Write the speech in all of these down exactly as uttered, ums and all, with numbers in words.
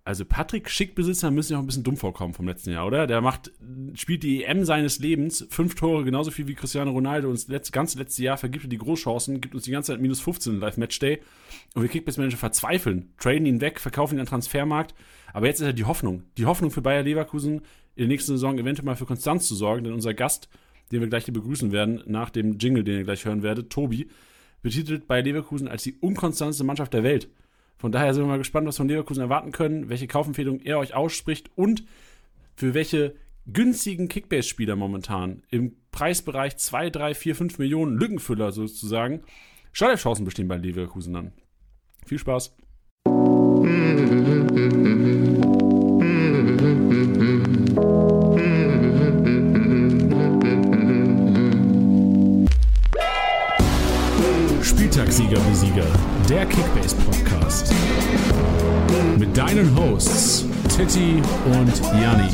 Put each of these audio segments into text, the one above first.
Also Patrick Schick-Besitzer müssen ja auch ein bisschen dumm vorkommen vom letzten Jahr, oder? Der macht, spielt die E M seines Lebens, fünf Tore, genauso viel wie Cristiano Ronaldo, und das letzte, ganze letzte Jahr vergibt er die Großchancen, gibt uns die ganze Zeit minus fünfzehn im Live-Matchday, und wir Kickbase-Manager verzweifeln, traden ihn weg, verkaufen ihn an den Transfermarkt, aber jetzt ist er die Hoffnung, die Hoffnung für Bayer Leverkusen, in der nächsten Saison eventuell mal für Konstanz zu sorgen, denn unser Gast, den wir gleich hier begrüßen werden, nach dem Jingle, den ihr gleich hören werdet, Tobi, betitelt Bayer Leverkusen als die unkonstanteste Mannschaft der Welt. Von daher sind wir mal gespannt, was von Leverkusen erwarten können, welche Kaufempfehlung er euch ausspricht und für welche günstigen Kickbase-Spieler momentan im Preisbereich zwei, drei, vier, fünf Millionen Lückenfüller sozusagen Startelf-Chancen bestehen bei Leverkusen dann. Viel Spaß. Spieltagssieger wie Sieger, der Kickbase-Podcast. Mit deinen Hosts Titti und Janni.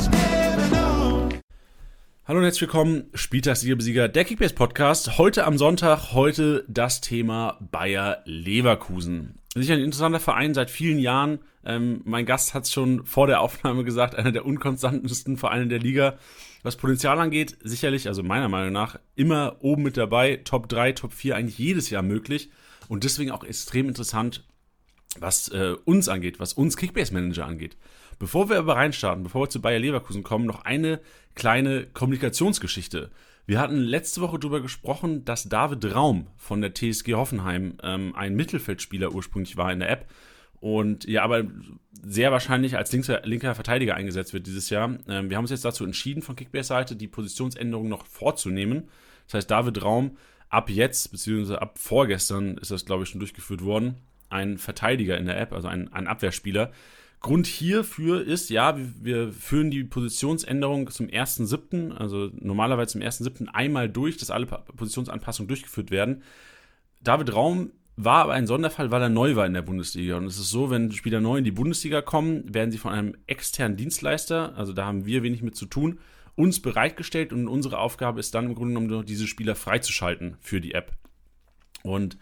Hallo und herzlich willkommen, Spieltagssieger wie Sieger, der Kickbase-Podcast. Heute am Sonntag, heute das Thema Bayer Leverkusen. Sicher ein interessanter Verein seit vielen Jahren. Ähm, mein Gast hat es schon vor der Aufnahme gesagt, einer der unkonstantesten Vereine der Liga. Was Potenzial angeht, sicherlich, also meiner Meinung nach, immer oben mit dabei. Top drei, Top vier eigentlich jedes Jahr möglich. Und deswegen auch extrem interessant, was äh, uns angeht, was uns Kickbase-Manager angeht. Bevor wir aber reinstarten, bevor wir zu Bayer Leverkusen kommen, noch eine kleine Kommunikationsgeschichte. Wir hatten letzte Woche darüber gesprochen, dass David Raum von der T S G Hoffenheim ähm, ein Mittelfeldspieler ursprünglich war in der App und ja, aber sehr wahrscheinlich als linker, linker Verteidiger eingesetzt wird dieses Jahr. Ähm, wir haben uns jetzt dazu entschieden, von Kickbase-Seite die Positionsänderung noch vorzunehmen. Das heißt, David Raum ab jetzt, beziehungsweise ab vorgestern ist das, glaube ich, schon durchgeführt worden, ein Verteidiger in der App, also ein, ein Abwehrspieler. Grund hierfür ist, ja, wir, wir führen die Positionsänderung zum ersten siebten, also normalerweise zum ersten siebten einmal durch, dass alle Positionsanpassungen durchgeführt werden. David Raum war aber ein Sonderfall, weil er neu war in der Bundesliga. Und es ist so, wenn Spieler neu in die Bundesliga kommen, werden sie von einem externen Dienstleister, also da haben wir wenig mit zu tun, uns bereitgestellt, und unsere Aufgabe ist dann im Grunde genommen nur, diese Spieler freizuschalten für die App. Und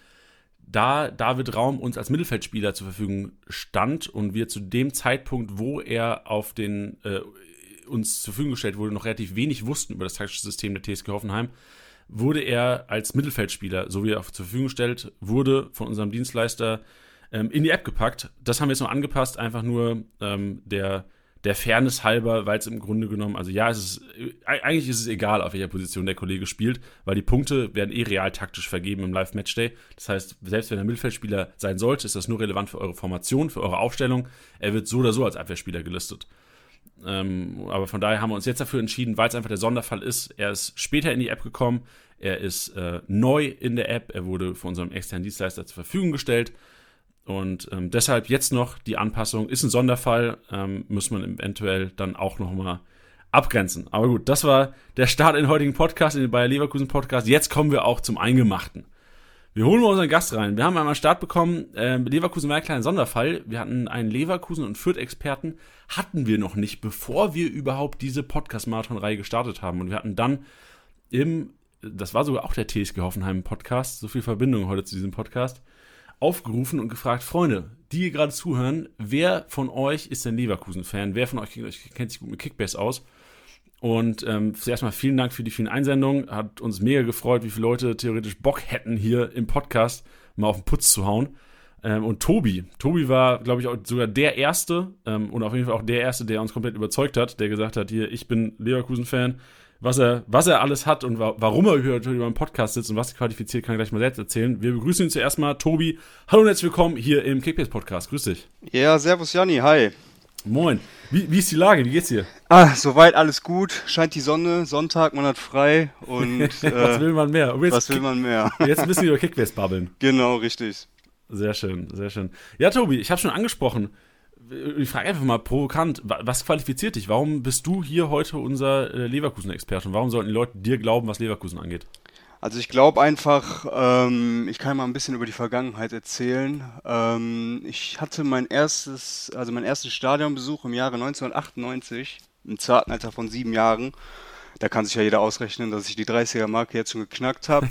da David Raum uns als Mittelfeldspieler zur Verfügung stand und wir zu dem Zeitpunkt, wo er auf den äh, uns zur Verfügung gestellt wurde, noch relativ wenig wussten über das taktische System der T S G Hoffenheim, wurde er als Mittelfeldspieler, so wie er zur Verfügung gestellt wurde, von unserem Dienstleister ähm, in die App gepackt. Das haben wir jetzt noch angepasst, einfach nur ähm, der der Fairness halber, weil es im Grunde genommen, also ja, es ist, eigentlich ist es egal, auf welcher Position der Kollege spielt, weil die Punkte werden eh real taktisch vergeben im Live-Matchday. Das heißt, selbst wenn er Mittelfeldspieler sein sollte, ist das nur relevant für eure Formation, für eure Aufstellung. Er wird so oder so als Abwehrspieler gelistet. Ähm, aber von daher haben wir uns jetzt dafür entschieden, weil es einfach der Sonderfall ist. Er ist später in die App gekommen, er ist äh, neu in der App, er wurde von unserem externen Dienstleister zur Verfügung gestellt. Und ähm, deshalb jetzt noch die Anpassung, ist ein Sonderfall, ähm, muss man eventuell dann auch nochmal abgrenzen. Aber gut, das war der Start in den heutigen Podcast, in den Bayer Leverkusen Podcast. Jetzt kommen wir auch zum Eingemachten. Wir holen mal unseren Gast rein. Wir haben einmal Start bekommen, äh, Leverkusen war ein kleiner Sonderfall. Wir hatten einen Leverkusen- und Fürth-Experten, hatten wir noch nicht, bevor wir überhaupt diese Podcast-Marathon-Reihe gestartet haben. Und wir hatten dann im, das war sogar auch der T S G Hoffenheim Podcast, so viel Verbindung heute zu diesem Podcast, aufgerufen und gefragt, Freunde, die hier gerade zuhören, wer von euch ist denn Leverkusen-Fan? Wer von euch kennt sich gut mit Kickbase aus? Und ähm, zuerst mal vielen Dank für die vielen Einsendungen. Hat uns mega gefreut, wie viele Leute theoretisch Bock hätten, hier im Podcast mal auf den Putz zu hauen. Ähm, und Tobi, Tobi war, glaube ich, auch sogar der Erste ähm, und auf jeden Fall auch der Erste, der uns komplett überzeugt hat, der gesagt hat, hier, ich bin Leverkusen-Fan. Was er, was er alles hat und wa- warum er über, über einen Podcast sitzt und was er qualifiziert, kann er gleich mal selbst erzählen. Wir begrüßen ihn zuerst mal. Tobi, hallo und herzlich willkommen hier im Kickbase-Podcast. Grüß dich. Ja, servus Janni, hi. Moin. Wie, wie ist die Lage? Wie geht's dir? Ah, soweit alles gut. Scheint die Sonne, Sonntag, man hat frei und was äh, will man mehr? Und jetzt was will man mehr? Jetzt müssen wir über Kickbase babbeln. Genau, richtig. Sehr schön, sehr schön. Ja, Tobi, ich habe schon angesprochen. Ich frage einfach mal provokant, was qualifiziert dich? Warum bist du hier heute unser Leverkusen-Experte? Und warum sollten die Leute dir glauben, was Leverkusen angeht? Also ich glaube einfach, ähm, ich kann mal ein bisschen über die Vergangenheit erzählen. Ähm, ich hatte mein erstes, also meinen ersten Stadionbesuch im Jahre neunzehnhundertachtundneunzig, im zarten Alter von sieben Jahren. Da kann sich ja jeder ausrechnen, dass ich die dreißiger-Marke jetzt schon geknackt habe.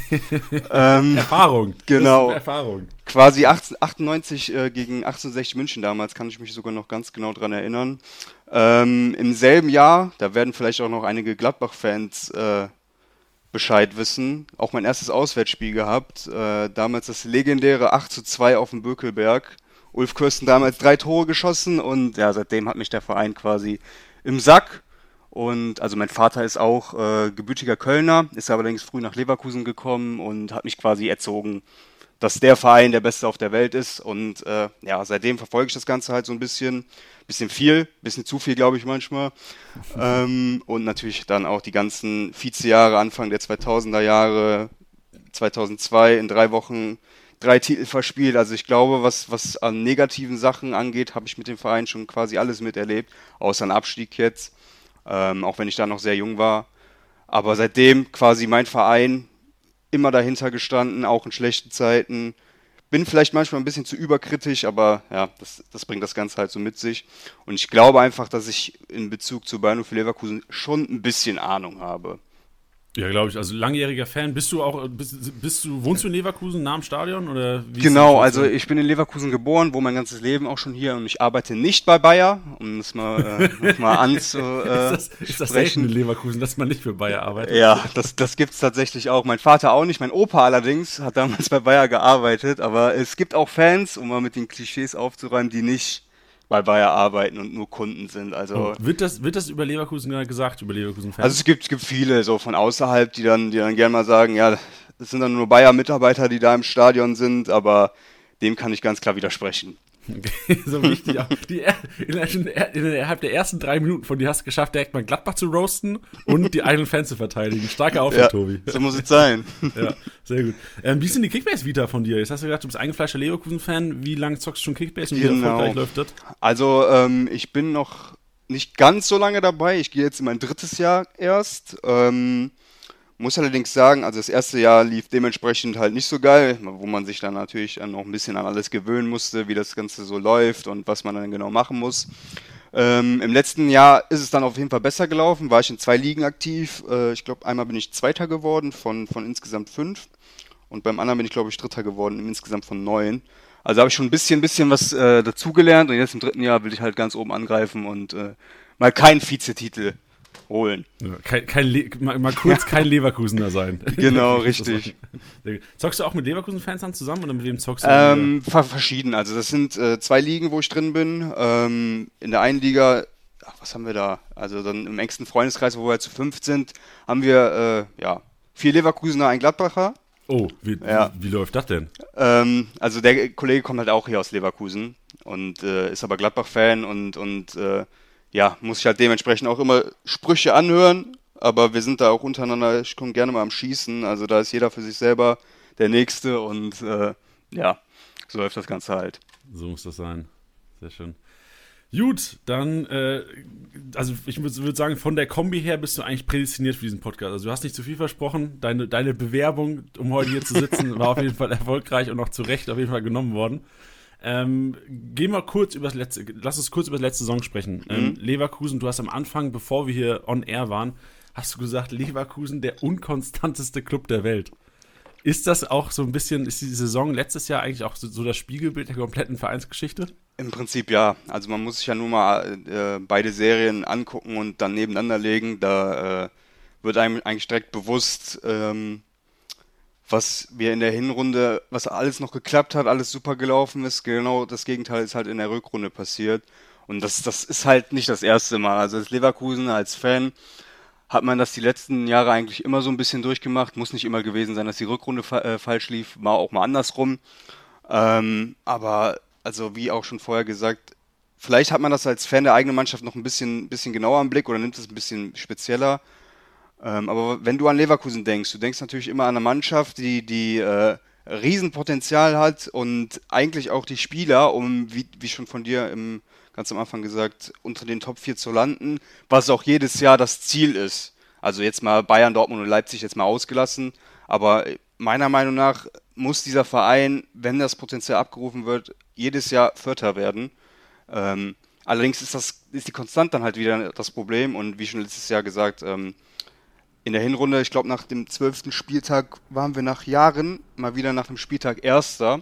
ähm, Erfahrung. Genau. Erfahrung. Quasi achtzehnhundertachtundneunzig äh, gegen achtzehnhundertsechzig München damals, kann ich mich sogar noch ganz genau dran erinnern. Ähm, im selben Jahr, da werden vielleicht auch noch einige Gladbach-Fans äh, Bescheid wissen, auch mein erstes Auswärtsspiel gehabt. Äh, damals das legendäre acht zu zwei auf dem Bökelberg. Ulf Kirsten damals drei Tore geschossen und ja, seitdem hat mich der Verein quasi im Sack. Und also mein Vater ist auch äh, gebürtiger Kölner, ist allerdings früh nach Leverkusen gekommen und hat mich quasi erzogen, dass der Verein der beste auf der Welt ist. Und äh, ja, seitdem verfolge ich das Ganze halt so ein bisschen, bisschen viel, bisschen zu viel, glaube ich manchmal. ähm, und natürlich dann auch die ganzen Vizejahre, Anfang der zweitausender Jahre, zweitausendzwei in drei Wochen drei Titel verspielt. Also ich glaube, was, was an negativen Sachen angeht, habe ich mit dem Verein schon quasi alles miterlebt, außer ein Abstieg jetzt. Ähm, auch wenn ich da noch sehr jung war. Aber seitdem quasi mein Verein immer dahinter gestanden, auch in schlechten Zeiten. Bin vielleicht manchmal ein bisschen zu überkritisch, aber ja, das, das bringt das Ganze halt so mit sich. Und ich glaube einfach, dass ich in Bezug zu Bayern für Leverkusen schon ein bisschen Ahnung habe. Ja, glaube ich. Also langjähriger Fan. Bist du auch, bist, bist du, wohnst du in Leverkusen, nah am Stadion? Oder wie Genau, also ich bin in Leverkusen geboren, wohne mein ganzes Leben auch schon hier und ich arbeite nicht bei Bayer, um das mal, äh, mal anzu. Äh, ist, das, ist das selten in Leverkusen, dass man nicht für Bayer arbeitet? Ja, das, das gibt es tatsächlich auch. Mein Vater auch nicht, mein Opa allerdings hat damals bei Bayer gearbeitet, aber es gibt auch Fans, um mal mit den Klischees aufzuräumen, die nicht bei Bayer arbeiten und nur Kunden sind. Also oh, wird das wird das über Leverkusen gesagt, über Leverkusen-Fans? Also es gibt, es gibt viele so von außerhalb, die dann, die dann gerne mal sagen, ja, das sind dann nur Bayer-Mitarbeiter, die da im Stadion sind, aber dem kann ich ganz klar widersprechen. Okay, so wichtig. Die, in, innerhalb der ersten drei Minuten von dir hast du geschafft, direkt mal Gladbach zu roasten und die eigenen Fans zu verteidigen. Starker Auftritt, ja, Tobi. So muss es sein. Ja, sehr gut. Ähm, wie ist denn die Kickbase-Vita von dir? Jetzt hast du gesagt, du bist eingefleischter Leverkusen-Fan. Wie lange zockst du schon Kickbase und wie genau. erfolgreich läuft das? Also ähm, ich bin noch nicht ganz so lange dabei. Ich gehe jetzt in mein drittes Jahr erst. Ähm, Muss allerdings sagen, also das erste Jahr lief dementsprechend halt nicht so geil, wo man sich dann natürlich dann noch ein bisschen an alles gewöhnen musste, wie das Ganze so läuft und was man dann genau machen muss. Ähm, Im letzten Jahr ist es dann auf jeden Fall besser gelaufen, war ich in zwei Ligen aktiv. Äh, ich glaube, einmal bin ich Zweiter geworden von, von insgesamt fünf und beim anderen bin ich, glaube ich, Dritter geworden, insgesamt von neun. Also habe ich schon ein bisschen, bisschen was äh, dazugelernt und jetzt im dritten Jahr will ich halt ganz oben angreifen und äh, mal keinen Vizetitel holen. Ja, kein, kein Le- mal, mal kurz kein Leverkusener sein. Genau, richtig. Zockst du auch mit Leverkusen-Fans dann zusammen oder mit wem zockst du? Ähm, verschieden. Also das sind äh, zwei Ligen, wo ich drin bin. Ähm, in der einen Liga, ach, was haben wir da? Also dann im engsten Freundeskreis, wo wir halt zu fünft sind, haben wir äh, ja vier Leverkusener, ein Gladbacher. Oh, wie, ja. wie, wie läuft das denn? Ähm, also der Kollege kommt halt auch hier aus Leverkusen und äh, ist aber Gladbach-Fan und, und äh, ja, muss ich halt dementsprechend auch immer Sprüche anhören, aber wir sind da auch untereinander, ich komme gerne mal am Schießen, also da ist jeder für sich selber der Nächste und äh, ja, so läuft das Ganze halt. So muss das sein. Sehr schön. Gut, dann, äh, also ich würde sagen, von der Kombi her bist du eigentlich prädestiniert für diesen Podcast. Also du hast nicht zu viel versprochen, deine, deine Bewerbung, um heute hier zu sitzen, war auf jeden Fall erfolgreich und auch zu Recht auf jeden Fall genommen worden. Ähm, gehen wir kurz über das letzte, lass uns kurz über das letzte Saison sprechen. Mhm. Ähm, Leverkusen, du hast am Anfang, bevor wir hier on air waren, hast du gesagt, Leverkusen der unkonstanteste Club der Welt. Ist das auch so ein bisschen, ist die Saison letztes Jahr eigentlich auch so, so das Spiegelbild der kompletten Vereinsgeschichte? Im Prinzip ja. Also man muss sich ja nur mal äh, beide Serien angucken und dann nebeneinander legen. Da äh, wird einem eigentlich direkt bewusst, ähm, was wir in der Hinrunde, was alles noch geklappt hat, alles super gelaufen ist. Genau das Gegenteil ist halt in der Rückrunde passiert. Und das, das ist halt nicht das erste Mal. Also als Leverkusen, als Fan hat man das die letzten Jahre eigentlich immer so ein bisschen durchgemacht. Muss nicht immer gewesen sein, dass die Rückrunde fa- äh, falsch lief, war auch mal andersrum. Ähm, aber also wie auch schon vorher gesagt, vielleicht hat man das als Fan der eigenen Mannschaft noch ein bisschen, bisschen genauer im Blick oder nimmt es ein bisschen spezieller. Ähm, aber wenn du an Leverkusen denkst, du denkst natürlich immer an eine Mannschaft, die, die äh, Riesenpotenzial hat und eigentlich auch die Spieler, um, wie, wie schon von dir im, ganz am Anfang gesagt, unter den Top vier zu landen, was auch jedes Jahr das Ziel ist. Also jetzt mal Bayern, Dortmund und Leipzig jetzt mal ausgelassen, aber meiner Meinung nach muss dieser Verein, wenn das Potenzial abgerufen wird, jedes Jahr Vierter werden. Ähm, allerdings ist das ist die Konstant dann halt wieder das Problem und wie schon letztes Jahr gesagt, ähm, in der Hinrunde, ich glaube nach dem zwölften Spieltag waren wir nach Jahren mal wieder nach dem Spieltag Erster.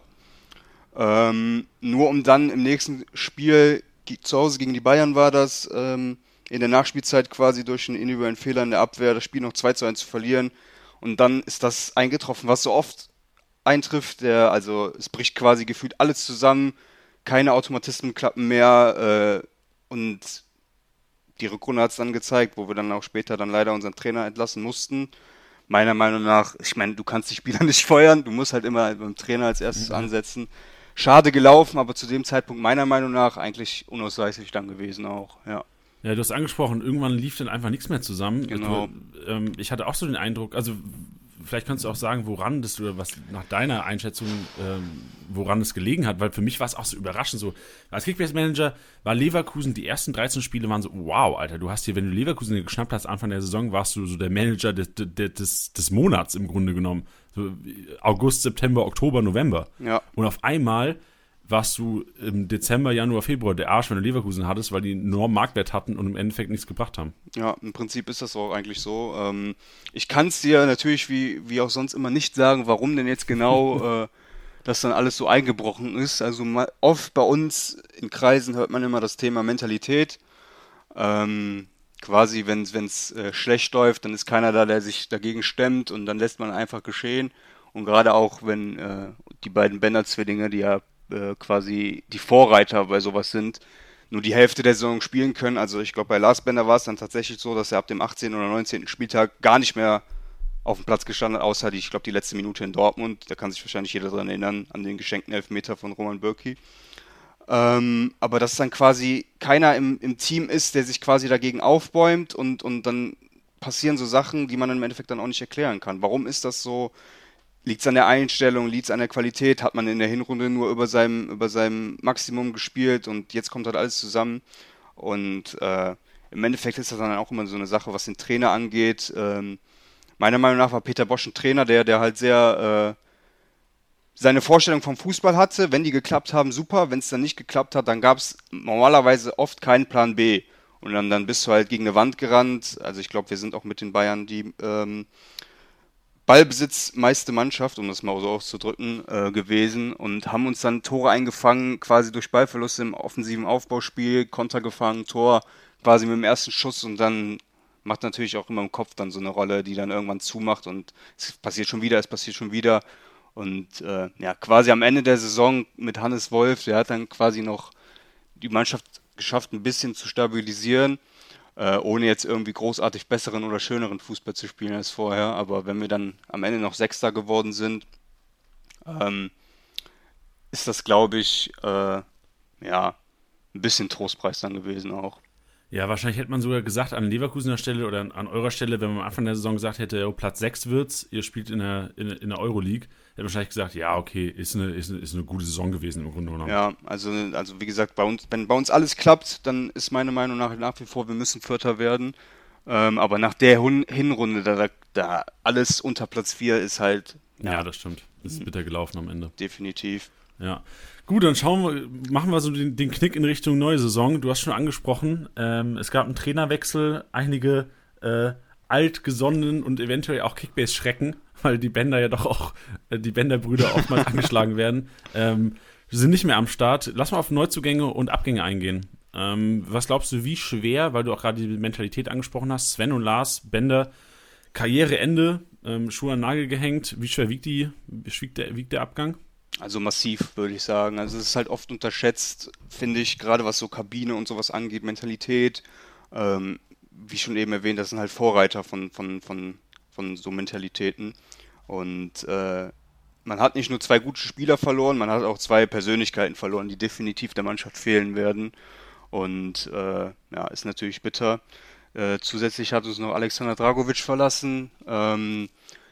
Ähm, nur um dann im nächsten Spiel, zu Hause gegen die Bayern war das, ähm, in der Nachspielzeit quasi durch einen individuellen Fehler in der Abwehr das Spiel noch zwei zu eins zu verlieren. Und dann ist das eingetroffen, was so oft eintrifft. Der, also es bricht quasi gefühlt alles zusammen, keine Automatismen klappen mehr äh, und die Rückrunde hat es dann gezeigt, wo wir dann auch später dann leider unseren Trainer entlassen mussten. Meiner Meinung nach, ich meine, du kannst die Spieler nicht feuern, du musst halt immer beim Trainer als erstes mhm. ansetzen. Schade gelaufen, aber zu dem Zeitpunkt meiner Meinung nach eigentlich unausweichlich dann gewesen auch, ja. Ja, du hast angesprochen, irgendwann lief dann einfach nichts mehr zusammen. Genau. Du, ähm, ich hatte auch so den Eindruck, also vielleicht kannst du auch sagen, woran das oder was nach deiner Einschätzung, ähm, woran es gelegen hat, weil für mich war es auch so überraschend so. Als Kickbase-Manager war Leverkusen, die ersten dreizehn Spiele waren so, wow, Alter, du hast hier, wenn du Leverkusen geschnappt hast, Anfang der Saison, warst du so der Manager des, des, des Monats im Grunde genommen. So August, September, Oktober, November. Ja. Und auf einmal warst du im Dezember, Januar, Februar der Arsch, wenn du Leverkusen hattest, weil die einen enormen Marktwert hatten und im Endeffekt nichts gebracht haben. Ja, im Prinzip ist das auch eigentlich so. Ähm, ich kann es dir natürlich wie, wie auch sonst immer nicht sagen, warum denn jetzt genau äh, das dann alles so eingebrochen ist. Also mal, oft bei uns in Kreisen hört man immer das Thema Mentalität. Ähm, quasi, wenn es äh, schlecht läuft, dann ist keiner da, der sich dagegen stemmt und dann lässt man einfach geschehen. Und gerade auch, wenn äh, die beiden Bender-Zwillinge, die ja quasi die Vorreiter bei sowas sind, nur die Hälfte der Saison spielen können. Also ich glaube, bei Lars Bender war es dann tatsächlich so, dass er ab dem achtzehnten oder neunzehnten Spieltag gar nicht mehr auf dem Platz gestanden hat, außer die, ich glaube, die letzte Minute in Dortmund. Da kann sich wahrscheinlich jeder daran erinnern, an den geschenkten Elfmeter von Roman Bürki. Ähm, aber dass dann quasi keiner im, im Team ist, der sich quasi dagegen aufbäumt und, und dann passieren so Sachen, die man im Endeffekt dann auch nicht erklären kann. Warum ist das so? Liegt es an der Einstellung, liegt es an der Qualität? Hat man in der Hinrunde nur über seinem, über seinem Maximum gespielt und jetzt kommt halt alles zusammen. Und äh, im Endeffekt ist das dann auch immer so eine Sache, was den Trainer angeht. Ähm, meiner Meinung nach war Peter Bosch ein Trainer, der, der halt sehr äh, seine Vorstellung vom Fußball hatte. Wenn die geklappt haben, super. Wenn es dann nicht geklappt hat, dann gab es normalerweise oft keinen Plan B. Und dann, dann bist du halt gegen eine Wand gerannt. Also ich glaube, wir sind auch mit den Bayern die ähm, Ballbesitz meiste Mannschaft, um das mal so auszudrücken, äh, gewesen und haben uns dann Tore eingefangen, quasi durch Ballverluste im offensiven Aufbauspiel, Konter gefangen, Tor quasi mit dem ersten Schuss und dann macht natürlich auch immer im Kopf dann so eine Rolle, die dann irgendwann zumacht und es passiert schon wieder, es passiert schon wieder und äh, ja, quasi am Ende der Saison mit Hannes Wolf, der hat dann quasi noch die Mannschaft geschafft, ein bisschen zu stabilisieren, Äh, ohne jetzt irgendwie großartig besseren oder schöneren Fußball zu spielen als vorher. Aber wenn wir dann am Ende noch Sechster geworden sind, ähm, ist das, glaube ich, äh, ja, ein bisschen Trostpreis dann gewesen auch. Ja, wahrscheinlich hätte man sogar gesagt, an Leverkusener Stelle oder an, an eurer Stelle, wenn man am Anfang der Saison gesagt hätte, oh, Platz sechs wird's, ihr spielt in der, in, in der Euroleague, hätte man wahrscheinlich gesagt, ja, okay, ist eine, ist, eine, ist eine gute Saison gewesen im Grunde genommen. Ja, also, also wie gesagt, bei uns, wenn bei uns alles klappt, dann ist meine Meinung nach nach wie vor, wir müssen Vierter werden. Ähm, aber nach der Hun- Hinrunde, da, da alles unter Platz vier ist halt... Ja, ja das stimmt. Ist bitter gelaufen am Ende. Definitiv. Ja. Gut, dann schauen wir, machen wir so den, den Knick in Richtung neue Saison. Du hast schon angesprochen, ähm, es gab einen Trainerwechsel, einige äh, altgesonnenen und eventuell auch Kickbase-Schrecken, weil die Bender ja doch auch, äh, die Bender-Brüder oftmals angeschlagen werden, ähm, sind nicht mehr am Start. Lass mal auf Neuzugänge und Abgänge eingehen. Ähm, was glaubst du, wie schwer, weil du auch gerade die Mentalität angesprochen hast, Sven und Lars, Bender, Karriereende, ähm, Schuhe an den Nagel gehängt, wie schwer wiegt, die, wiegt, der, wiegt der Abgang? Also massiv, würde ich sagen. Also es ist halt oft unterschätzt, finde ich, gerade was so Kabine und sowas angeht, Mentalität. Ähm, wie schon eben erwähnt, das sind halt Vorreiter von, von, von, von so Mentalitäten. Und äh, man hat nicht nur zwei gute Spieler verloren, man hat auch zwei Persönlichkeiten verloren, die definitiv der Mannschaft fehlen werden. Und äh, ja, ist natürlich bitter. Äh, zusätzlich hat uns noch Alexander Dragovic verlassen, ähm,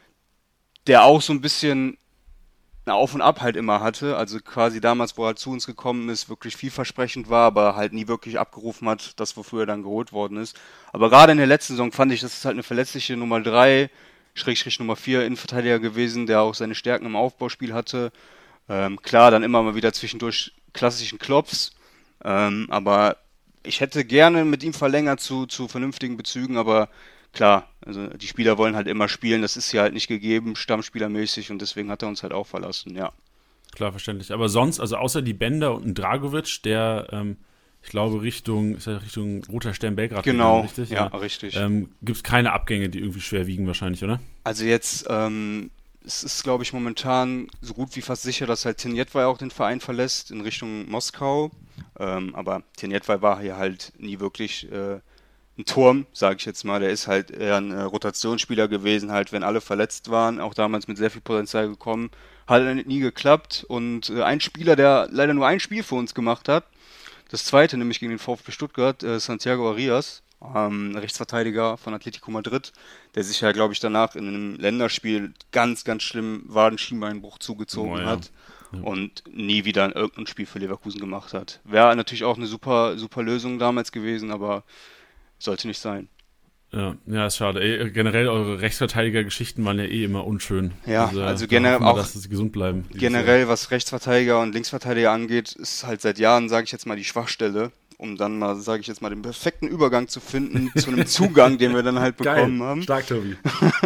der auch so ein bisschen ein Auf und Ab halt immer hatte, also quasi damals, wo er halt zu uns gekommen ist, wirklich vielversprechend war, aber halt nie wirklich abgerufen hat, das wofür er dann geholt worden ist. Aber gerade in der letzten Saison fand ich, das ist halt eine verletzliche Nummer drei, Schrägstrich Nummer vier Innenverteidiger gewesen, der auch seine Stärken im Aufbauspiel hatte. Ähm, klar, dann immer mal wieder zwischendurch klassischen Klops, ähm, aber ich hätte gerne mit ihm verlängert zu, zu vernünftigen Bezügen, aber klar, also die Spieler wollen halt immer spielen, das ist hier halt nicht gegeben, stammspielermäßig, und deswegen hat er uns halt auch verlassen, ja. Klar, verständlich. Aber sonst, also außer die Bender und ein Dragovic, der, ähm, ich glaube, Richtung, ist ja Richtung Roter Stern Belgrad Genau, gegangen, richtig? ja, ja, richtig. Ähm, gibt es keine Abgänge, die irgendwie schwer wiegen wahrscheinlich, oder? Also jetzt, ähm, es ist, glaube ich, momentan so gut wie fast sicher, dass halt Tenjetwei auch den Verein verlässt in Richtung Moskau. Ähm, aber Tenjetwei war hier halt nie wirklich äh, ein Turm, sage ich jetzt mal. Der ist halt eher ein äh, Rotationsspieler gewesen, halt wenn alle verletzt waren, auch damals mit sehr viel Potenzial gekommen. Hat halt nie geklappt, und äh, ein Spieler, der leider nur ein Spiel für uns gemacht hat, das zweite, nämlich gegen den VfB Stuttgart, äh, Santiago Arias, ähm, Rechtsverteidiger von Atletico Madrid, der sich ja, glaube ich, danach in einem Länderspiel ganz, ganz schlimm Wadenschienbeinbruch zugezogen Oh, ja. hat und nie wieder ein irgendein Spiel für Leverkusen gemacht hat. Wäre natürlich auch eine super, super Lösung damals gewesen, aber sollte nicht sein. Ja, ja, ist schade. Ey, generell eure Rechtsverteidiger-Geschichten waren ja eh immer unschön. Ja, also, also da generell hoffen wir, auch- dass sie gesund bleiben. Generell, was Rechtsverteidiger und Linksverteidiger angeht, ist halt seit Jahren, sage ich jetzt mal, die Schwachstelle, um dann mal, sage ich jetzt mal, den perfekten Übergang zu finden zu einem Zugang, den wir dann halt bekommen haben. Stark, Tobi.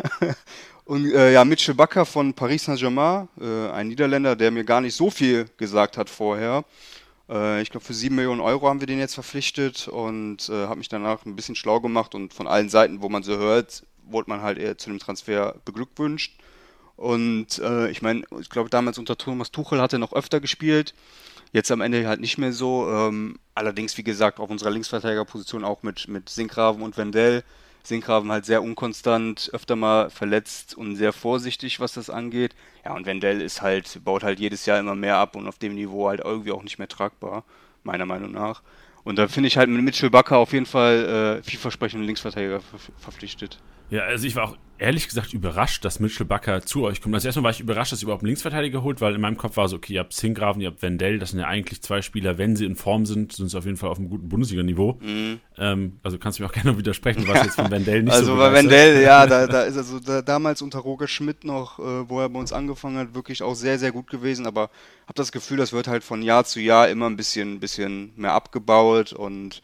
Und äh, ja, Mitchell Bakker von Paris Saint-Germain, äh, ein Niederländer, der mir gar nicht so viel gesagt hat vorher. Äh, ich glaube, für sieben Millionen Euro haben wir den jetzt verpflichtet, und äh, habe mich danach ein bisschen schlau gemacht, und von allen Seiten, wo man so hört, wurde man halt eher zu dem Transfer beglückwünscht. Und äh, ich meine, ich glaube, damals unter Thomas Tuchel hat er noch öfter gespielt. Jetzt am Ende halt nicht mehr so. Ähm, allerdings, wie gesagt, auf unserer Linksverteidigerposition auch mit, mit Sinkgraven und Wendell. Sinkgraven halt sehr unkonstant, öfter mal verletzt und sehr vorsichtig, was das angeht. Ja, und Wendell ist halt, baut halt jedes Jahr immer mehr ab und auf dem Niveau halt irgendwie auch nicht mehr tragbar, meiner Meinung nach. Und da finde ich halt mit Mitchell Bakker auf jeden Fall äh, vielversprechenden Linksverteidiger ver- verpflichtet. Ja, also ich war auch ehrlich gesagt überrascht, dass Mitchell Bakker zu euch kommt. Also erstmal war ich überrascht, dass ihr überhaupt einen Linksverteidiger holt, weil in meinem Kopf war so, okay, ihr habt Sinkgraven, ihr habt Wendell, das sind ja eigentlich zwei Spieler, wenn sie in Form sind, sind sie auf jeden Fall auf einem guten Bundesliga-Niveau. Mhm. Ähm, also kannst du mir auch gerne widersprechen, was jetzt von Wendell nicht Also so bei begeistert. Wendell, ja, da, da ist also da, damals unter Roger Schmidt noch, äh, wo er bei uns angefangen hat, wirklich auch sehr, sehr gut gewesen, aber habe das Gefühl, das wird halt von Jahr zu Jahr immer ein bisschen, bisschen mehr abgebaut, und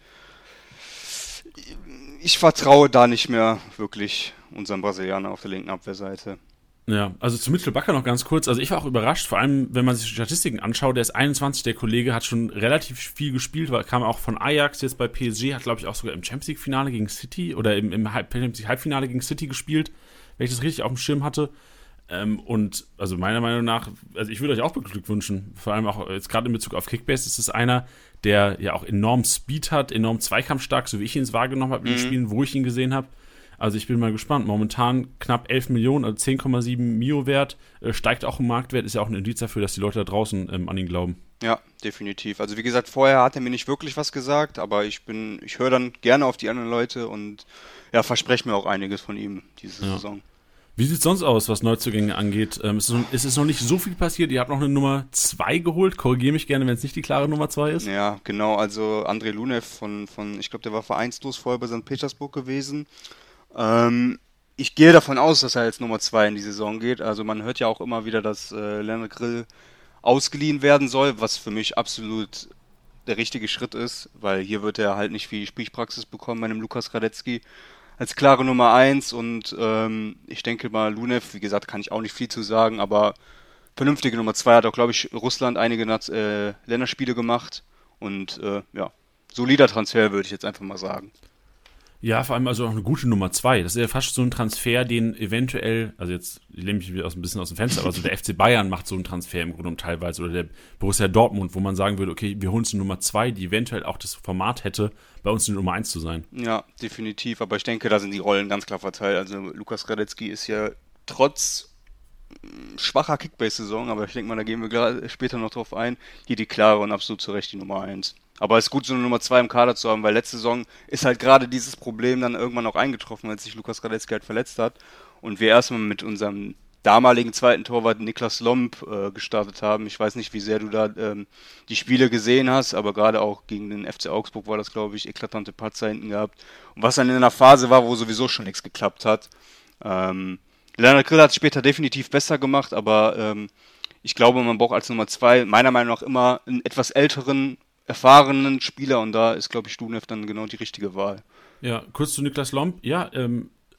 ich vertraue da nicht mehr wirklich unserem Brasilianer auf der linken Abwehrseite. Ja, also zu Mitchell Bakker noch ganz kurz. Also ich war auch überrascht, vor allem, wenn man sich die Statistiken anschaut. Der ist einundzwanzig, der Kollege hat schon relativ viel gespielt, war, kam auch von Ajax, jetzt bei P S G, hat glaube ich auch sogar im Champions League Finale gegen City oder im, im Champions League Halbfinale gegen City gespielt, wenn ich das richtig auf dem Schirm hatte. Ähm, und also meiner Meinung nach, also ich würde euch auch beglückwünschen, vor allem auch jetzt gerade in Bezug auf Kickbase, ist es einer, der ja auch enorm Speed hat, enorm zweikampfstark, so wie ich ihn wahrgenommen habe in den Mhm. Spielen, wo ich ihn gesehen habe. Also ich bin mal gespannt. Momentan knapp elf Millionen, also zehn Komma sieben Mio Wert, äh, steigt auch im Marktwert, ist ja auch ein Indiz dafür, dass die Leute da draußen ähm, an ihn glauben. Ja, definitiv. Also wie gesagt, vorher hat er mir nicht wirklich was gesagt, aber ich bin, ich höre dann gerne auf die anderen Leute und ja, verspreche mir auch einiges von ihm diese Ja. Saison. Wie sieht es sonst aus, was Neuzugänge angeht? Ähm, es, ist, es ist noch nicht so viel passiert. Ihr habt noch eine Nummer zwei geholt. Korrigiere mich gerne, wenn es nicht die klare Nummer zwei ist. Ja, genau, also André Lunev von, von ich glaube, der war vereinslos vorher bei Sankt Petersburg gewesen. Ähm, ich gehe davon aus, dass er als Nummer zwei in die Saison geht. Also man hört ja auch immer wieder, dass äh, Lennart Grill ausgeliehen werden soll, was für mich absolut der richtige Schritt ist, weil hier wird er halt nicht viel Spielpraxis bekommen bei einem Lukas Radetzky als klare Nummer eins, und ähm, ich denke mal, Lunev, wie gesagt, kann ich auch nicht viel zu sagen, aber vernünftige Nummer zwei, hat auch, glaube ich, Russland einige äh, Länderspiele gemacht, und äh, ja, solider Transfer, würde ich jetzt einfach mal sagen. Ja, vor allem also auch eine gute Nummer zwei. Das ist ja fast so ein Transfer, den eventuell, also jetzt ich lehne mich wieder aus ein bisschen aus dem Fenster, aber so der F C Bayern macht so einen Transfer im Grunde genommen teilweise, oder der Borussia Dortmund, wo man sagen würde, okay, wir holen uns eine Nummer zwei, die eventuell auch das Format hätte, bei uns eine Nummer eins zu sein. Ja, definitiv, aber ich denke, da sind die Rollen ganz klar verteilt. Also Lukas Radetzky ist ja trotz mh, schwacher Kickbase-Saison, aber ich denke mal, da gehen wir gra- später noch drauf ein, hier die klare und absolut zu Recht die Nummer eins. Aber es ist gut, so eine Nummer zwei im Kader zu haben, weil letzte Saison ist halt gerade dieses Problem dann irgendwann auch eingetroffen, als sich Lukas Radetzky halt verletzt hat und wir erstmal mit unserem damaligen zweiten Torwart Niklas Lomb äh, gestartet haben. Ich weiß nicht, wie sehr du da ähm, die Spiele gesehen hast, aber gerade auch gegen den F C Augsburg war das, glaube ich, eklatante Patzer hinten gehabt. Und was dann in einer Phase war, wo sowieso schon nichts geklappt hat. Ähm, Lennart Grill hat es später definitiv besser gemacht, aber ähm, ich glaube, man braucht als Nummer zwei meiner Meinung nach immer einen etwas älteren, erfahrenen Spieler, und da ist, glaube ich, Lunev dann genau die richtige Wahl. Ja, kurz zu Niklas Lomb. Ja, ähm,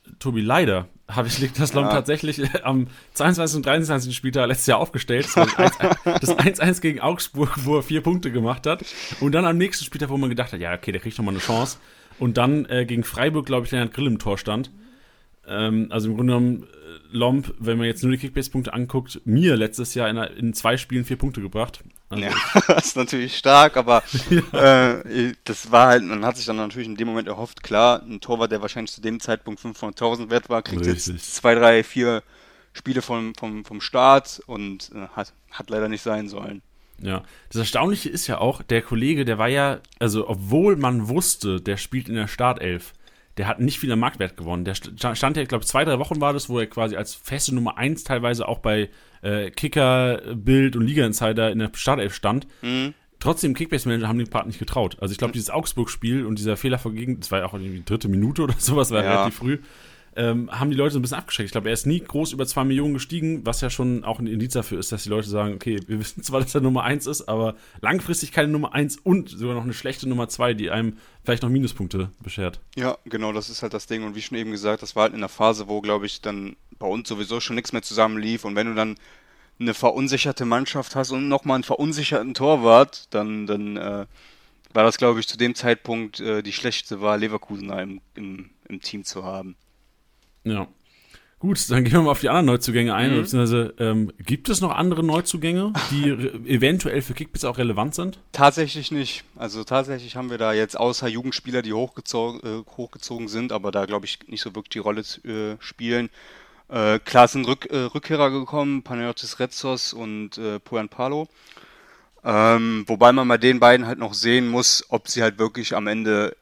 Tobi, leider habe ich das Lom Ja. tatsächlich am zweiundzwanzigsten und dreiundzwanzigsten Spieltag letztes Jahr aufgestellt. Das war das eins eins gegen Augsburg, wo er vier Punkte gemacht hat. Und dann am nächsten Spieltag, wo man gedacht hat, ja, okay, der kriegt noch mal eine Chance. Und dann äh, gegen Freiburg, glaube ich, Lennart Grill im Tor stand. Ähm, also im Grunde genommen, äh, Lomb, wenn man jetzt nur die Kickbase-Punkte anguckt, mir letztes Jahr in, in zwei Spielen vier Punkte gebracht. Also, Ja, das ist natürlich stark, aber äh, das war halt, man hat sich dann natürlich in dem Moment erhofft, klar, ein Torwart, der wahrscheinlich zu dem Zeitpunkt fünfhunderttausend wert war, kriegt Richtig. jetzt zwei, drei, vier Spiele vom, vom, vom Start und äh, hat, hat leider nicht sein sollen. Ja, das Erstaunliche ist ja auch, der Kollege, der war ja, also obwohl man wusste, der spielt in der Startelf, der hat nicht viel am Marktwert gewonnen. Der st- stand ja, ich glaube, zwei, drei Wochen war das, wo er quasi als feste Nummer eins teilweise auch bei äh, Kicker, Bild und Liga Insider in der Startelf stand. Mhm. Trotzdem, Kickbase-Manager haben den Part nicht getraut. Also ich glaube, dieses Augsburg-Spiel und dieser Fehler vergegen, das war ja auch irgendwie die dritte Minute oder sowas, war Ja. relativ früh, ähm, haben die Leute so ein bisschen abgeschreckt. Ich glaube, er ist nie groß über zwei Millionen gestiegen, was ja schon auch ein Indiz dafür ist, dass die Leute sagen, okay, wir wissen zwar, dass er Nummer eins ist, aber langfristig keine Nummer eins und sogar noch eine schlechte Nummer zwei, die einem vielleicht noch Minuspunkte beschert. Ja, genau, das ist halt das Ding. Und wie schon eben gesagt, das war halt in einer Phase, wo, glaube ich, dann bei uns sowieso schon nichts mehr zusammenlief. Und wenn du dann eine verunsicherte Mannschaft hast und nochmal einen verunsicherten Torwart, dann, dann äh, war das, glaube ich, zu dem Zeitpunkt äh, die schlechteste Wahl, Leverkusen im, im, im Team zu haben. Ja. Gut, dann gehen wir mal auf die anderen Neuzugänge ein. Mhm. Beziehungsweise, ähm, gibt es noch andere Neuzugänge, die re- eventuell für Kickbase auch relevant sind? Tatsächlich nicht. Also tatsächlich haben wir da jetzt außer Jugendspieler, die hochgezogen, äh, hochgezogen sind, aber da, glaube ich, nicht so wirklich die Rolle äh, spielen. Äh, klar sind Rück, äh, Rückkehrer gekommen, Panayotis Retzos und äh, Puan Palo. Ähm, wobei man bei den beiden halt noch sehen muss, ob sie halt wirklich am Ende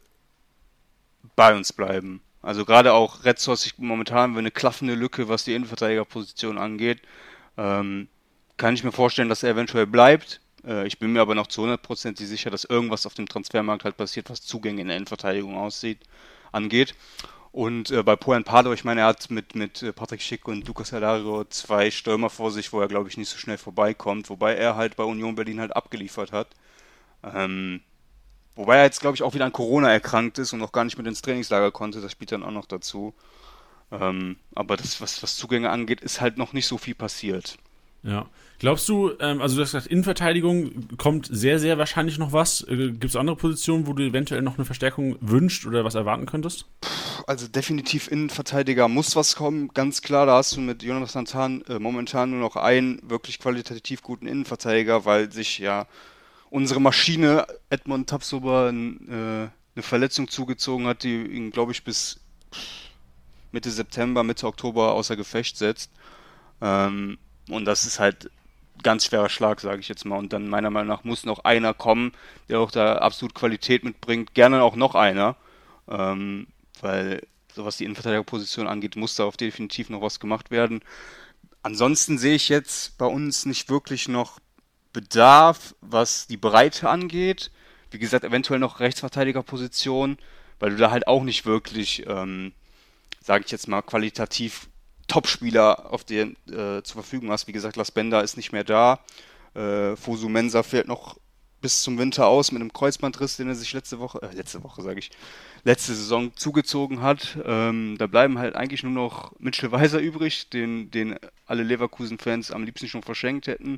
bei uns bleiben. Also gerade auch Retzos, ich, momentan haben wir eine klaffende Lücke, was die Innenverteidigerposition angeht. Ähm, kann ich mir vorstellen, dass er eventuell bleibt. Äh, ich bin mir aber noch zu hundert Prozent sicher, dass irgendwas auf dem Transfermarkt halt passiert, was Zugänge in der Innenverteidigung aussieht, angeht. Und äh, bei Puan Palo, ich meine, er hat mit, mit äh, Patrick Schick und Lucas Alario zwei Stürmer vor sich, wo er, glaube ich, nicht so schnell vorbeikommt. Wobei er halt bei Union Berlin halt abgeliefert hat. Ähm, wobei er jetzt, glaube ich, auch wieder an Corona erkrankt ist und noch gar nicht mit ins Trainingslager konnte. Das spielt dann auch noch dazu. Ähm, aber das, was, was Zugänge angeht, ist halt noch nicht so viel passiert. Ja. Glaubst du, ähm, also du hast gesagt, Innenverteidigung kommt sehr, sehr wahrscheinlich noch was. Äh, Gibt es andere Positionen, wo du eventuell noch eine Verstärkung wünscht oder was erwarten könntest? Also definitiv Innenverteidiger muss was kommen, ganz klar. Da hast du mit Jonathan Tah äh, momentan nur noch einen wirklich qualitativ guten Innenverteidiger, weil sich ja unsere Maschine Edmond Tapsoba äh, eine Verletzung zugezogen hat, die ihn, glaube ich, bis Mitte September, Mitte Oktober außer Gefecht setzt. Ähm, und das ist halt ganz schwerer Schlag, sage ich jetzt mal. Und dann meiner Meinung nach muss noch einer kommen, der auch da absolut Qualität mitbringt. Gerne auch noch einer. Ähm, weil so was die Innenverteidigerposition angeht, muss da auch definitiv noch was gemacht werden. Ansonsten sehe ich jetzt bei uns nicht wirklich noch Bedarf, was die Breite angeht. Wie gesagt, eventuell noch Rechtsverteidigerposition, weil du da halt auch nicht wirklich, ähm, sage ich jetzt mal, qualitativ Topspieler auf den äh, zur Verfügung hast. Wie gesagt, Las Benda ist nicht mehr da. Äh, Fosu Mensah fällt noch bis zum Winter aus mit einem Kreuzbandriss, den er sich letzte Woche, äh, letzte Woche sage ich, letzte Saison zugezogen hat. Ähm, da bleiben halt eigentlich nur noch Mitchell Weiser übrig, den, den alle Leverkusen-Fans am liebsten schon verschenkt hätten.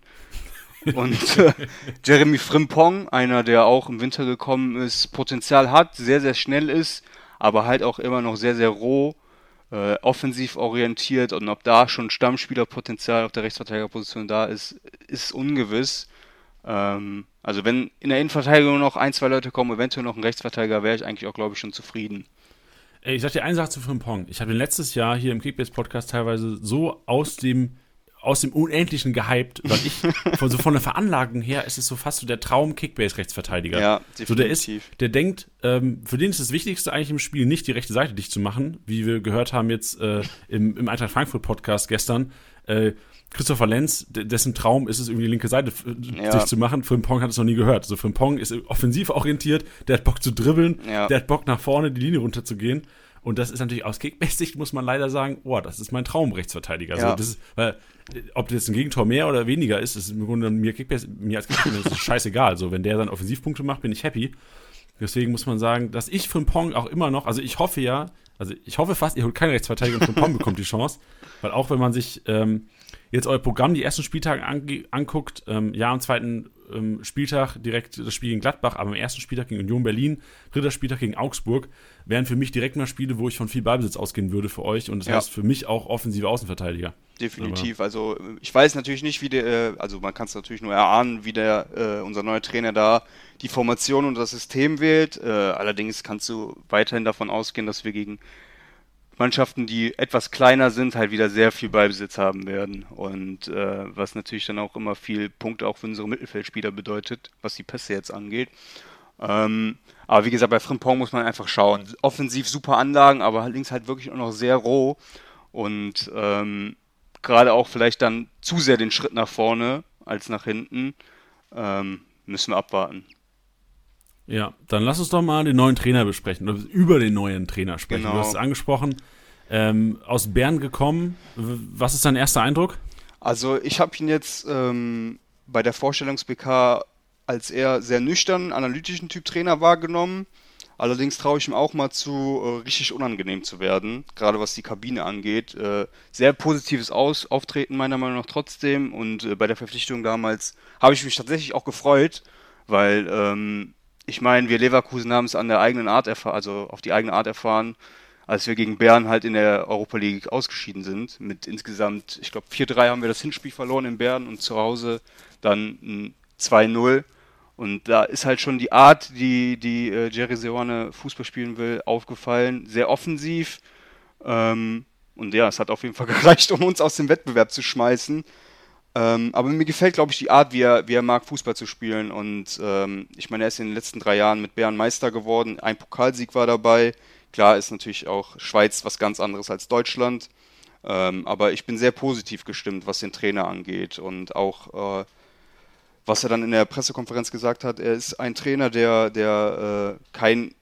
Und äh, Jeremy Frimpong, einer, der auch im Winter gekommen ist, Potenzial hat, sehr, sehr schnell ist, aber halt auch immer noch sehr, sehr roh, äh, offensiv orientiert. Und ob da schon Stammspielerpotenzial auf der Rechtsverteidigerposition da ist, ist ungewiss. Ähm, also wenn in der Innenverteidigung noch ein, zwei Leute kommen, eventuell noch ein Rechtsverteidiger, wäre ich eigentlich auch, glaube ich, schon zufrieden. Ey, ich sag dir eine Sache zu Frimpong. Ich habe ihn letztes Jahr hier im Kickbase-Podcast teilweise so aus dem aus dem Unendlichen gehypt, weil ich, von, so von der Veranlagung her, ist es so fast so der Traum-Kickbase-Rechtsverteidiger. Ja, definitiv. So der ist, der denkt, ähm, für den ist das Wichtigste eigentlich im Spiel nicht die rechte Seite dicht zu machen, wie wir gehört haben jetzt äh, im, im Eintracht Frankfurt-Podcast gestern. Äh, Christopher Lenz, d- dessen Traum ist es, irgendwie die linke Seite f- Ja. dicht zu machen. Frimpong hat es noch nie gehört. Also Frimpong ist offensiv orientiert, der hat Bock zu dribbeln, Ja. der hat Bock nach vorne die Linie runterzugehen. Und das ist natürlich aus Kickbase-Sicht, muss man leider sagen, boah, das ist mein Traum-Rechtsverteidiger. Ja. Also das ist, weil, ob das ein Gegentor mehr oder weniger ist, ist im Grunde mir, Kickbase, mir als Kickbase ist scheißegal. Also wenn der dann Offensivpunkte macht, bin ich happy. Deswegen muss man sagen, dass ich Frimpong auch immer noch, also ich hoffe ja, Also ich hoffe fast, ihr holt keine Rechtsverteidiger und Frimpong bekommt die Chance, weil auch wenn man sich ähm, jetzt euer Programm die ersten Spieltage ange- anguckt, ähm, ja, am zweiten ähm, Spieltag direkt das Spiel gegen Gladbach, aber am ersten Spieltag gegen Union Berlin, dritter Spieltag gegen Augsburg, wären für mich direkt mal Spiele, wo ich von viel Ballbesitz ausgehen würde für euch und das Ja. heißt für mich auch offensive Außenverteidiger. Definitiv. Also ich weiß natürlich nicht, wie der, äh, also man kann es natürlich nur erahnen, wie der äh, unser neuer Trainer da die Formation und das System wählt. Äh, allerdings kannst du weiterhin davon ausgehen, dass wir gegen Mannschaften, die etwas kleiner sind, halt wieder sehr viel Ballbesitz haben werden. Und äh, was natürlich dann auch immer viel Punkte auch für unsere Mittelfeldspieler bedeutet, was die Pässe jetzt angeht. Ähm, aber wie gesagt, bei Frimpong muss man einfach schauen. Offensiv super Anlagen, aber links halt wirklich auch noch sehr roh. Und ähm, gerade auch vielleicht dann zu sehr den Schritt nach vorne als nach hinten, ähm, müssen wir abwarten. Ja, dann lass uns doch mal den neuen Trainer besprechen, oder über den neuen Trainer sprechen. Genau. Du hast es angesprochen, ähm, aus Bern gekommen. W- Was ist dein erster Eindruck? Also ich habe ihn jetzt ähm, bei der Vorstellungs-B K als eher sehr nüchtern, analytischen Typ Trainer wahrgenommen. Allerdings traue ich ihm auch mal zu, äh, richtig unangenehm zu werden, gerade was die Kabine angeht. Äh, sehr positives Aus Auftreten meiner Meinung nach trotzdem und äh, bei der Verpflichtung damals habe ich mich tatsächlich auch gefreut, weil ähm, ich meine, wir Leverkusen haben es an der eigenen Art erfahren, also auf die eigene Art erfahren, als wir gegen Bern halt in der Europa League ausgeschieden sind. Mit insgesamt, ich glaube, vier drei haben wir das Hinspiel verloren in Bern und zu Hause dann ein zwei null. Und da ist halt schon die Art, die, die äh, Jerry Seoane Fußball spielen will, aufgefallen. Sehr offensiv. Ähm, und ja, es hat auf jeden Fall gereicht, um uns aus dem Wettbewerb zu schmeißen. Ähm, aber mir gefällt, glaube ich, die Art, wie er, wie er mag, Fußball zu spielen. Und ähm, ich meine, er ist in den letzten drei Jahren mit Bern Meister geworden. Ein Pokalsieg war dabei. Klar ist natürlich auch Schweiz was ganz anderes als Deutschland. Ähm, aber ich bin sehr positiv gestimmt, was den Trainer angeht. Und auch, äh, was er dann in der Pressekonferenz gesagt hat, er ist ein Trainer, der, der äh, kein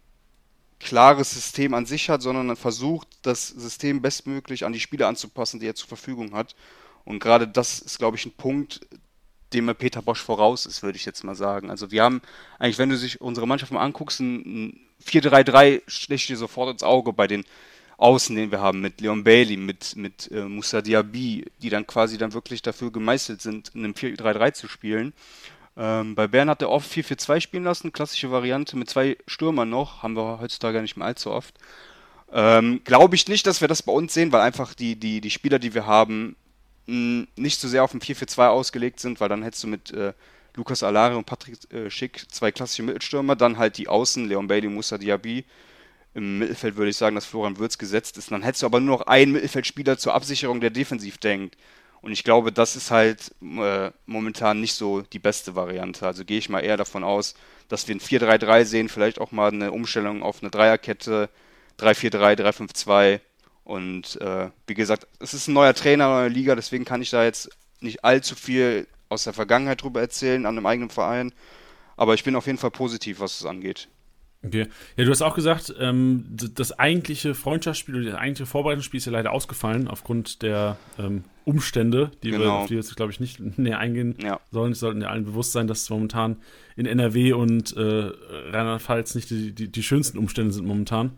klares System an sich hat, sondern versucht, das System bestmöglich an die Spieler anzupassen, die er zur Verfügung hat. Und gerade das ist, glaube ich, ein Punkt, dem er Peter Bosch voraus ist, würde ich jetzt mal sagen. Also wir haben eigentlich, wenn du sich unsere Mannschaft mal anguckst, ein vier drei drei sticht dir sofort ins Auge bei den Außen, den wir haben, mit Leon Bailey, mit, mit äh, Moussa Diaby, die dann quasi dann wirklich dafür gemeißelt sind, in einem vier drei drei zu spielen. Ähm, bei Bern hat er oft vier vier zwei spielen lassen, klassische Variante mit zwei Stürmern noch, haben wir heutzutage nicht mehr allzu oft. Ähm, glaube ich nicht, dass wir das bei uns sehen, weil einfach die, die, die Spieler, die wir haben, mh, nicht so sehr auf ein vier vier zwei ausgelegt sind, weil dann hättest du mit äh, Lucas Alari und Patrick äh, Schick zwei klassische Mittelstürmer, dann halt die Außen, Leon Bailey, Moussa Diaby. Im Mittelfeld würde ich sagen, dass Florian Wirtz gesetzt ist. Und dann hättest du aber nur noch einen Mittelfeldspieler zur Absicherung, der defensiv denkt. Und ich glaube, das ist halt äh, momentan nicht so die beste Variante. Also gehe ich mal eher davon aus, dass wir ein vier drei drei sehen, vielleicht auch mal eine Umstellung auf eine Dreierkette, drei vier drei, drei fünf zwei. Und äh, wie gesagt, es ist ein neuer Trainer, eine neue Liga, deswegen kann ich da jetzt nicht allzu viel aus der Vergangenheit drüber erzählen, an einem eigenen Verein. Aber ich bin auf jeden Fall positiv, was es angeht. Okay. Ja, du hast auch gesagt, ähm, das eigentliche Freundschaftsspiel oder das eigentliche Vorbereitungsspiel ist ja leider ausgefallen aufgrund der ähm, Umstände, die Genau. wir, auf die wir jetzt, glaube ich, nicht näher eingehen Ja. sollen. Es sollten ja allen bewusst sein, dass momentan in N R W und äh, Rheinland-Pfalz nicht die, die, die schönsten Umstände sind momentan.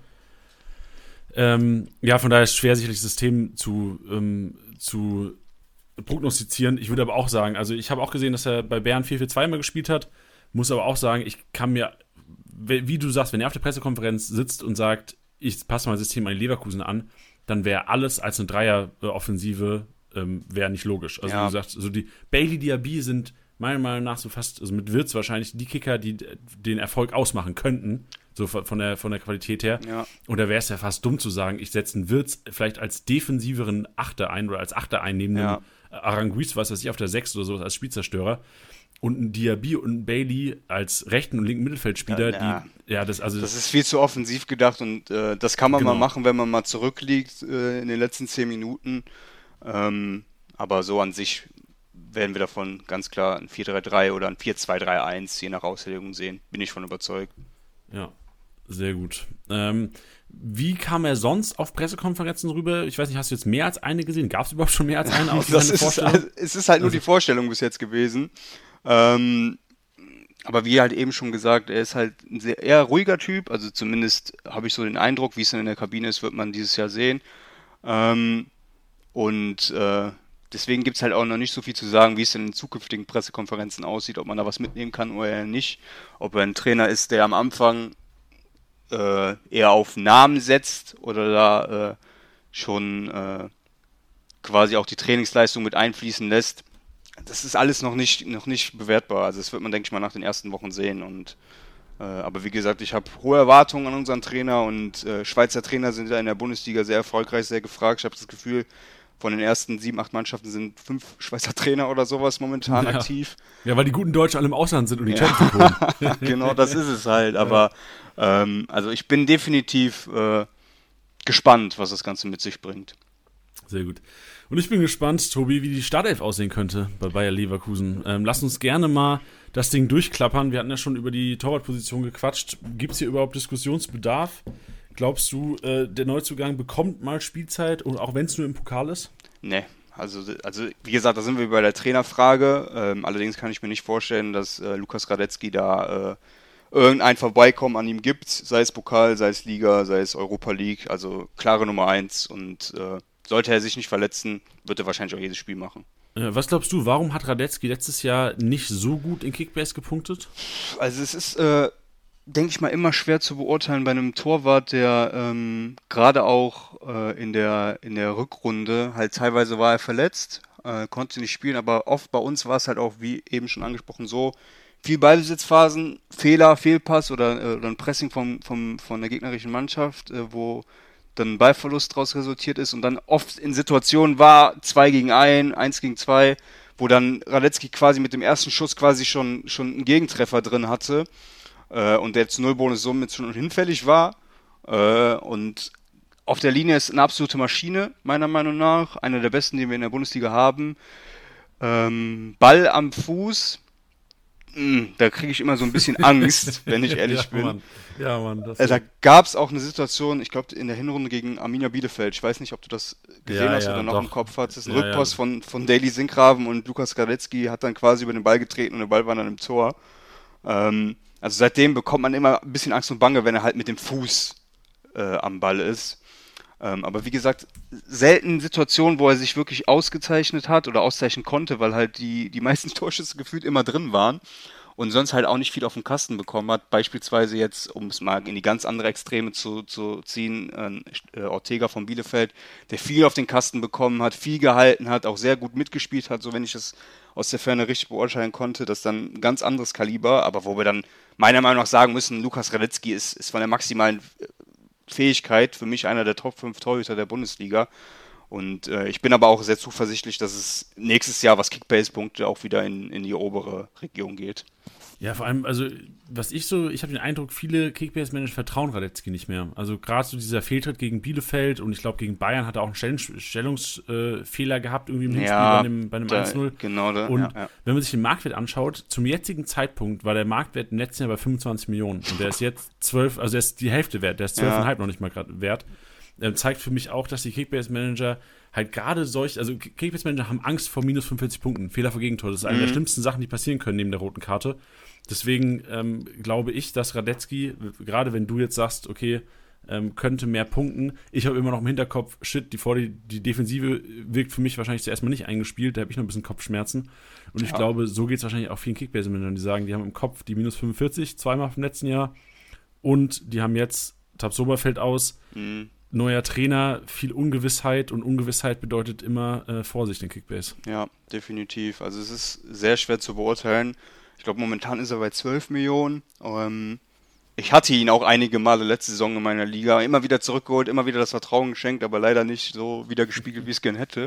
Ähm, ja, von daher ist es schwer, sicherlich das System zu, ähm, zu prognostizieren. Ich würde aber auch sagen, also ich habe auch gesehen, dass er bei Bern vier vier zwei mal gespielt hat, muss aber auch sagen, ich kann mir, wie du sagst, wenn er auf der Pressekonferenz sitzt und sagt, ich passe mein System an die Leverkusen an, dann wäre alles als eine Dreier-Offensive ähm, wäre nicht logisch. Also Ja. wie du sagst, so die Bailey Diaby sind meiner Meinung nach so fast, also mit Wirtz wahrscheinlich die Kicker, die den Erfolg ausmachen könnten, so von der, von der Qualität her. Ja. Und da wäre es ja fast dumm zu sagen, ich setze einen Wirtz vielleicht als defensiveren Achter ein oder als Achter ein, neben Ja. einem Aranguiz, was weiß ich, auf der sechs oder so als Spielzerstörer. Und ein Diaby und ein Bailey als rechten und linken Mittelfeldspieler, Ja, ja. die, ja, das, also, Das ist viel zu offensiv gedacht und äh, das kann man Genau. mal machen, wenn man mal zurückliegt äh, in den letzten zehn Minuten. Ähm, aber so an sich werden wir davon ganz klar ein vier drei drei oder ein vier zwei drei eins je nach Auslegung sehen. Bin ich von überzeugt. ja, sehr gut. Ähm, wie kam er sonst auf Pressekonferenzen rüber? Ich weiß nicht, hast du jetzt mehr als eine gesehen? Gab es überhaupt schon mehr als eine außer Das seine ist, Vorstellung? also, es ist halt nur die Vorstellung bis jetzt gewesen. Ähm, aber wie halt eben schon gesagt, er ist halt ein sehr eher ruhiger Typ, also zumindest habe ich so den Eindruck, wie es dann in der Kabine ist, wird man dieses Jahr sehen. Ähm, und äh, deswegen gibt es halt auch noch nicht so viel zu sagen, wie es denn in zukünftigen Pressekonferenzen aussieht, ob man da was mitnehmen kann oder nicht. Ob er ein Trainer ist, der am Anfang äh, eher auf Namen setzt oder da äh, schon äh, quasi auch die Trainingsleistung mit einfließen lässt. Das ist alles noch nicht, noch nicht bewertbar. Also das wird man, denke ich mal, nach den ersten Wochen sehen. Und äh, aber wie gesagt, ich habe hohe Erwartungen an unseren Trainer und äh, Schweizer Trainer sind ja in der Bundesliga sehr erfolgreich, sehr gefragt. Ich habe das Gefühl, von den ersten sieben, acht Mannschaften sind fünf Schweizer Trainer oder sowas momentan ja. aktiv. Ja, weil die guten Deutschen alle im Ausland sind und die Ja. Champions League holen. Genau, das ist es halt. Aber ähm, also ich bin definitiv äh, gespannt, was das Ganze mit sich bringt. Sehr gut. Und ich bin gespannt, Tobi, wie die Startelf aussehen könnte bei Bayer Leverkusen. Ähm, lass uns gerne mal das Ding durchklappern. Wir hatten ja schon über die Torwartposition gequatscht. Gibt es hier überhaupt Diskussionsbedarf? Glaubst du, äh, der Neuzugang bekommt mal Spielzeit, und auch wenn es nur im Pokal ist? Nee, also, also wie gesagt, da sind wir bei der Trainerfrage. Ähm, allerdings kann ich mir nicht vorstellen, dass äh, Lukas Radetzky da äh, irgendein Vorbeikommen an ihm gibt, sei es Pokal, sei es Liga, sei es Europa League. Also klare Nummer eins und äh, sollte er sich nicht verletzen, wird er wahrscheinlich auch jedes Spiel machen. Äh, was glaubst du, warum hat Radetzky letztes Jahr nicht so gut in Kickbase gepunktet? Also es ist, äh, denke ich mal, immer schwer zu beurteilen bei einem Torwart, der ähm, gerade auch äh, in der in der Rückrunde, halt teilweise war er verletzt, äh, konnte nicht spielen, aber oft bei uns war es halt auch, wie eben schon angesprochen, so viel Ballbesitzphasen, Fehler, Fehlpass oder, äh, oder ein Pressing vom, vom, von der gegnerischen Mannschaft, äh, wo dann ein Ballverlust daraus resultiert ist und dann oft in Situationen war, zwei gegen ein, eins gegen zwei, wo dann Radetzky quasi mit dem ersten Schuss quasi schon, schon einen Gegentreffer drin hatte äh, und der zu Null-Bonus somit schon hinfällig war. Äh, und auf der Linie ist eine absolute Maschine, meiner Meinung nach. Einer der besten, die wir in der Bundesliga haben. Ähm, Ball am Fuß, mh, da kriege ich immer so ein bisschen Angst, wenn ich ehrlich ja, bin. Mann. Ja, Mann. Das Äh, da gab es auch eine Situation, ich glaube in der Hinrunde gegen Arminia Bielefeld, ich weiß nicht, ob du das gesehen Ja, hast ja, oder noch doch. im Kopf hattest, ein Ja, Rückpass ja. von, von Daily Sinkgraven und Lukas Radetzky hat dann quasi über den Ball getreten und der Ball war dann im Tor. Ähm, also seitdem bekommt man immer ein bisschen Angst und Bange, wenn er halt mit dem Fuß äh, am Ball ist. Ähm, aber wie gesagt, selten Situationen, wo er sich wirklich ausgezeichnet hat oder auszeichnen konnte, weil halt die, die meisten Torschüsse gefühlt immer drin waren und sonst halt auch nicht viel auf den Kasten bekommen hat. Beispielsweise jetzt, um es mal in die ganz andere Extreme zu, zu ziehen, äh, Ortega von Bielefeld, der viel auf den Kasten bekommen hat, viel gehalten hat, auch sehr gut mitgespielt hat, so wenn ich das aus der Ferne richtig beurteilen konnte, das ist dann ein ganz anderes Kaliber, aber wo wir dann meiner Meinung nach sagen müssen, Lukas Radetzky ist, ist von der maximalen Fähigkeit für mich einer der Top fünf Torhüter der Bundesliga. Und äh, ich bin aber auch sehr zuversichtlich, dass es nächstes Jahr, was Kickbase-Punkte, auch wieder in, in die obere Region geht. Ja, vor allem, also, was ich so, ich habe den Eindruck, viele Kickbase-Manager vertrauen Radetzky nicht mehr. Also, gerade so dieser Fehltritt gegen Bielefeld und ich glaube, gegen Bayern hat er auch einen Stellungs- Stellungsfehler äh, gehabt, irgendwie im Hinspiel Ja, bei einem, bei einem da, eins null. Genau, da, Und ja, ja. wenn man sich den Marktwert anschaut, zum jetzigen Zeitpunkt war der Marktwert im letzten Jahr bei fünfundzwanzig Millionen. Und der ist jetzt zwölf, also der ist die Hälfte wert, der ist zwölf Komma fünf noch nicht mal gerade wert. Ähm, zeigt für mich auch, dass die Kickbase-Manager halt gerade solch, also Kickbase-Manager haben Angst vor minus fünfundvierzig Punkten, Fehler vor Gegentor. Das ist eine Mhm. der schlimmsten Sachen, die passieren können neben der roten Karte. Deswegen ähm, glaube ich, dass Radetzky, gerade wenn du jetzt sagst, okay, ähm, könnte mehr punkten, ich habe immer noch im Hinterkopf, shit, die, Vor- die, die Defensive wirkt für mich wahrscheinlich zuerst mal nicht eingespielt, da habe ich noch ein bisschen Kopfschmerzen. Und ich Ja. glaube, so geht es wahrscheinlich auch vielen Kickbase-Managern, die sagen, die haben im Kopf die minus fünfundvierzig, zweimal vom letzten Jahr und die haben jetzt Tabsoba fällt aus, Mhm. neuer Trainer, viel Ungewissheit und Ungewissheit bedeutet immer äh, Vorsicht in Kickbase. Ja, definitiv. Also es ist sehr schwer zu beurteilen. Ich glaube, momentan ist er bei zwölf Millionen. Ähm, ich hatte ihn auch einige Male letzte Saison in meiner Liga. Immer wieder zurückgeholt, immer wieder das Vertrauen geschenkt, aber leider nicht so wieder gespiegelt, wie ich es gern hätte.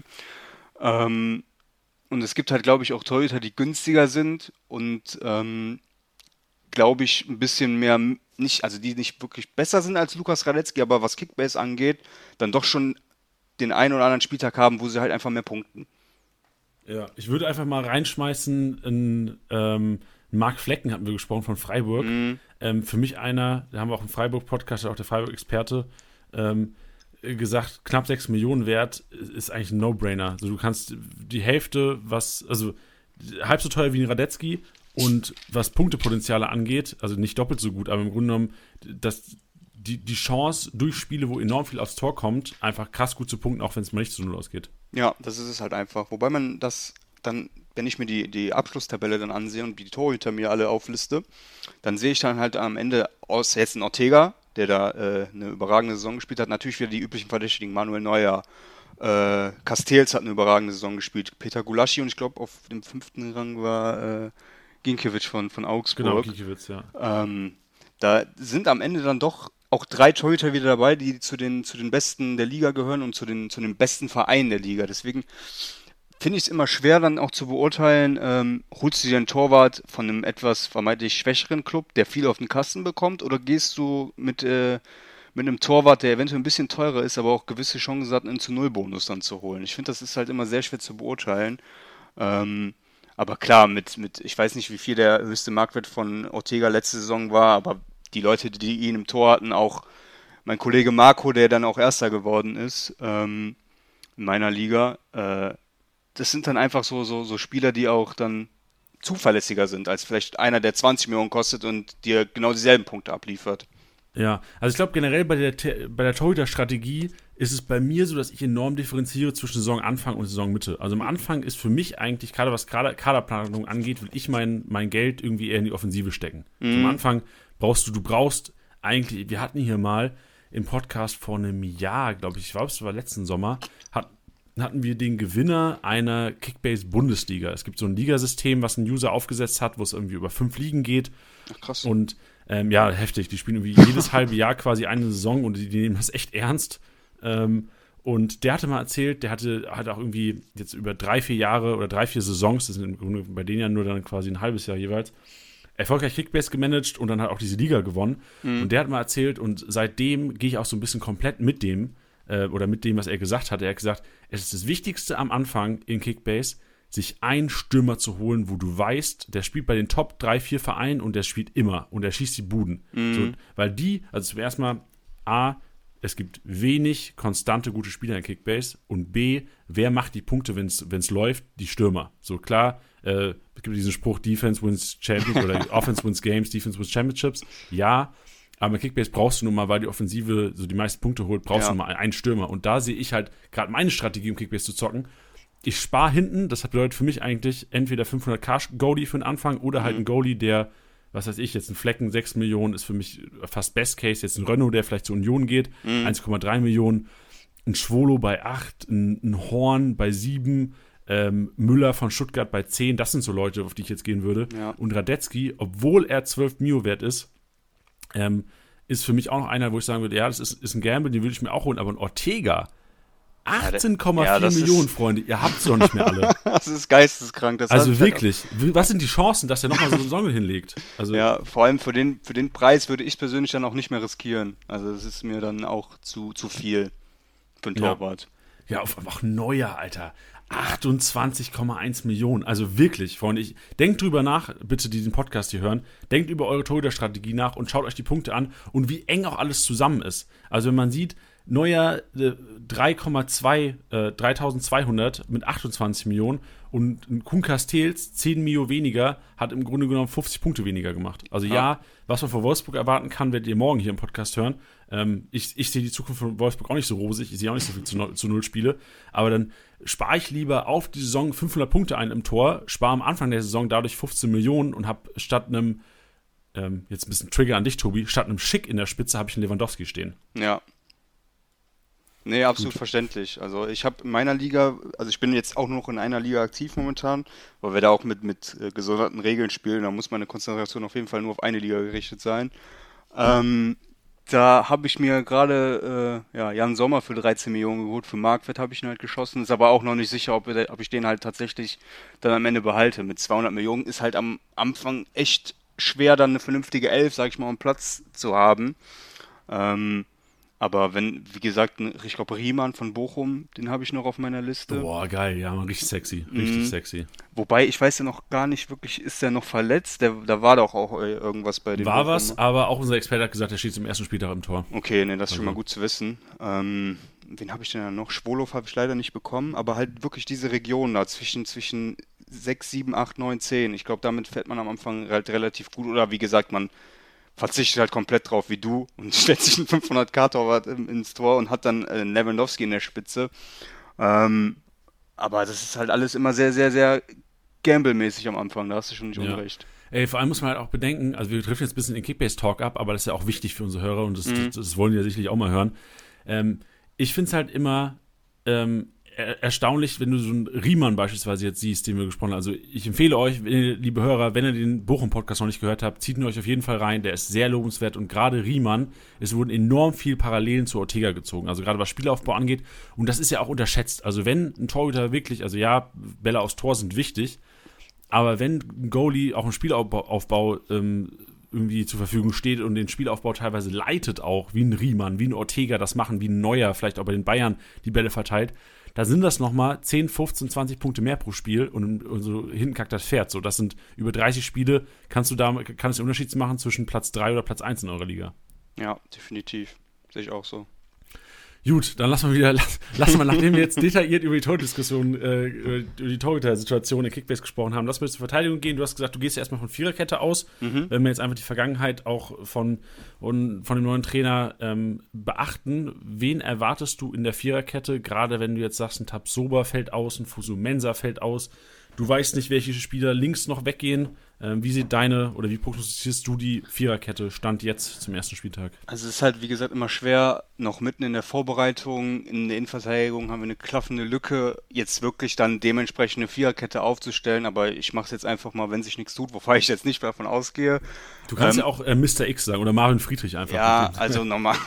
Ähm, und es gibt halt, glaube ich, auch Torhüter, die günstiger sind und, ähm, glaube ich, ein bisschen mehr, nicht, also die nicht wirklich besser sind als Lukas Radetzky, aber was Kickbase angeht, dann doch schon den einen oder anderen Spieltag haben, wo sie halt einfach mehr punkten. Ja, ich würde einfach mal reinschmeißen in ähm, Marc Flecken, hatten wir gesprochen, von Freiburg. Mhm. Ähm, für mich einer, da haben wir auch einen Freiburg-Podcast, auch der Freiburg-Experte, ähm, gesagt, knapp sechs Millionen wert ist eigentlich ein No-Brainer. Also du kannst die Hälfte, was, also halb so teuer wie ein Radetzky Und was Punktepotenziale angeht, also nicht doppelt so gut, aber im Grunde genommen, dass die, die Chance durch Spiele, wo enorm viel aufs Tor kommt, einfach krass gut zu punkten, auch wenn es mal nicht zu null ausgeht. Ja, das ist es halt einfach. Wobei man das dann, wenn ich mir die, die Abschlusstabelle dann ansehe und die Torhüter mir alle aufliste, dann sehe ich dann halt am Ende aus jetzt ein Ortega, der da äh, eine überragende Saison gespielt hat, natürlich wieder die üblichen Verdächtigen, Manuel Neuer, äh, Castells hat eine überragende Saison gespielt, Peter Gulaschi und ich glaube auf dem fünften Rang war äh, Ginkiewicz von, von Augsburg. Genau, Ginkiewicz, ja. Ähm, da sind am Ende dann doch auch drei Torhüter wieder dabei, die zu den, zu den Besten der Liga gehören und zu den, zu den besten Vereinen der Liga. Deswegen finde ich es immer schwer dann auch zu beurteilen, ähm, holst du dir einen Torwart von einem etwas vermeintlich schwächeren Club, der viel auf den Kasten bekommt, oder gehst du mit, äh, mit einem Torwart, der eventuell ein bisschen teurer ist, aber auch gewisse Chancen hat, einen zu Null Bonus dann zu holen. Ich finde, das ist halt immer sehr schwer zu beurteilen. Ähm, aber klar, mit, mit, ich weiß nicht, wie viel der höchste Marktwert von Ortega letzte Saison war, aber die Leute, die ihn im Tor hatten, auch mein Kollege Marco, der dann auch Erster geworden ist, ähm, in meiner Liga, äh, das sind dann einfach so, so, so Spieler, die auch dann zuverlässiger sind, als vielleicht einer, der zwanzig Millionen kostet und dir genau dieselben Punkte abliefert. Ja, also ich glaube generell bei der, bei der Torhüter-Strategie ist es bei mir so, dass ich enorm differenziere zwischen Saisonanfang und Saisonmitte. Also am Anfang ist für mich eigentlich, gerade was Kader, Kaderplanung angeht, will ich mein, mein Geld irgendwie eher in die Offensive stecken. Mhm. Also am Anfang brauchst du, du brauchst eigentlich, wir hatten hier mal im Podcast vor einem Jahr, glaube ich, ich glaube es war letzten Sommer, hat, hatten wir den Gewinner einer Kickbase-Bundesliga. Es gibt so ein Ligasystem, was ein User aufgesetzt hat, wo es irgendwie über fünf Ligen geht. Ach, krass. Und ähm, ja, heftig. Die spielen irgendwie jedes halbe Jahr quasi eine Saison und die, die nehmen das echt ernst. Ähm, und der hatte mal erzählt, der hatte, hatte auch irgendwie jetzt über drei, vier Jahre oder drei, vier Saisons, das sind im Grunde bei denen ja nur dann quasi ein halbes Jahr jeweils, erfolgreich Kickbase gemanagt und dann hat auch diese Liga gewonnen. Mhm. Und der hat mal erzählt und seitdem gehe ich auch so ein bisschen komplett mit dem, äh, oder mit dem, was er gesagt hat. Er hat gesagt, es ist das Wichtigste am Anfang in Kickbase, sich einen Stürmer zu holen, wo du weißt, der spielt bei den Top drei, vier Vereinen und der spielt immer und der schießt die Buden. Mhm. So, weil die, also zuerst mal, A, es gibt wenig konstante gute Spieler in Kickbase und B, wer macht die Punkte, wenn es läuft? Die Stürmer. So klar, äh, es gibt diesen Spruch, Defense wins Champions oder Offense wins Games, Defense wins Championships. Ja, aber in Kickbase brauchst du nun mal, weil die Offensive so die meisten Punkte holt, brauchst ja. du nun mal einen Stürmer. Und da sehe ich halt gerade meine Strategie, um Kickbase zu zocken. Ich spare hinten, das bedeutet für mich eigentlich entweder fünfhundert Goalie für den Anfang oder halt mhm. ein Goalie, der, was weiß ich, jetzt ein Flecken, sechs Millionen ist für mich fast Best Case, jetzt ein Renault, der vielleicht zur Union geht, mhm. eins Komma drei Millionen, ein Schwolo bei acht, ein, ein Horn bei sieben, ähm, Müller von Stuttgart bei zehn, das sind so Leute, auf die ich jetzt gehen würde. Ja. Und Radetzky, obwohl er zwölf Mio wert ist, ähm, ist für mich auch noch einer, wo ich sagen würde, ja, das ist, ist ein Gamble, den würde ich mir auch holen, aber ein Ortega, achtzehn Komma vier ja, Millionen, ist, Freunde. Ihr habt sie doch nicht mehr alle. Das ist geisteskrank. Das also wirklich. Was sind die Chancen, dass der nochmal so eine Saison hinlegt? Also ja, vor allem für den, für den Preis würde ich persönlich dann auch nicht mehr riskieren. Also das ist mir dann auch zu, zu viel für einen Torwart. Ja, ja, auch Neuer, Alter. achtundzwanzig Komma eins Millionen. Also wirklich, Freunde. Ich, denkt drüber nach, bitte, die den Podcast hier hören. Denkt über eure Torhüter-Strategie nach und schaut euch die Punkte an und wie eng auch alles zusammen ist. Also wenn man sieht, Neuer äh, drei Komma zwei, äh, dreitausendzweihundert mit achtundzwanzig Millionen und ein Kuhn Castells zehn Mio weniger, hat im Grunde genommen fünfzig Punkte weniger gemacht. Also ja, ja was man von Wolfsburg erwarten kann, werdet ihr morgen hier im Podcast hören. Ähm, ich, ich sehe die Zukunft von Wolfsburg auch nicht so rosig, ich sehe auch nicht so viel zu, zu Null Spiele, aber dann spare ich lieber auf die Saison fünfhundert Punkte ein im Tor, spare am Anfang der Saison dadurch fünfzehn Millionen und habe statt einem, ähm, jetzt ein bisschen Trigger an dich, Tobi, statt einem Schick in der Spitze habe ich einen Lewandowski stehen. Ja. Nee, absolut Gut. verständlich. Also ich habe in meiner Liga, also ich bin jetzt auch nur noch in einer Liga aktiv momentan, weil wir da auch mit, mit äh, gesonderten Regeln spielen, da muss meine Konzentration auf jeden Fall nur auf eine Liga gerichtet sein. Ähm, da habe ich mir gerade äh, ja, Jan Sommer für dreizehn Millionen geholt, für Marktwert habe ich ihn halt geschossen, ist aber auch noch nicht sicher, ob, ob ich den halt tatsächlich dann am Ende behalte. Mit zweihundert Millionen ist halt am Anfang echt schwer, dann eine vernünftige Elf, sag ich mal, um Platz zu haben. Ähm, Aber wenn, wie gesagt, ich glaube, Riemann von Bochum, den habe ich noch auf meiner Liste. Boah, geil, ja, richtig sexy, richtig mhm. sexy. Wobei, ich weiß ja noch gar nicht wirklich, ist der noch verletzt? Der, da war doch auch irgendwas bei dem. War Bochum. Was, aber auch unser Experte hat gesagt, der steht zum ersten Spieltag im Tor. Okay, ne, das ist also schon mal gut zu wissen. Ähm, wen habe ich denn da noch? Schwolow habe ich leider nicht bekommen, aber halt wirklich diese Region da zwischen, zwischen sechs, sieben, acht, neun, zehn. Ich glaube, damit fährt man am Anfang halt relativ gut. Oder wie gesagt, man verzichtet halt komplett drauf wie du und stellt sich einen fünfhundert-K-Torwart ins Tor und hat dann äh, Lewandowski in der Spitze. Ähm, aber das ist halt alles immer sehr, sehr, sehr Gamble-mäßig am Anfang. Da hast du schon nicht Ja. unrecht. Ey, vor allem muss man halt auch bedenken, also wir treffen jetzt ein bisschen den Kickbase-Talk ab, aber das ist ja auch wichtig für unsere Hörer und das, Mhm. das, das wollen die ja sicherlich auch mal hören. Ähm, ich finde es halt immer ähm, er, erstaunlich, wenn du so einen Riemann beispielsweise jetzt siehst, den wir gesprochen haben. Also ich empfehle euch, wenn ihr, liebe Hörer, wenn ihr den Bochum-Podcast noch nicht gehört habt, zieht ihn euch auf jeden Fall rein, der ist sehr lobenswert und gerade Riemann, es wurden enorm viel Parallelen zu Ortega gezogen, also gerade was Spielaufbau angeht und das ist ja auch unterschätzt. Also wenn ein Torhüter wirklich, also ja, Bälle aufs Tor sind wichtig, aber wenn ein Goalie auch im Spielaufbau Aufbau, ähm, irgendwie zur Verfügung steht und den Spielaufbau teilweise leitet auch, wie ein Riemann, wie ein Ortega das machen, wie ein Neuer, vielleicht auch bei den Bayern die Bälle verteilt, da sind das nochmal zehn, fünfzehn, zwanzig Punkte mehr pro Spiel und, und so hinten kackt das Pferd. So, das sind über dreißig Spiele, kannst du da, kann es den Unterschied machen zwischen Platz drei oder Platz eins in eurer Liga. Ja, definitiv. Sehe ich auch so. Gut, dann lassen wir wieder, lass, lassen wir, nachdem wir jetzt detailliert über die Tordiskussion, äh, über die Torhüter-Situation in Kickbase gesprochen haben, lassen wir jetzt zur Verteidigung gehen. Du hast gesagt, du gehst ja erstmal von Viererkette aus. Mhm. Wenn wir jetzt einfach die Vergangenheit auch von, von, von dem neuen Trainer ähm, beachten, wen erwartest du in der Viererkette, gerade wenn du jetzt sagst, ein Tapsoba fällt aus, ein Fosu-Mensah fällt aus, du weißt nicht, welche Spieler links noch weggehen. Ähm, wie sieht deine, oder wie prognostizierst du die Viererkette Stand jetzt zum ersten Spieltag? Also es ist halt, wie gesagt, immer schwer, noch mitten in der Vorbereitung, in der Innenverteidigung haben wir eine klaffende Lücke, jetzt wirklich dann dementsprechend eine Viererkette aufzustellen, aber ich mache es jetzt einfach mal, wenn sich nichts tut, wobei ich jetzt nicht davon ausgehe. Du kannst Ähm, ja auch äh, Mister X sagen oder Marvin Friedrich einfach. Ja, also nochmal.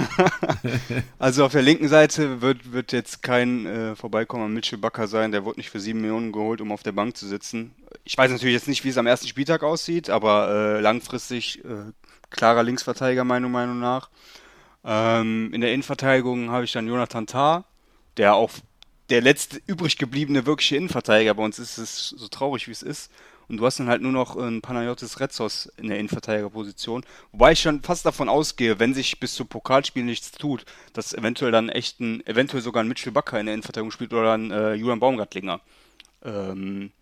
Also auf der linken Seite wird, wird jetzt kein äh, Vorbeikommen an Mitchell Bakker sein, der wurde nicht für sieben Millionen geholt, um auf der Bank zu sitzen. Ich weiß natürlich jetzt nicht, wie es am ersten Spieltag aussieht, aber äh, langfristig äh, klarer Linksverteidiger meiner Meinung nach. Ähm, in der Innenverteidigung habe ich dann Jonathan Tah, der auch der letzte übrig gebliebene wirkliche Innenverteidiger bei uns ist, es so traurig wie es ist. Und du hast dann halt nur noch einen Panayotis Retzos in der Innenverteidigerposition. Wobei ich schon fast davon ausgehe, wenn sich bis zum Pokalspiel nichts tut, dass eventuell dann echt ein, eventuell sogar ein Mitchell Bakker in der Innenverteidigung spielt oder ein äh, Julian Baumgartlinger. Ähm,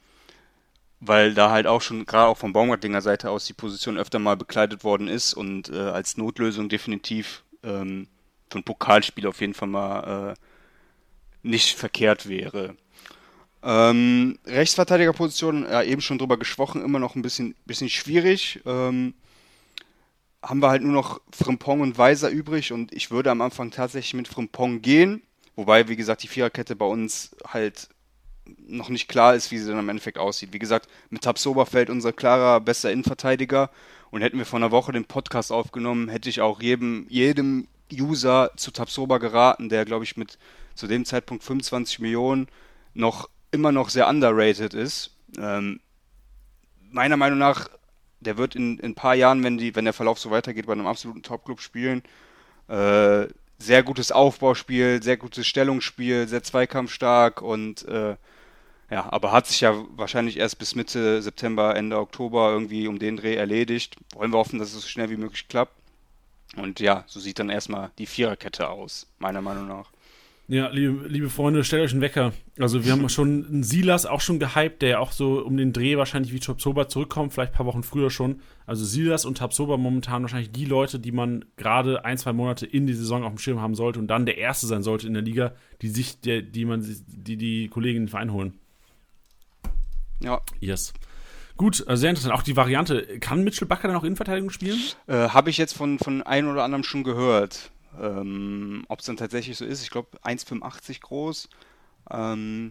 weil da halt auch schon, gerade auch von Baumgartlinger Seite aus, die Position öfter mal bekleidet worden ist und äh, als Notlösung definitiv ähm, für ein Pokalspiel auf jeden Fall mal äh, nicht verkehrt wäre. Ähm, Rechtsverteidigerposition, ja, eben schon drüber gesprochen, immer noch ein bisschen, bisschen schwierig. Ähm, haben wir halt nur noch Frimpong und Weiser übrig und ich würde am Anfang tatsächlich mit Frimpong gehen, wobei, wie gesagt, die Viererkette bei uns halt noch nicht klar ist, wie sie dann im Endeffekt aussieht. Wie gesagt, mit Tapsoba fällt unser klarer bester Innenverteidiger und hätten wir vor einer Woche den Podcast aufgenommen, hätte ich auch jedem, jedem User zu Tapsoba geraten, der, glaube ich, mit zu dem Zeitpunkt fünfundzwanzig Millionen noch immer noch sehr underrated ist. Ähm, meiner Meinung nach, der wird in, in ein paar Jahren, wenn, die, wenn der Verlauf so weitergeht, bei einem absoluten Top-Club spielen. Äh, sehr gutes Aufbauspiel, sehr gutes Stellungsspiel, sehr zweikampfstark und äh, ja, aber hat sich ja wahrscheinlich erst bis Mitte September, Ende Oktober irgendwie um den Dreh erledigt. Wollen wir hoffen, dass es so schnell wie möglich klappt. Und ja, so sieht dann erstmal die Viererkette aus, meiner Meinung nach. Ja, liebe, liebe Freunde, stellt euch einen Wecker. Also wir haben schon einen Silas auch schon gehypt, der auch so um den Dreh wahrscheinlich wie Tapsoba zurückkommt, vielleicht ein paar Wochen früher schon. Also Silas und Tapsoba momentan wahrscheinlich die Leute, die man gerade ein, zwei Monate in die Saison auf dem Schirm haben sollte und dann der Erste sein sollte in der Liga, die sich, der, die man, die die Kollegen in den Verein holen. Ja. Yes. Gut, also sehr interessant. Auch die Variante, kann Mitchell Bakker dann auch Innenverteidigung spielen? Äh, Habe ich jetzt von, von einem oder anderem schon gehört. Ähm, ob es dann tatsächlich so ist, ich glaube eins Komma fünfundachtzig groß. Ähm,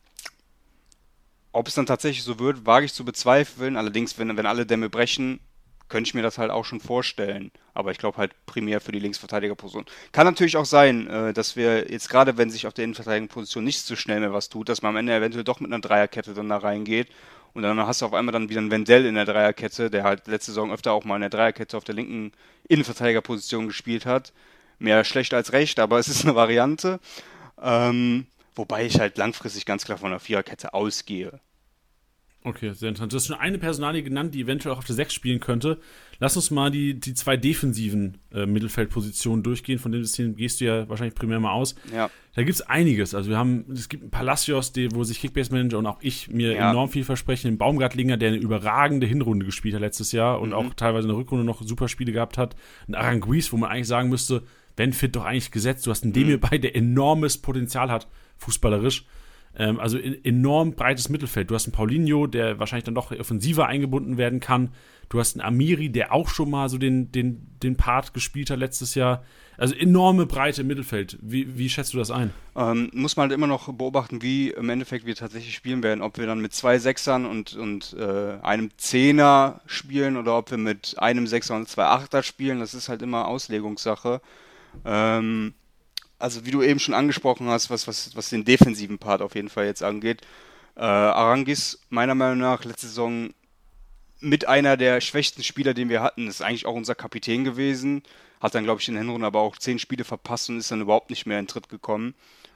ob es dann tatsächlich so wird, wage ich zu bezweifeln. Allerdings, wenn, wenn alle Dämme brechen, könnte ich mir das halt auch schon vorstellen. Aber ich glaube halt primär für die Linksverteidigerposition. Kann natürlich auch sein, äh, dass wir jetzt gerade, wenn sich auf der Innenverteidigerposition nicht so schnell mehr was tut, dass man am Ende eventuell doch mit einer Dreierkette dann da reingeht. Und dann hast du auf einmal dann wieder einen Wendell in der Dreierkette, der halt letzte Saison öfter auch mal in der Dreierkette auf der linken Innenverteidigerposition gespielt hat. Mehr schlecht als recht, aber es ist eine Variante. Ähm, wobei ich halt langfristig ganz klar von einer Viererkette ausgehe. Okay, sehr interessant. Du hast schon eine Personalie genannt, die eventuell auch auf der sechs spielen könnte. Lass uns mal die, die zwei defensiven äh, Mittelfeldpositionen durchgehen. Von dem System gehst du ja wahrscheinlich primär mal aus. Ja. Da gibt es einiges. Also wir haben, es gibt einen Palacios, die, wo sich Kickbase-Manager und auch ich mir Ja. enorm viel versprechen. Den Baumgartlinger, der eine überragende Hinrunde gespielt hat letztes Jahr und Mhm. auch teilweise in der Rückrunde noch super Spiele gehabt hat. Ein Aranguiz, wo man eigentlich sagen müsste, wenn fit doch eigentlich gesetzt. Du hast einen Demir bei, der enormes Potenzial hat, fußballerisch. Ähm, also in, enorm breites Mittelfeld. Du hast einen Paulinho, der wahrscheinlich dann doch offensiver eingebunden werden kann. Du hast einen Amiri, der auch schon mal so den, den, den Part gespielt hat letztes Jahr. Also enorme Breite im Mittelfeld. Wie, wie schätzt du das ein? Ähm, muss man halt immer noch beobachten, wie im Endeffekt wir tatsächlich spielen werden. Ob wir dann mit zwei Sechsern und, und äh, einem Zehner spielen oder ob wir mit einem Sechser und zwei Achter spielen. Das ist halt immer Auslegungssache. Ähm, also wie du eben schon angesprochen hast, was, was, was den defensiven Part auf jeden Fall jetzt angeht. Äh, Aranguiz, meiner Meinung nach, letzte Saison mit einer der schwächsten Spieler, den wir hatten. Ist eigentlich auch unser Kapitän gewesen. Hat dann, glaube ich, in der Hinrunde aber auch zehn Spiele verpasst und ist dann überhaupt nicht mehr in Tritt gekommen.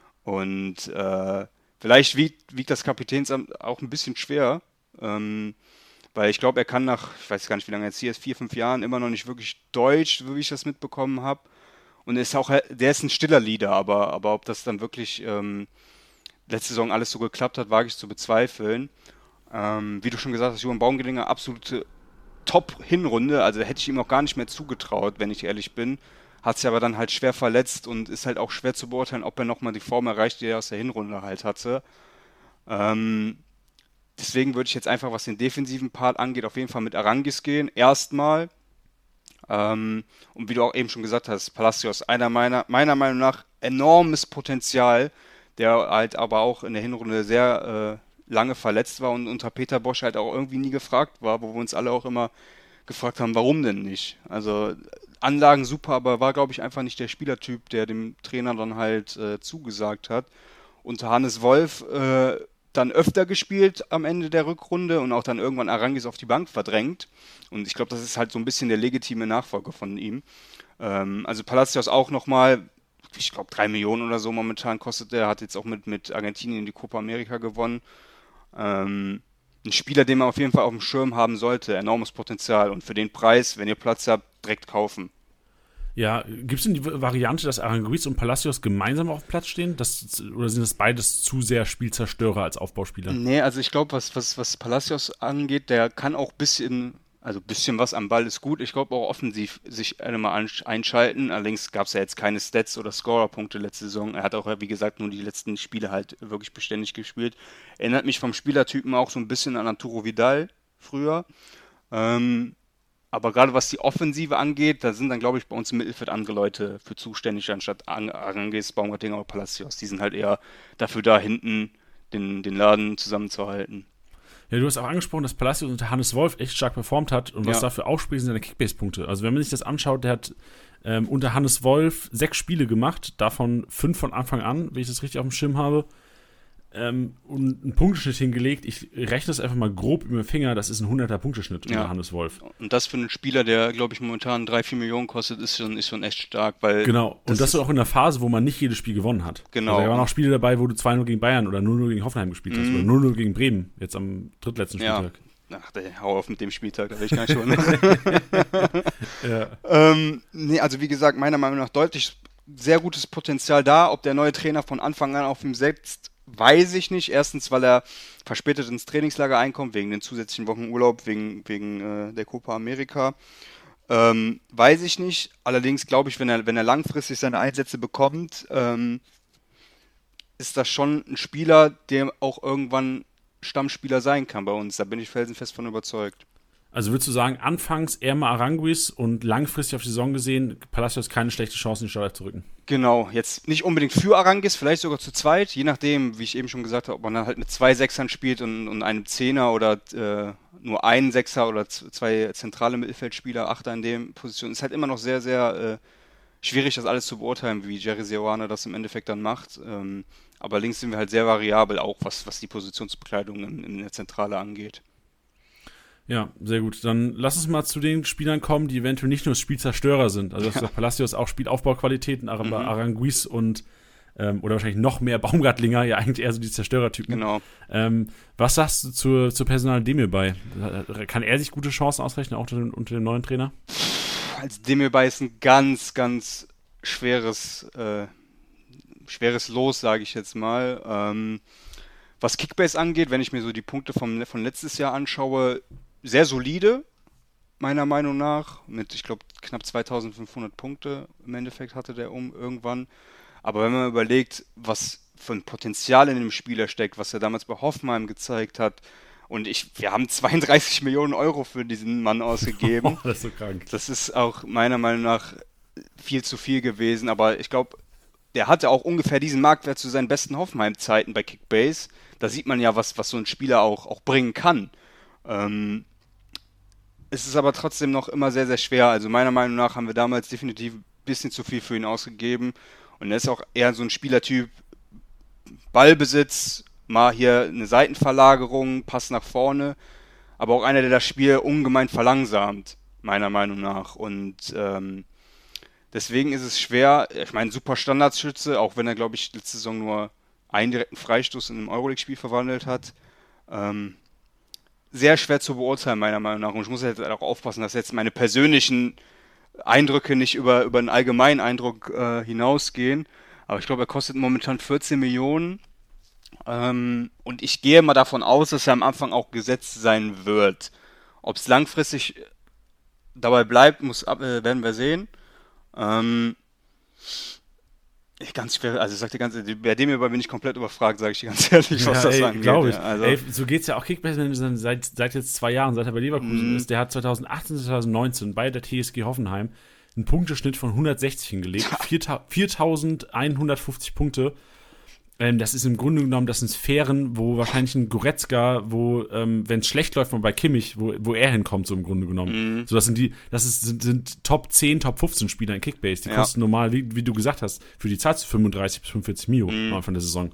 Und äh, vielleicht wiegt, wiegt das Kapitänsamt auch ein bisschen schwer. Ähm, weil ich glaube, er kann nach, ich weiß gar nicht, wie lange er jetzt hier ist, vier, fünf Jahren immer noch nicht wirklich Deutsch, wie ich das mitbekommen habe. Und ist auch, der ist ein stiller Leader, aber, aber ob das dann wirklich ähm, letzte Saison alles so geklappt hat, wage ich zu bezweifeln. Ähm, wie du schon gesagt hast, Johann Baumgartlinger, absolute Top-Hinrunde, also hätte ich ihm auch gar nicht mehr zugetraut, wenn ich ehrlich bin. Hat sich aber dann halt schwer verletzt und ist halt auch schwer zu beurteilen, ob er nochmal die Form erreicht, die er aus der Hinrunde halt hatte. Ähm, deswegen würde ich jetzt einfach, was den defensiven Part angeht, auf jeden Fall mit Aranguiz gehen, erstmal. Ähm, und wie du auch eben schon gesagt hast, Palacios, einer meiner, meiner Meinung nach enormes Potenzial, der halt aber auch in der Hinrunde sehr äh, lange verletzt war und unter Peter Bosch halt auch irgendwie nie gefragt war, wo wir uns alle auch immer gefragt haben, warum denn nicht? Also Anlagen super, aber war, glaube ich, einfach nicht der Spielertyp, der dem Trainer dann halt äh, zugesagt hat. Unter Hannes Wolf äh, dann öfter gespielt am Ende der Rückrunde und auch dann irgendwann Aranguiz auf die Bank verdrängt. Und ich glaube, das ist halt so ein bisschen der legitime Nachfolger von ihm. Ähm, also Palacios auch nochmal, ich glaube drei Millionen oder so momentan kostet er, hat jetzt auch mit, mit Argentinien die Copa America gewonnen. Ähm, ein Spieler, den man auf jeden Fall auf dem Schirm haben sollte, enormes Potenzial und für den Preis, wenn ihr Platz habt, direkt kaufen. Ja, gibt es denn die Variante, dass Aranguiz und Palacios gemeinsam auf dem Platz stehen? Das, oder sind das beides zu sehr Spielzerstörer als Aufbauspieler? Nee, also ich glaube, was, was, was Palacios angeht, der kann auch ein bisschen, also ein bisschen was am Ball ist gut. Ich glaube auch offensiv sich einmal einschalten. Allerdings gab es ja jetzt keine Stats oder Scorerpunkte letzte Saison. Er hat auch, wie gesagt, nur die letzten Spiele halt wirklich beständig gespielt. Erinnert mich vom Spielertypen auch so ein bisschen an Arturo Vidal früher. Ähm, Aber gerade was die Offensive angeht, da sind dann, glaube ich, bei uns im Mittelfeld andere Leute für zuständig, anstatt Aranguiz, Baumgartlinger oder Palacios. Die sind halt eher dafür da, hinten den, den Laden zusammenzuhalten. Ja, du hast auch angesprochen, dass Palacios unter Hannes Wolf echt stark performt hat und was Ja. dafür ausspricht, sind seine Kickbase-Punkte. Also wenn man sich das anschaut, der hat ähm, unter Hannes Wolf sechs Spiele gemacht, davon fünf von Anfang an, wenn ich das richtig auf dem Schirm habe, ähm, und einen Punkteschnitt hingelegt. Ich rechne das einfach mal grob über den Finger, das ist ein hunderter-Punkteschnitt Ja. unter Hannes Wolf. Und das für einen Spieler, der, glaube ich, momentan drei, vier Millionen kostet, ist schon, ist schon echt stark. Weil Genau, und das das ist- auch in der Phase, wo man nicht jedes Spiel gewonnen hat. Genau. Also da waren auch Spiele dabei, wo du zwei null gegen Bayern oder null null gegen Hoffenheim gespielt hast Mhm. oder null null gegen Bremen, jetzt am drittletzten Ja. Spieltag. Ach, der, hau auf mit dem Spieltag, da will ich gar nicht schon. Ja. ähm, nee, also wie gesagt, meiner Meinung nach deutlich sehr gutes Potenzial da. Ob der neue Trainer von Anfang an auf ihm setzt, weiß ich nicht. Erstens, weil er verspätet ins Trainingslager einkommt, wegen den zusätzlichen Wochen Urlaub, wegen, wegen äh, der Copa America. Ähm, weiß ich nicht. Allerdings glaube ich, wenn er, wenn er langfristig seine Einsätze bekommt, ähm, ist das schon ein Spieler, der auch irgendwann Stammspieler sein kann bei uns. Da bin ich felsenfest von überzeugt. Also würdest du sagen, anfangs eher mal Aranguiz und langfristig auf die Saison gesehen, Palacios keine schlechte Chance, in die Startelf zu rücken? Genau, jetzt nicht unbedingt für Aranguiz, vielleicht sogar zu zweit, je nachdem, wie ich eben schon gesagt habe, ob man dann halt mit zwei Sechsern spielt und, und einem Zehner oder äh, nur einen Sechser oder z- zwei zentrale Mittelfeldspieler, Achter in dem Position. Ist halt immer noch sehr, sehr äh, schwierig, das alles zu beurteilen, wie Jerry Seoane das im Endeffekt dann macht. Ähm, aber links sind wir halt sehr variabel, auch was, was die Positionsbekleidung in, in der Zentrale angeht. Ja, sehr gut. Dann lass uns mal zu den Spielern kommen, die eventuell nicht nur Spielzerstörer sind. Also, du hast gesagt, Palacios auch Spielaufbauqualitäten, aber Mhm. Aranguiz und Ähm, oder wahrscheinlich noch mehr Baumgartlinger, ja eigentlich eher so die Zerstörertypen. Genau. Ähm, was sagst du zur, zur Personal Demirbay? Kann er sich gute Chancen ausrechnen, auch unter dem, unter dem neuen Trainer? Also Demirbay ist ein ganz, ganz schweres, äh, schweres Los, sage ich jetzt mal. Ähm, was Kickbase angeht, wenn ich mir so die Punkte vom, von letztes Jahr anschaue, sehr solide, meiner Meinung nach. Mit, ich glaube, knapp zweitausendfünfhundert Punkte im Endeffekt hatte der um irgendwann. Aber wenn man überlegt, was für ein Potenzial in dem Spieler steckt, was er damals bei Hoffenheim gezeigt hat, und ich, wir haben zweiunddreißig Millionen Euro für diesen Mann ausgegeben. Oh, das ist so krank. Das ist auch meiner Meinung nach viel zu viel gewesen, aber ich glaube, der hatte auch ungefähr diesen Marktwert zu seinen besten Hoffenheim-Zeiten bei Kickbase. Da sieht man ja, was, was so ein Spieler auch, auch bringen kann. Ähm, es ist aber trotzdem noch immer sehr, sehr schwer. Also meiner Meinung nach haben wir damals definitiv ein bisschen zu viel für ihn ausgegeben. Und er ist auch eher so ein Spielertyp, Ballbesitz, mal hier eine Seitenverlagerung, Pass nach vorne, aber auch einer, der das Spiel ungemein verlangsamt, meiner Meinung nach. Und ähm, deswegen ist es schwer, ich meine, super Standardschütze, auch wenn er, glaube ich, letzte Saison nur einen direkten Freistoß in einem Euroleague-Spiel verwandelt hat. Ähm, sehr schwer zu beurteilen, meiner Meinung nach. Und ich muss jetzt auch aufpassen, dass jetzt meine persönlichen Eindrücke nicht über, über einen allgemeinen Eindruck äh, hinausgehen. Aber ich glaube, er kostet momentan vierzehn Millionen. Ähm, und ich gehe mal davon aus, dass er am Anfang auch gesetzt sein wird. Ob es langfristig dabei bleibt, muss, äh, werden wir sehen. Ähm, ich ganz schwer, also ich sag dir ganz ehrlich, bei dem hier bin ich komplett überfragt, sage ich dir ganz ehrlich, was ja, das ey, angeht. Glaube ich. Ja, also, ey, so geht's ja auch Kickbase seit, seit jetzt zwei Jahren, seit er bei Leverkusen Mhm. ist. Der hat zweitausendachtzehn, zweitausendneunzehn bei der T S G Hoffenheim einen Punkteschnitt von hundertsechzig hingelegt. viertausendeinhundertfünfzig Punkte. Ähm, das ist im Grunde genommen, das sind Sphären, wo wahrscheinlich ein Goretzka, wo, ähm, wenn es schlecht läuft, bei Kimmich, wo, wo er hinkommt, so im Grunde genommen. Mhm. So, das sind die, das ist, sind, sind Top zehn, Top fünfzehn Spieler in Kickbase. Die Ja. kosten normal, wie, wie du gesagt hast, für die Zeit fünfunddreißig bis fünfundvierzig Mio Mhm. am Anfang der Saison.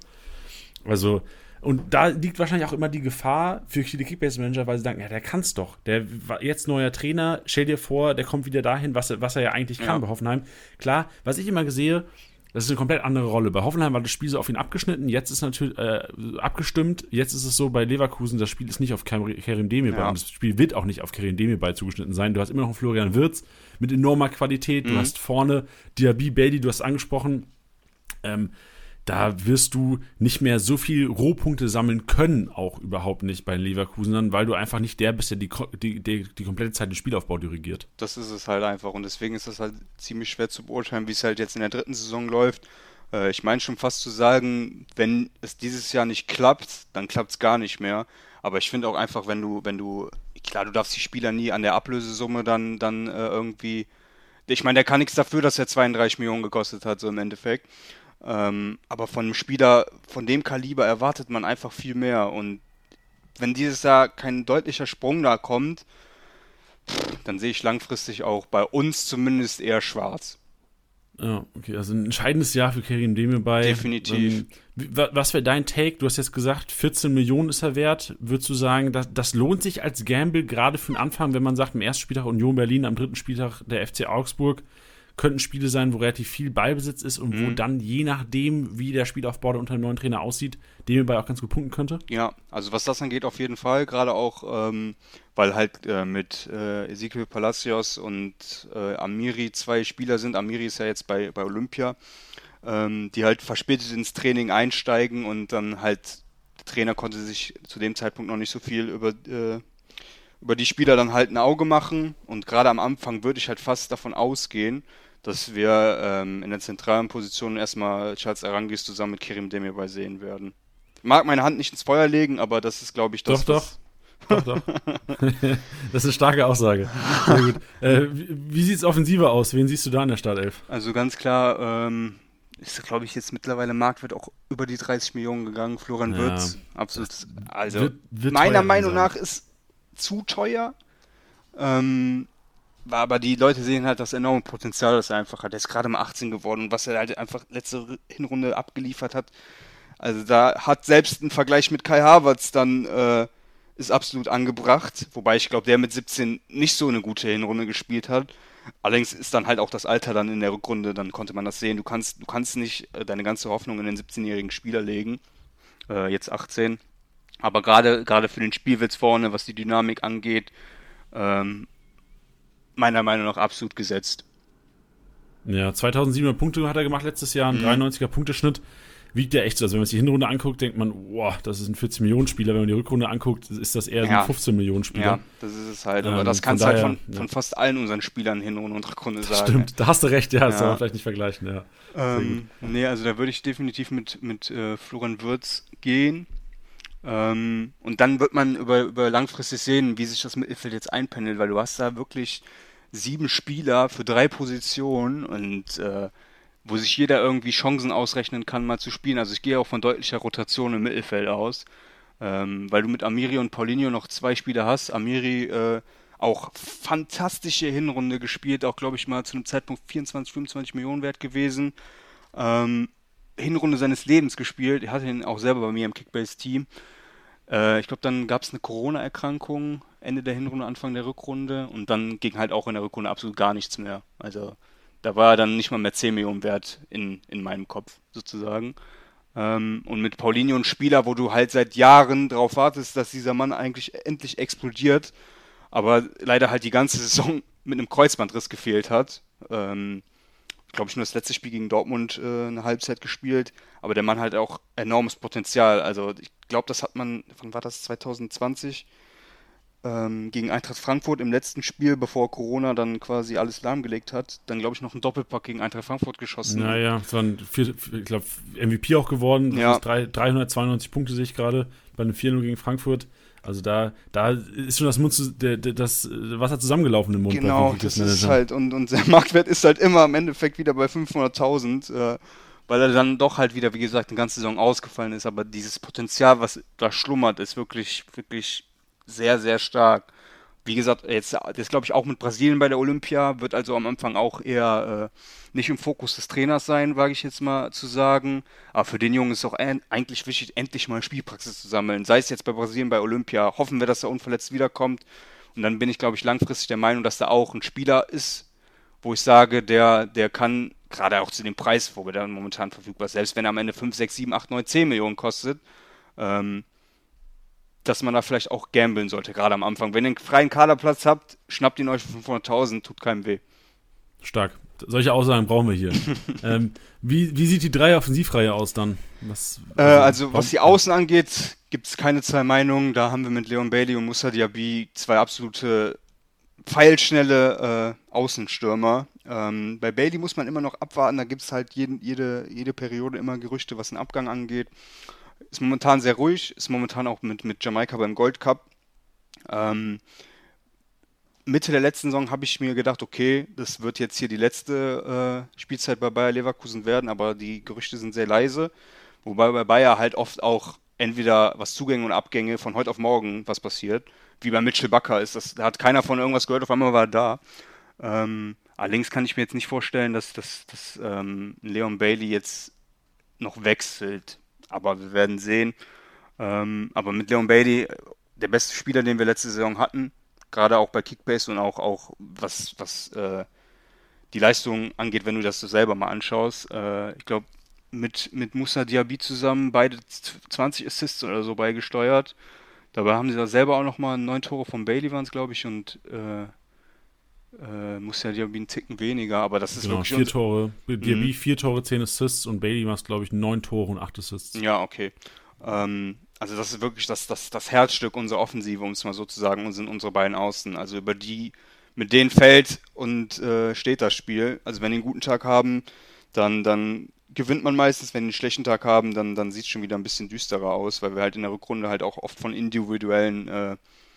Also, und da liegt wahrscheinlich auch immer die Gefahr für viele Kickbase-Manager, weil sie denken, ja, der kann's doch. Der war jetzt neuer Trainer, stell dir vor, der kommt wieder dahin, was er, was er ja eigentlich kann Ja. bei Hoffenheim. Klar, was ich immer sehe, das ist eine komplett andere Rolle. Bei Hoffenheim war das Spiel so auf ihn abgeschnitten, jetzt ist natürlich äh, abgestimmt, jetzt ist es so bei Leverkusen, das Spiel ist nicht auf Kerim Demirbay Ja. und das Spiel wird auch nicht auf Kerim Demirbay zugeschnitten sein. Du hast immer noch einen Florian Wirtz mit enormer Qualität, du Mhm. hast vorne Diaby, Bailey, du hast angesprochen, ähm, da wirst du nicht mehr so viel Rohpunkte sammeln können, auch überhaupt nicht bei den Leverkusenern, weil du einfach nicht der bist, der die, die, die, die komplette Zeit den Spielaufbau dirigiert. das ist es halt einfach und deswegen ist es halt ziemlich schwer zu beurteilen, wie es halt jetzt in der dritten Saison läuft. Äh, ich meine schon fast zu sagen, wenn es dieses Jahr nicht klappt, dann klappt es gar nicht mehr. Aber ich finde auch einfach, wenn du, wenn du, klar, du darfst die Spieler nie an der Ablösesumme dann, dann äh, irgendwie, ich meine, der kann nichts dafür, dass er zweiunddreißig Millionen gekostet hat, so im Endeffekt. Ähm, aber von einem Spieler von dem Kaliber erwartet man einfach viel mehr. Und wenn dieses Jahr kein deutlicher Sprung da kommt, pff, dann sehe ich langfristig auch bei uns zumindest eher schwarz. Ja, okay, also ein entscheidendes Jahr für Kerim Demirbay. Definitiv. Ähm, wie- wa- was wäre dein Take? Du hast jetzt gesagt, vierzehn Millionen ist er wert. Würdest du sagen, das, das lohnt sich als Gamble, gerade für den Anfang, wenn man sagt, am ersten Spieltag Union Berlin, am dritten Spieltag der F C Augsburg, könnten Spiele sein, wo relativ viel Ballbesitz ist und wo Mhm. dann, je nachdem, wie der Spielaufbau unter dem neuen Trainer aussieht, Demirbay auch ganz gut punkten könnte? Ja, also was das angeht, auf jeden Fall. Gerade auch, ähm, weil halt äh, mit äh, Ezequiel Palacios und äh, Amiri zwei Spieler sind. Amiri ist ja jetzt bei, bei Olympia, ähm, die halt verspätet ins Training einsteigen und dann halt, der Trainer konnte sich zu dem Zeitpunkt noch nicht so viel über, äh, über die Spieler dann halt ein Auge machen. Und gerade am Anfang würde ich halt fast davon ausgehen, dass wir ähm, in der zentralen Position erstmal Charles Arangis zusammen mit Kerim Demirbay sehen werden. Ich mag meine Hand nicht ins Feuer legen, aber das ist, glaube ich, das, Doch, was- Doch, doch. Das ist eine starke Aussage. Sehr gut. Äh, wie wie sieht es offensiver aus? Wen siehst du da in der Startelf? Also ganz klar, ähm, ist, glaube ich, jetzt mittlerweile Marktwert auch über die dreißig Millionen gegangen. Florian Ja, Wirtz, absolut. Also wird- wird meiner teuer Meinung langsam. nach ist zu teuer. Ähm, aber die Leute sehen halt das enorme Potenzial, das er einfach hat. Er ist gerade mal achtzehn geworden und was er halt einfach letzte Hinrunde abgeliefert hat. Also da hat selbst ein Vergleich mit Kai Havertz dann äh, ist absolut angebracht. Wobei ich glaube, der mit siebzehn nicht so eine gute Hinrunde gespielt hat. Allerdings ist dann halt auch das Alter dann in der Rückrunde, dann konnte man das sehen. Du kannst, du kannst nicht äh, deine ganze Hoffnung in den siebzehnjährigen Spieler legen, äh, jetzt achtzehn. Aber gerade gerade für den Spielwitz vorne, was die Dynamik angeht, ähm, meiner Meinung nach absolut gesetzt. Ja, zweitausendsiebenhundert Punkte hat er gemacht letztes Jahr, ein Mhm. dreiundneunziger Punkteschnitt. Wiegt der echt so. Also wenn man sich die Hinrunde anguckt, denkt man, boah, das ist ein vierzig-Millionen-Spieler. Wenn man die Rückrunde anguckt, ist das eher Ja. ein fünfzehn-Millionen-Spieler. Ja, das ist es halt. Aber Ähm, das von kannst du halt daher, von, ja. von fast allen unseren Spielern Hinrunde und Rückrunde sagen. Stimmt, da hast du recht, ja, das Ja. soll man vielleicht nicht vergleichen, ja. Sehr gut. Ähm, nee, also da würde ich definitiv mit, mit äh, Florian Wirtz gehen. Ähm, und dann wird man über, über langfristig sehen, wie sich das Mittelfeld jetzt einpendelt, weil du hast da wirklich sieben Spieler für drei Positionen und äh, wo sich jeder irgendwie Chancen ausrechnen kann, mal zu spielen. Also ich gehe auch von deutlicher Rotation im Mittelfeld aus, ähm, weil du mit Amiri und Paulinho noch zwei Spieler hast. Amiri äh, auch fantastische Hinrunde gespielt, auch glaube ich mal zu einem Zeitpunkt vierundzwanzig, fünfundzwanzig Millionen wert gewesen. Ähm, Hinrunde seines Lebens gespielt. Er hatte ihn auch selber bei mir im Kickbase-Team. Äh, ich glaube, dann gab es eine Corona-Erkrankung Ende der Hinrunde, Anfang der Rückrunde und dann ging halt auch in der Rückrunde absolut gar nichts mehr. Also da war er dann nicht mal mehr zehn Millionen wert in, in meinem Kopf sozusagen. Ähm, und mit Paulinho ein Spieler, wo du halt seit Jahren darauf wartest, dass dieser Mann eigentlich endlich explodiert, aber leider halt die ganze Saison mit einem Kreuzbandriss gefehlt hat. Ähm, glaube ich, nur das letzte Spiel gegen Dortmund äh, eine Halbzeit gespielt, aber der Mann hat auch enormes Potenzial. Also ich glaube, das hat man, wann war das, zwanzig zwanzig, ähm, gegen Eintracht Frankfurt im letzten Spiel, bevor Corona dann quasi alles lahmgelegt hat, dann glaube ich noch einen Doppelpack gegen Eintracht Frankfurt geschossen. Naja, es waren, vier, ich glaube, M V P auch geworden. Ja. Drei, dreihundertzweiundneunzig Punkte sehe ich gerade bei einem vier null gegen Frankfurt. Also da, da ist schon das, Mund, zu- der, der, das Wasser zusammengelaufen im Mund. Genau, bei das Kickbase ist Manager. halt, und, und der Marktwert ist halt immer im Endeffekt wieder bei fünfhunderttausend, äh, weil er dann doch halt wieder, wie gesagt, eine ganze Saison ausgefallen ist, aber dieses Potenzial, was da schlummert, ist wirklich, wirklich sehr, sehr stark. Wie gesagt, jetzt, das glaube ich auch mit Brasilien bei der Olympia, wird also am Anfang auch eher äh, nicht im Fokus des Trainers sein, wage ich jetzt mal zu sagen. Aber für den Jungen ist auch ein, eigentlich wichtig, endlich mal Spielpraxis zu sammeln. Sei es jetzt bei Brasilien, bei Olympia. Hoffen wir, dass er unverletzt wiederkommt. Und dann bin ich, glaube ich, langfristig der Meinung, dass da auch ein Spieler ist, wo ich sage, der, der kann, gerade auch zu dem Preis, wo wir da momentan verfügbar ist, selbst wenn er am Ende fünf, sechs, sieben, acht, neun, zehn Millionen kostet, ähm, dass man da vielleicht auch gambeln sollte, gerade am Anfang. Wenn ihr einen freien Kaderplatz habt, schnappt ihn euch für fünfhunderttausend, tut keinem weh. Stark. Solche Aussagen brauchen wir hier. ähm, wie, wie sieht die drei Offensivreihe aus dann? Was, Äh, also was die warum- Außen angeht, gibt es keine zwei Meinungen. Da haben wir mit Leon Bailey und Moussa Diaby zwei absolute pfeilschnelle äh, Außenstürmer. Ähm, bei Bailey muss man immer noch abwarten, da gibt es halt jeden, jede, jede Periode immer Gerüchte, was den Abgang angeht. Ist momentan sehr ruhig, ist momentan auch mit, mit Jamaika beim Gold Cup. Ähm, Mitte der letzten Saison habe ich mir gedacht, okay, das wird jetzt hier die letzte äh, Spielzeit bei Bayer Leverkusen werden, aber die Gerüchte sind sehr leise. Wobei bei Bayer halt oft auch entweder was Zugänge und Abgänge von heute auf morgen was passiert. Wie bei Mitchell Bakker ist das, da hat keiner von irgendwas gehört, auf einmal war er da. Ähm, allerdings kann ich mir jetzt nicht vorstellen, dass, dass, dass ähm, Leon Bailey jetzt noch wechselt. Aber wir werden sehen. Ähm, aber mit Leon Bailey, der beste Spieler, den wir letzte Saison hatten, gerade auch bei Kickbase und auch, auch was, was äh, die Leistung angeht, wenn du das so selber mal anschaust. Äh, ich glaube, mit, mit Moussa Diaby zusammen beide zwanzig Assists oder so beigesteuert. Dabei haben sie da selber auch nochmal neun Tore von Bailey waren es, glaube ich, und äh, äh, Moussa Diaby einen Ticken weniger, aber das ist Genau, wirklich... vier uns- Tore. Diaby Mhm. vier Tore, zehn Assists und Bailey macht, glaube ich, neun Tore und acht Assists. Ja, okay. Ähm, also das ist wirklich das, das, das Herzstück unserer Offensive, um es mal so zu sagen, und sind unsere beiden Außen. Also über die, mit denen fällt und äh, steht das Spiel. Also wenn die einen guten Tag haben, dann, dann gewinnt man meistens. Wenn die einen schlechten Tag haben, dann, dann sieht es schon wieder ein bisschen düsterer aus, weil wir halt in der Rückrunde halt auch oft von individuellen äh,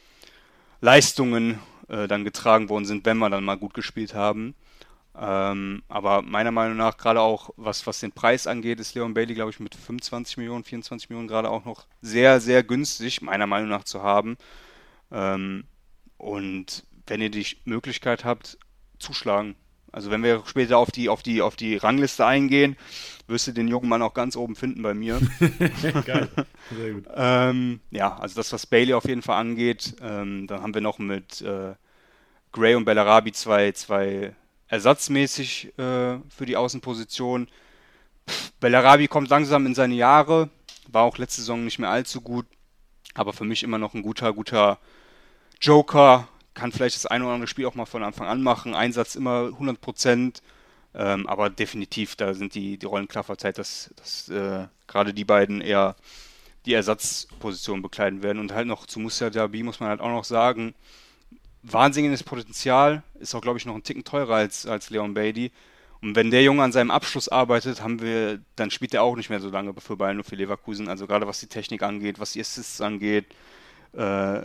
Leistungen äh, dann getragen worden sind, wenn wir dann mal gut gespielt haben. Ähm, aber meiner Meinung nach, gerade auch was, was den Preis angeht, ist Leon Bailey, glaube ich, mit fünfundzwanzig Millionen, vierundzwanzig Millionen gerade auch noch sehr, sehr günstig, meiner Meinung nach, zu haben. Ähm, und wenn ihr die Möglichkeit habt, zuschlagen. Also wenn wir später auf die, auf die, auf die Rangliste eingehen, wirst du den jungen Mann auch ganz oben finden bei mir. Geil. Sehr gut. Ähm, ja, also das, was Bailey auf jeden Fall angeht. Ähm, dann haben wir noch mit äh, Gray und Bellarabi zwei, zwei ersatzmäßig äh, für die Außenposition. Pff, Bellarabi kommt langsam in seine Jahre, war auch letzte Saison nicht mehr allzu gut, aber für mich immer noch ein guter, guter Joker, kann vielleicht das eine oder andere Spiel auch mal von Anfang an machen, Einsatz immer hundert Prozent, ähm, aber definitiv, da sind die, die Rollen klar verteilt, dass, dass äh, gerade die beiden eher die Ersatzposition bekleiden werden. Und halt noch zu Moussa Diaby muss man halt auch noch sagen, wahnsinniges Potenzial, ist auch, glaube ich, noch einen Ticken teurer als, als Leon Bailey. Und wenn der Junge an seinem Abschluss arbeitet, haben wir, dann spielt er auch nicht mehr so lange für Bayern, nur für Leverkusen. Also gerade was die Technik angeht, was die Assists angeht, äh,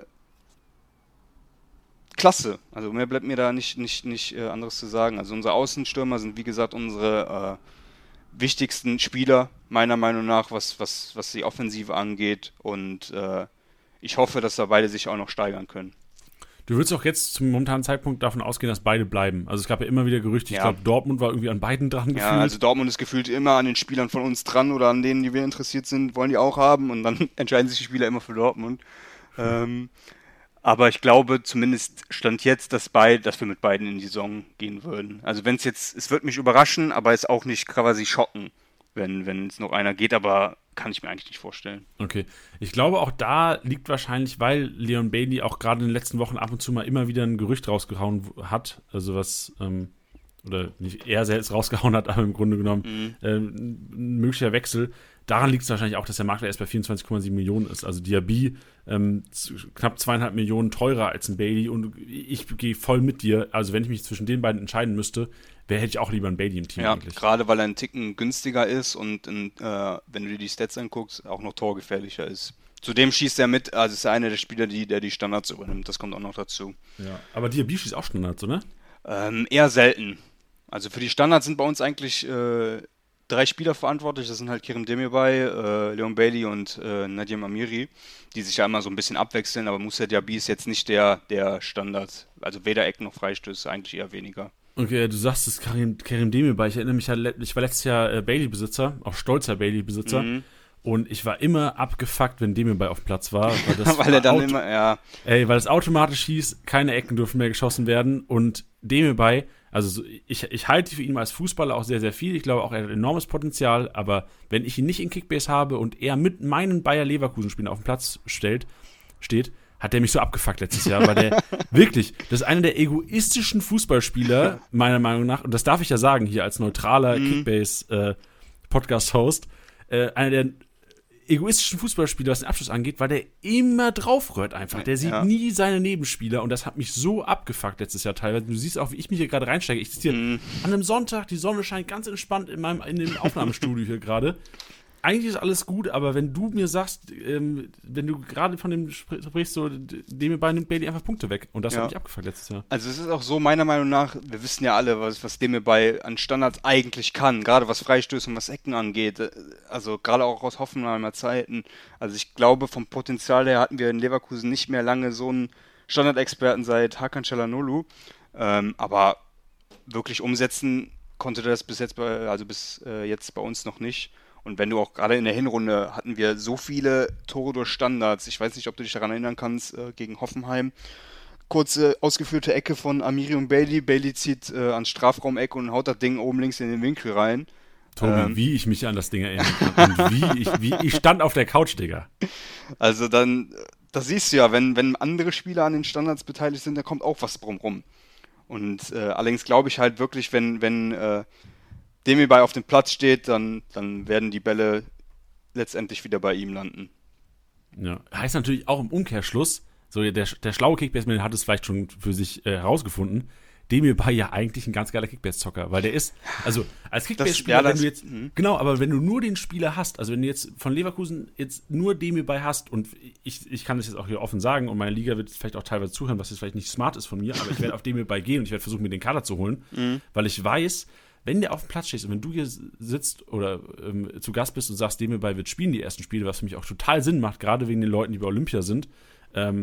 klasse. Also mehr bleibt mir da nicht, nicht, nicht äh, anderes zu sagen. Also unsere Außenstürmer sind, wie gesagt, unsere äh, wichtigsten Spieler, meiner Meinung nach, was, was, was die Offensive angeht. Und äh, ich hoffe, dass da beide sich auch noch steigern können. Du würdest auch jetzt zum momentanen Zeitpunkt davon ausgehen, dass beide bleiben. Also es gab ja immer wieder Gerüchte, ich ja. glaube, Dortmund war irgendwie an beiden dran gefühlt. Ja, also Dortmund ist gefühlt immer an den Spielern von uns dran oder an denen, die wir interessiert sind, wollen die auch haben. Und dann entscheiden sich die Spieler immer für Dortmund. Mhm. Ähm, aber ich glaube zumindest Stand jetzt, dass, beid, dass wir mit beiden in die Saison gehen würden. Also wenn es jetzt, es wird mich überraschen, aber es auch nicht quasi schocken, wenn wenn es noch einer geht, aber kann ich mir eigentlich nicht vorstellen. Okay, ich glaube auch da liegt wahrscheinlich, weil Leon Bailey auch gerade in den letzten Wochen ab und zu mal immer wieder ein Gerücht rausgehauen hat, also was, ähm, oder nicht er selbst rausgehauen hat, aber im Grunde genommen mhm. ähm, ein möglicher Wechsel. Daran liegt es wahrscheinlich auch, dass der Makler erst bei vierundzwanzig Komma sieben Millionen ist. Also Diaby ähm, knapp zweieinhalb Millionen teurer als ein Bailey und ich gehe voll mit dir. Also wenn ich mich zwischen den beiden entscheiden müsste, wer hätte ich auch lieber ein Bailey im Team ja, eigentlich. Ja, gerade weil er einen Ticken günstiger ist und in, äh, wenn du dir die Stats anguckst, auch noch torgefährlicher ist. Zudem schießt er mit, also ist er einer der Spieler, die, der die Standards übernimmt. Das kommt auch noch dazu. Ja, aber Diaby schießt auch Standards, oder? Ähm, eher selten. Also für die Standards sind bei uns eigentlich äh, drei Spieler verantwortlich. Das sind halt Kerem Demirbay, äh, Leon Bailey und äh, Nadim Amiri, die sich ja immer so ein bisschen abwechseln. Aber Moussa Diaby ist jetzt nicht der, der Standard. Also weder Ecken noch Freistöße, eigentlich eher weniger. Okay, du sagst es, Kerem, Kerem Demirbay. Ich erinnere mich ja, ich war letztes Jahr äh, Bailey-Besitzer, auch stolzer Bailey-Besitzer. Mhm. Und ich war immer abgefuckt, wenn Demirbay auf dem Platz war. Weil, das weil er dann Auto- immer, ja. Ey, weil es automatisch hieß, keine Ecken dürfen mehr geschossen werden. Und Demirbay, also ich, ich halte für ihn als Fußballer auch sehr, sehr viel. Ich glaube auch, er hat enormes Potenzial. Aber wenn ich ihn nicht in Kickbase habe und er mit meinen Bayer Leverkusen-Spielern auf dem Platz stellt, steht, hat der mich so abgefuckt letztes Jahr, weil der wirklich, das ist einer der egoistischen Fußballspieler, meiner Meinung nach, und das darf ich ja sagen, hier als neutraler mhm. Kickbase-Podcast-Host, äh, äh, einer der egoistischen Fußballspieler, was den Abschluss angeht, weil der immer draufrührt einfach. Der sieht ja. nie seine Nebenspieler und das hat mich so abgefuckt letztes Jahr teilweise. Du siehst auch, wie ich mich hier gerade reinsteige. Ich sitze hier mm. an einem Sonntag, die Sonne scheint ganz entspannt in meinem in dem Aufnahmestudio hier gerade. Eigentlich ist alles gut, aber wenn du mir sagst, ähm, wenn du gerade von dem sprichst, so, Demirbay nimmt Bailey einfach Punkte weg. Und das ja. hat mich abgefuckt letztes Jahr. Also es ist auch so, meiner Meinung nach, wir wissen ja alle, was, was Demirbay an Standards eigentlich kann, gerade was Freistöße und was Ecken angeht. Also gerade auch aus Hoffenheimer Zeiten. Also ich glaube, vom Potenzial her hatten wir in Leverkusen nicht mehr lange so einen Standardexperten seit Hakan Çalhanoğlu. Ähm, aber wirklich umsetzen konnte das bis jetzt bei, also bis äh, jetzt bei uns noch nicht. Und wenn du auch gerade in der Hinrunde hatten wir so viele Tore durch Standards. Ich weiß nicht, ob du dich daran erinnern kannst, äh, gegen Hoffenheim. Kurze ausgeführte Ecke von Amiri und Bailey. Bailey zieht äh, ans Strafraumeck und haut das Ding oben links in den Winkel rein. Tobi, ähm, wie ich mich an das Ding erinnern kann. Und wie ich, wie ich stand auf der Couch, Digga. Also dann, das siehst du ja, wenn, wenn andere Spieler an den Standards beteiligt sind, da kommt auch was drum rum. Und äh, allerdings glaube ich halt wirklich, wenn, wenn äh, Demirbay auf dem Platz steht, dann, dann werden die Bälle letztendlich wieder bei ihm landen. Ja, heißt natürlich auch im Umkehrschluss, so der, der schlaue Kickbase-Man hat es vielleicht schon für sich äh, herausgefunden, Demirbay ja eigentlich ein ganz geiler Kickbase-Zocker, weil der ist, also als Kickbase-Spieler, ja, wenn du jetzt, mh. genau, aber wenn du nur den Spieler hast, also wenn du jetzt von Leverkusen jetzt nur Demirbay hast und ich, ich kann das jetzt auch hier offen sagen und meine Liga wird vielleicht auch teilweise zuhören, was jetzt vielleicht nicht smart ist von mir, aber ich werde auf Demirbay gehen und ich werde versuchen, mir den Kader zu holen, mhm. weil ich weiß, wenn der auf dem Platz steht und wenn du hier sitzt oder ähm, zu Gast bist und sagst, Demirbay wird spielen die ersten Spiele, was für mich auch total Sinn macht, gerade wegen den Leuten, die bei Olympia sind, ähm,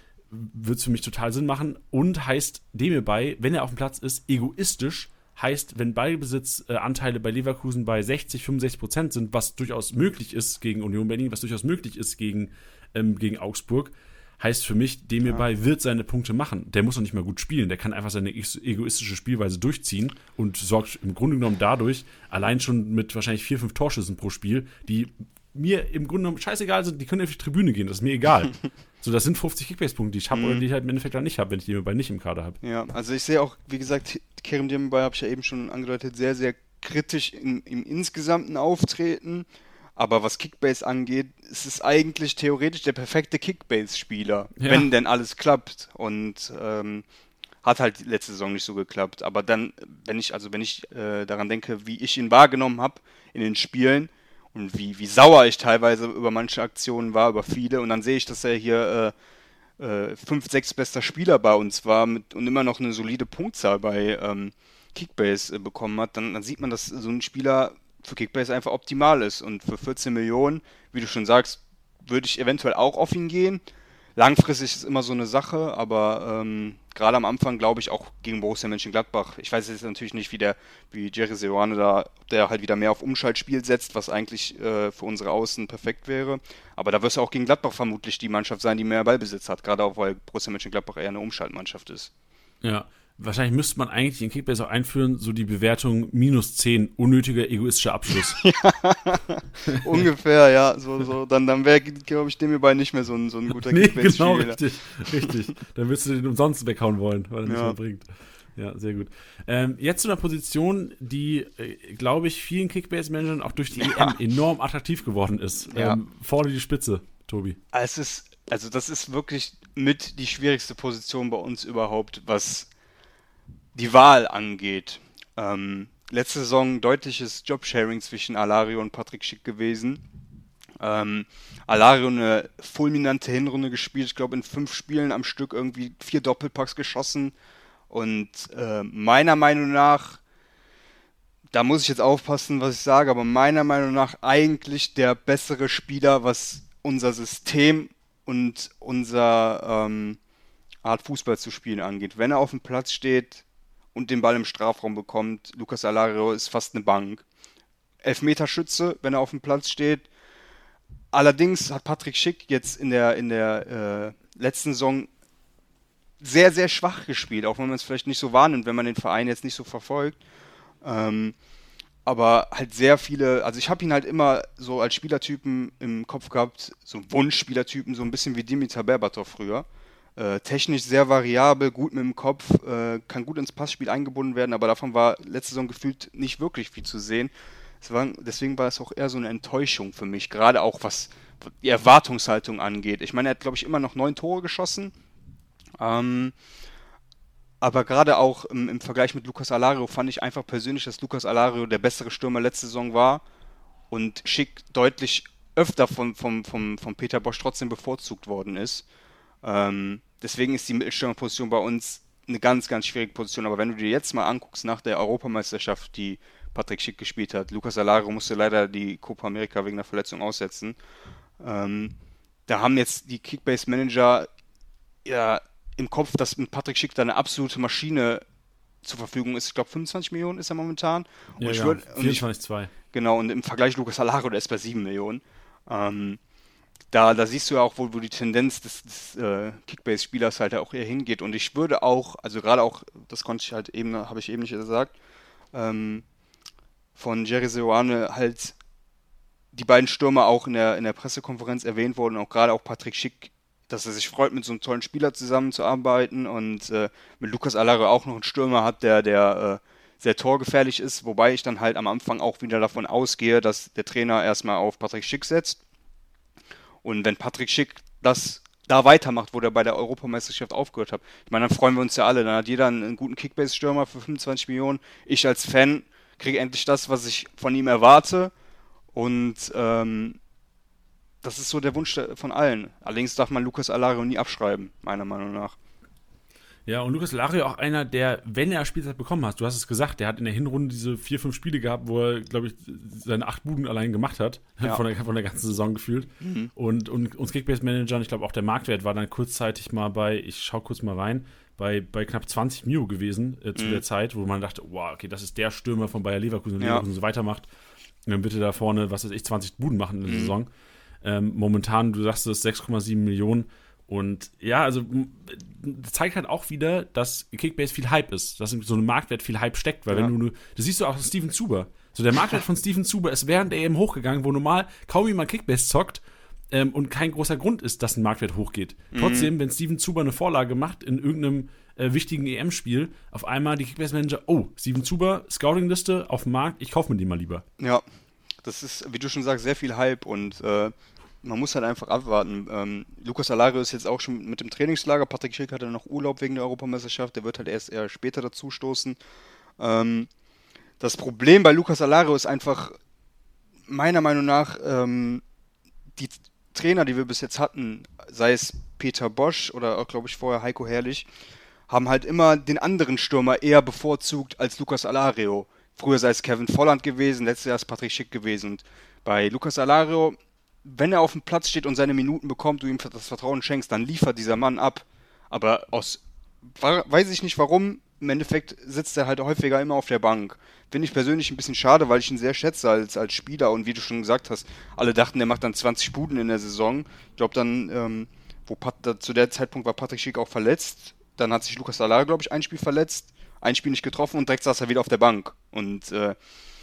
wird es für mich total Sinn machen und heißt Demirbay, wenn er auf dem Platz ist, egoistisch, heißt, wenn Ballbesitzanteile äh, bei Leverkusen bei sechzig, fünfundsechzig Prozent sind, was durchaus möglich ist gegen Union Berlin, was durchaus möglich ist gegen, ähm, gegen Augsburg, heißt für mich, dem hierbei wird seine Punkte machen. Der muss doch nicht mal gut spielen, der kann einfach seine egoistische Spielweise durchziehen und sorgt im Grunde genommen dadurch, allein schon mit wahrscheinlich vier, fünf Torschüssen pro Spiel, die mir im Grunde genommen scheißegal sind, die können auf die Tribüne gehen, das ist mir egal. So, das sind fünfzig Kickbase-Punkte, die ich habe mhm. oder die ich halt im Endeffekt dann nicht habe, wenn ich die hierbei nicht im Kader habe. Ja, also ich sehe auch, wie gesagt, Kerem Demirbay habe ich ja eben schon angedeutet, sehr, sehr kritisch im, im insgesamten Auftreten. Aber was Kickbase angeht, ist es eigentlich theoretisch der perfekte Kickbase-Spieler, ja. wenn denn alles klappt. Und ähm, hat halt letzte Saison nicht so geklappt. Aber dann, wenn ich, also wenn ich äh, daran denke, wie ich ihn wahrgenommen habe in den Spielen und wie, wie sauer ich teilweise über manche Aktionen war, über viele, und dann sehe ich, dass er hier äh, äh, fünf, sechs bester Spieler bei uns war mit, und immer noch eine solide Punktzahl bei ähm, Kickbase äh, bekommen hat, dann, dann sieht man, dass so ein Spieler für Kickbase einfach optimal ist. Und für vierzehn Millionen, wie du schon sagst, würde ich eventuell auch auf ihn gehen. Langfristig ist immer so eine Sache, aber ähm, gerade am Anfang glaube ich auch gegen Borussia Mönchengladbach. Ich weiß jetzt natürlich nicht, wie der, wie Jerry Seoane da, der halt wieder mehr auf Umschaltspiel setzt, was eigentlich äh, für unsere Außen perfekt wäre. Aber da wirst du auch gegen Gladbach vermutlich die Mannschaft sein, die mehr Ballbesitz hat, gerade auch, weil Borussia Mönchengladbach eher eine Umschaltmannschaft ist. Ja. Wahrscheinlich müsste man eigentlich in Kickbase auch einführen, so die Bewertung minus zehn, unnötiger egoistischer Abschluss. Ja, ungefähr, ja. So, so. Dann, dann wäre, glaube ich, Demirbay nicht mehr so ein, so ein guter nee, Kickbase-Spieler. Genau, richtig, richtig. Dann würdest du den umsonst weghauen wollen, weil er nichts ja. mehr bringt. Ja, sehr gut. Ähm, jetzt zu einer Position, die, äh, glaube ich, vielen Kickbase-Managern auch durch die ja. E M enorm attraktiv geworden ist. Ja. Ähm, vorne die Spitze, Tobi. Es ist, also das ist wirklich mit die schwierigste Position bei uns überhaupt, was die Wahl angeht. Ähm, letzte Saison deutliches Jobsharing zwischen Alario und Patrick Schick gewesen. Ähm, Alario eine fulminante Hinrunde gespielt, ich glaube in fünf Spielen am Stück irgendwie vier Doppelpacks geschossen. Und äh, meiner Meinung nach, da muss ich jetzt aufpassen, was ich sage, aber meiner Meinung nach eigentlich der bessere Spieler, was unser System und unser ähm, Art Fußball zu spielen angeht. Wenn er auf dem Platz steht und den Ball im Strafraum bekommt, Lucas Alario ist fast eine Bank. Elfmeterschütze, wenn er auf dem Platz steht. Allerdings hat Patrick Schick jetzt in der, in der äh, letzten Saison sehr, sehr schwach gespielt, auch wenn man es vielleicht nicht so wahrnimmt, wenn man den Verein jetzt nicht so verfolgt. Ähm, aber halt sehr viele, also ich habe ihn halt immer so als Spielertypen im Kopf gehabt, so Wunschspielertypen, so ein bisschen wie Dimitar Berbatov früher. Äh, technisch sehr variabel, gut mit dem Kopf, äh, kann gut ins Passspiel eingebunden werden, aber davon war letzte Saison gefühlt nicht wirklich viel zu sehen. Es war, deswegen war es auch eher so eine Enttäuschung für mich, gerade auch was die Erwartungshaltung angeht. Ich meine, er hat, glaube ich, immer noch neun Tore geschossen, ähm, aber gerade auch im, im Vergleich mit Lucas Alario fand ich einfach persönlich, dass Lucas Alario der bessere Stürmer letzte Saison war und Schick deutlich öfter von, vom, vom, vom Peter Bosz trotzdem bevorzugt worden ist. Ähm, deswegen ist die Mittelstürmerposition bei uns eine ganz, ganz schwierige Position. Aber wenn du dir jetzt mal anguckst, nach der Europameisterschaft, die Patrick Schick gespielt hat, Lucas Alario musste leider die Copa America wegen einer Verletzung aussetzen. Ähm, da haben jetzt die Kickbase-Manager ja im Kopf, dass mit Patrick Schick da eine absolute Maschine zur Verfügung ist. Ich glaube, fünfundzwanzig Millionen ist er momentan. Und ja, ich ja, würd, vierundzwanzig Komma zwei. Genau, und im Vergleich Lucas Alario, der ist bei sieben Millionen. Ähm, Da, da siehst du ja auch, wo, wo die Tendenz des, des äh, Kickbase-Spielers halt auch eher hingeht. Und ich würde auch, also gerade auch, das konnte ich halt eben, habe ich eben nicht gesagt, ähm, von Jerry Seoane halt die beiden Stürmer auch in der, in der Pressekonferenz erwähnt wurden, auch gerade auch Patrick Schick, dass er sich freut, mit so einem tollen Spieler zusammenzuarbeiten und äh, mit Lucas Alario auch noch einen Stürmer hat, der, der äh, sehr torgefährlich ist, wobei ich dann halt am Anfang auch wieder davon ausgehe, dass der Trainer erstmal auf Patrick Schick setzt. Und wenn Patrick Schick das da weitermacht, wo der bei der Europameisterschaft aufgehört hat, ich meine, dann freuen wir uns ja alle. Dann hat jeder einen, einen guten Kickbase-Stürmer für fünfundzwanzig Millionen. Ich als Fan kriege endlich das, was ich von ihm erwarte. Und ähm, das ist so der Wunsch von allen. Allerdings darf man Lucas Alario nie abschreiben, meiner Meinung nach. Ja, und Lucas Alario auch einer, der, wenn er Spielzeit bekommen hat, du hast es gesagt, der hat in der Hinrunde diese vier, fünf Spiele gehabt, wo er, glaube ich, seine acht Buden allein gemacht hat, ja. von, der, von der ganzen Saison gefühlt. Mhm. Und, und uns Kickbase-Managern, ich glaube auch der Marktwert war dann kurzzeitig mal bei, ich schau kurz mal rein, bei, bei knapp zwanzig Mio gewesen äh, zu mhm. der Zeit, wo man dachte, wow, okay, das ist der Stürmer von Bayer Leverkusen, und ja. Leverkusen so weitermacht. Und dann bitte da vorne, was weiß ich, zwanzig Buden machen in der mhm. Saison. Ähm, momentan, du sagst es, sechs Komma sieben Millionen. Und ja, also m- zeigt halt auch wieder, dass Kickbase viel Hype ist, dass in so einem Marktwert viel Hype steckt, weil Ja. wenn du, das siehst du auch an Steven Zuber. So der Marktwert von Steven Zuber ist während der E M hochgegangen, wo normal kaum jemand Kickbase zockt ähm, und kein großer Grund ist, dass ein Marktwert hochgeht. Mhm. Trotzdem, wenn Steven Zuber eine Vorlage macht in irgendeinem äh, wichtigen E M-Spiel, auf einmal die Kickbase-Manager, oh, Steven Zuber, Scouting-Liste auf dem Markt, ich kaufe mir die mal lieber. Ja, das ist, wie du schon sagst, sehr viel Hype und äh, man muss halt einfach abwarten. Ähm, Lucas Alario ist jetzt auch schon mit dem Trainingslager. Patrick Schick hatte noch Urlaub wegen der Europameisterschaft. Der wird halt erst eher später dazu stoßen. Ähm, das Problem bei Lucas Alario ist einfach, meiner Meinung nach, ähm, die Trainer, die wir bis jetzt hatten, sei es Peter Bosch oder auch, glaube ich, vorher Heiko Herrlich, haben halt immer den anderen Stürmer eher bevorzugt als Lucas Alario. Früher sei es Kevin Volland gewesen, letztes Jahr ist Patrick Schick gewesen. Und bei Lucas Alario, wenn er auf dem Platz steht und seine Minuten bekommt, du ihm das Vertrauen schenkst, dann liefert dieser Mann ab. Aber aus, weiß ich nicht warum, im Endeffekt sitzt er halt häufiger immer auf der Bank. Finde ich persönlich ein bisschen schade, weil ich ihn sehr schätze als, als Spieler. Und wie du schon gesagt hast, alle dachten, der macht dann zwanzig Buden in der Saison. Ich glaube dann, ähm, wo Pat, da, zu der Zeitpunkt war Patrick Schick auch verletzt. Dann hat sich Lucas Alario, glaube ich, ein Spiel verletzt, ein Spiel nicht getroffen und direkt saß er wieder auf der Bank. Und äh,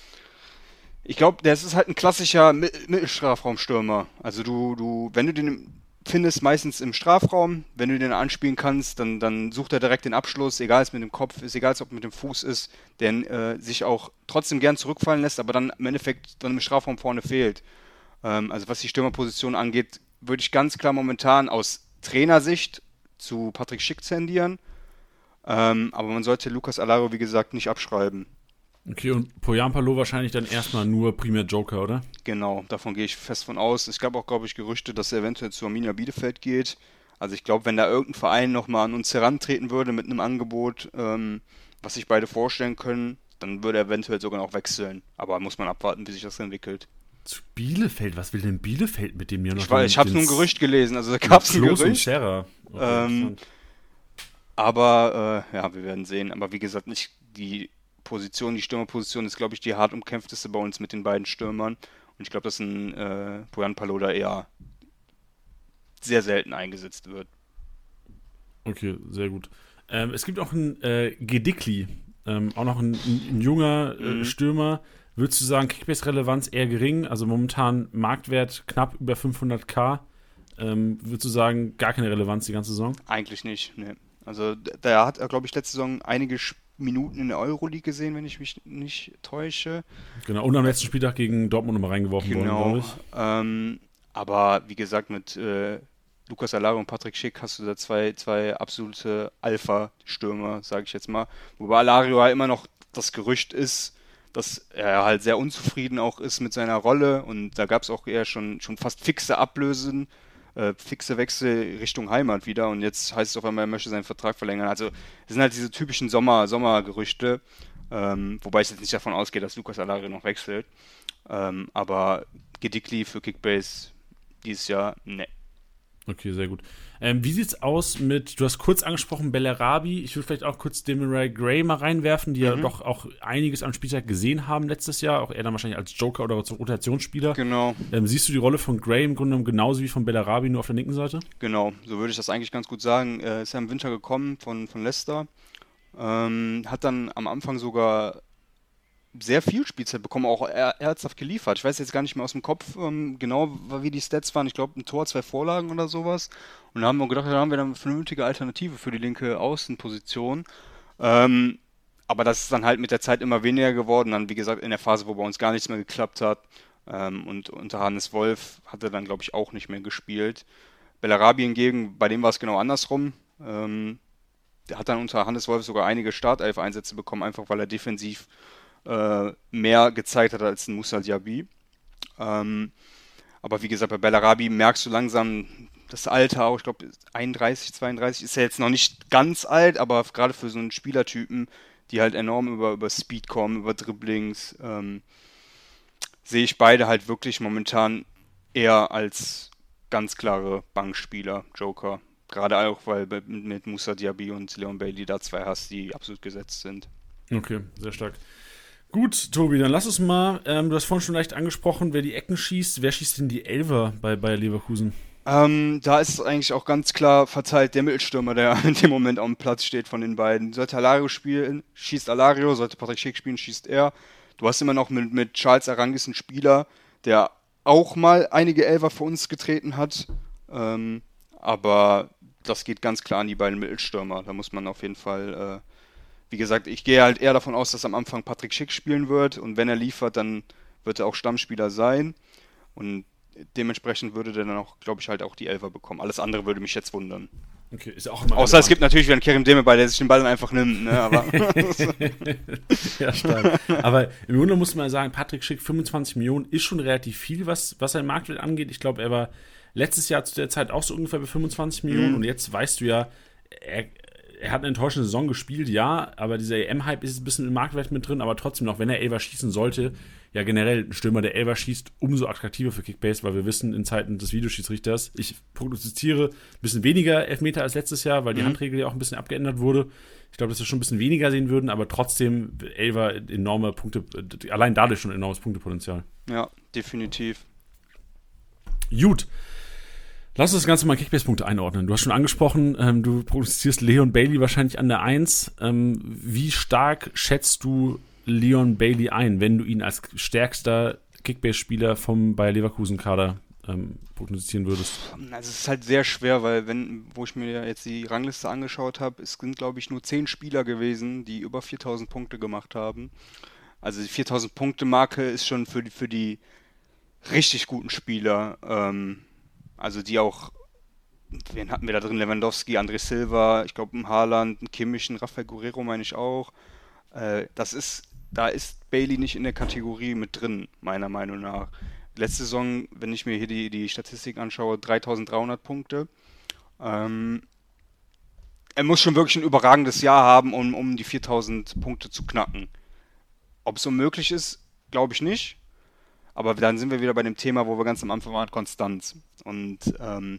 ich glaube, das ist halt ein klassischer Mittelstrafraumstürmer. Also du, du, wenn du den findest, meistens im Strafraum, wenn du den anspielen kannst, dann, dann sucht er direkt den Abschluss, egal es mit dem Kopf ist, egal ob es mit dem Fuß ist, der äh, sich auch trotzdem gern zurückfallen lässt, aber dann im Endeffekt dann im Strafraum vorne fehlt. Ähm, also was die Stürmerposition angeht, würde ich ganz klar momentan aus Trainersicht zu Patrick Schick tendieren. Ähm, aber man sollte Lucas Alario, wie gesagt, nicht abschreiben. Okay, und Poyampalo wahrscheinlich dann erstmal nur primär Joker, oder? Genau, davon gehe ich fest von aus. Es gab auch, glaube ich, Gerüchte, dass er eventuell zu Arminia Bielefeld geht. Also ich glaube, wenn da irgendein Verein nochmal an uns herantreten würde mit einem Angebot, ähm, was sich beide vorstellen können, dann würde er eventuell sogar noch wechseln. Aber muss man abwarten, wie sich das entwickelt. Zu Bielefeld? Was will denn Bielefeld mit dem hier noch? Ich, war- ich habe nur ein Gerücht gelesen, also da gab es ein Klos und Gerücht. Serra. Okay, Ähm, interessant. Aber äh, ja, wir werden sehen. Aber wie gesagt, nicht die Position, die Stürmerposition ist, glaube ich, die hart umkämpfteste bei uns mit den beiden Stürmern. Und ich glaube, dass ein äh, Poyampalo da eher sehr selten eingesetzt wird. Okay, sehr gut. Ähm, es gibt auch einen äh, Gedikli, ähm, auch noch ein, ein, ein junger äh, Mhm. Stürmer. Würdest du sagen, Kickbase-Relevanz eher gering? Also momentan Marktwert knapp über fünfhunderttausend. Ähm, würdest du sagen, gar keine Relevanz die ganze Saison? Eigentlich nicht, ne. Also d- der hat, glaube ich, letzte Saison einige Sch- Minuten in der Euroleague gesehen, wenn ich mich nicht täusche. Genau, und am letzten Spieltag gegen Dortmund nochmal reingeworfen worden, glaube Genau. ich. Ähm, aber wie gesagt, mit äh, Lucas Alario und Patrick Schick hast du da zwei, zwei absolute Alpha-Stürmer, sage ich jetzt mal. Wobei Alario halt immer noch das Gerücht ist, dass er halt sehr unzufrieden auch ist mit seiner Rolle und da gab es auch eher schon, schon fast fixe Ablösen, äh, fixe Wechsel Richtung Heimat wieder und jetzt heißt es auf einmal, er möchte seinen Vertrag verlängern. Also es sind halt diese typischen Sommer, Sommergerüchte, ähm, wobei ich jetzt nicht davon ausgehe, dass Lucas Alario noch wechselt. Ähm, aber Gedikli für Kickbase dieses Jahr, ne. Okay, sehr gut. Ähm, wie sieht's aus mit, du hast kurz angesprochen, Bellarabi. Ich würde vielleicht auch kurz Demarai Gray mal reinwerfen, die ja Mhm. doch auch einiges am Spieltag gesehen haben letztes Jahr. Auch er dann wahrscheinlich als Joker oder als Rotationsspieler. Genau, Ähm, siehst du die Rolle von Gray im Grunde genommen genauso wie von Bellarabi, nur auf der linken Seite? genau. So würde ich das eigentlich ganz gut sagen. Er ist ja im Winter gekommen von, von Leicester. Ähm, hat dann am Anfang sogar sehr viel Spielzeit bekommen, auch er, ernsthaft geliefert. Ich weiß jetzt gar nicht mehr aus dem Kopf ähm, genau, wie die Stats waren. Ich glaube, ein Tor, zwei Vorlagen oder sowas. Und da haben wir gedacht, da haben wir dann eine vernünftige Alternative für die linke Außenposition. Ähm, aber das ist dann halt mit der Zeit immer weniger geworden. Dann, wie gesagt, in der Phase, wo bei uns gar nichts mehr geklappt hat. Ähm, und unter Hannes Wolf hat er dann, glaube ich, auch nicht mehr gespielt. Bellarabi hingegen, bei dem war es genau andersrum. Ähm, der hat dann unter Hannes Wolf sogar einige Startelf-Einsätze bekommen, einfach weil er defensiv äh, mehr gezeigt hat als ein Moussa Diaby. Ähm, aber wie gesagt, bei Bellarabi merkst du langsam das Alter auch. Ich glaube, einunddreißig, zweiunddreißig ist ja jetzt noch nicht ganz alt, aber gerade für so einen Spielertypen, die halt enorm über, über Speed kommen, über Dribblings, ähm, sehe ich beide halt wirklich momentan eher als ganz klare Bankspieler, Joker. Gerade auch, weil mit, mit Moussa Diaby und Leon Bailey da zwei hast, die absolut gesetzt sind. Okay, sehr stark. Gut, Tobi, dann lass uns mal, ähm, du hast vorhin schon leicht angesprochen, wer die Ecken schießt. Wer schießt denn die Elfer bei Bayer Leverkusen? Ähm, da ist es eigentlich auch ganz klar verteilt der Mittelstürmer, der in dem Moment auf dem Platz steht von den beiden. Sollte Alario spielen, schießt Alario, sollte Patrick Schick spielen, schießt er. Du hast immer noch mit, mit Charles Arangis einen Spieler, der auch mal einige Elfer für uns getreten hat. Ähm, aber das geht ganz klar an die beiden Mittelstürmer. Da muss man auf jeden Fall, äh, wie gesagt, ich gehe halt eher davon aus, dass am Anfang Patrick Schick spielen wird. Und wenn er liefert, dann wird er auch Stammspieler sein. Und dementsprechend würde der dann auch, glaube ich, halt auch die Elfer bekommen. Alles andere würde mich jetzt wundern. Okay, ist auch immer Außer es gibt natürlich wieder einen Kerim Demirbay, der sich den Ball dann einfach nimmt, ne? Aber ja, stark. Aber im Grunde muss man sagen, Patrick Schick, fünfundzwanzig Millionen ist schon relativ viel, was, was sein Marktwert angeht. Ich glaube, er war letztes Jahr zu der Zeit auch so ungefähr bei fünfundzwanzig Millionen Mhm. und jetzt weißt du ja, er, er hat eine enttäuschende Saison gespielt, ja, aber dieser E M-Hype ist ein bisschen im Marktwert mit drin, aber trotzdem noch, wenn er Elfer schießen sollte, ja generell ein Stürmer, der Elfer schießt, umso attraktiver für Kickbase, weil wir wissen, in Zeiten des Videoschiedsrichters, ich prognostiziere ein bisschen weniger Elfmeter als letztes Jahr, weil die Mhm. Handregel ja auch ein bisschen abgeändert wurde. Ich glaube, dass wir schon ein bisschen weniger sehen würden, aber trotzdem Elfer enorme Punkte, allein dadurch schon enormes Punktepotenzial. ja, definitiv. Gut. Lass uns das Ganze mal in Kickbase-Punkte einordnen. Du hast schon angesprochen, ähm, du prognostizierst Leon Bailey wahrscheinlich an der eins. Ähm, wie stark schätzt du Leon Bailey ein, wenn du ihn als stärkster Kickbase-Spieler vom Bayer Leverkusen-Kader ähm, prognostizieren würdest? Also es ist halt sehr schwer, weil wenn, wo ich mir jetzt die Rangliste angeschaut habe, es sind, glaube ich, nur zehn Spieler gewesen, die über viertausend Punkte gemacht haben. Also die viertausend Punkte Marke ist schon für die, für die richtig guten Spieler, ähm, also die auch, wen hatten wir da drin? Lewandowski, André Silva, ich glaube ein Haaland, ein Kimmich, ein Rafael Guerrero meine ich auch. Äh, das ist, da ist Bailey nicht in der Kategorie mit drin, meiner Meinung nach. Letzte Saison, wenn ich mir hier die, die Statistik anschaue, dreitausenddreihundert Punkte. Ähm, er muss schon wirklich ein überragendes Jahr haben, um, um die viertausend Punkte zu knacken. Ob es so möglich ist, glaube ich nicht. Aber dann sind wir wieder bei dem Thema, wo wir ganz am Anfang waren, Konstanz. Und ähm,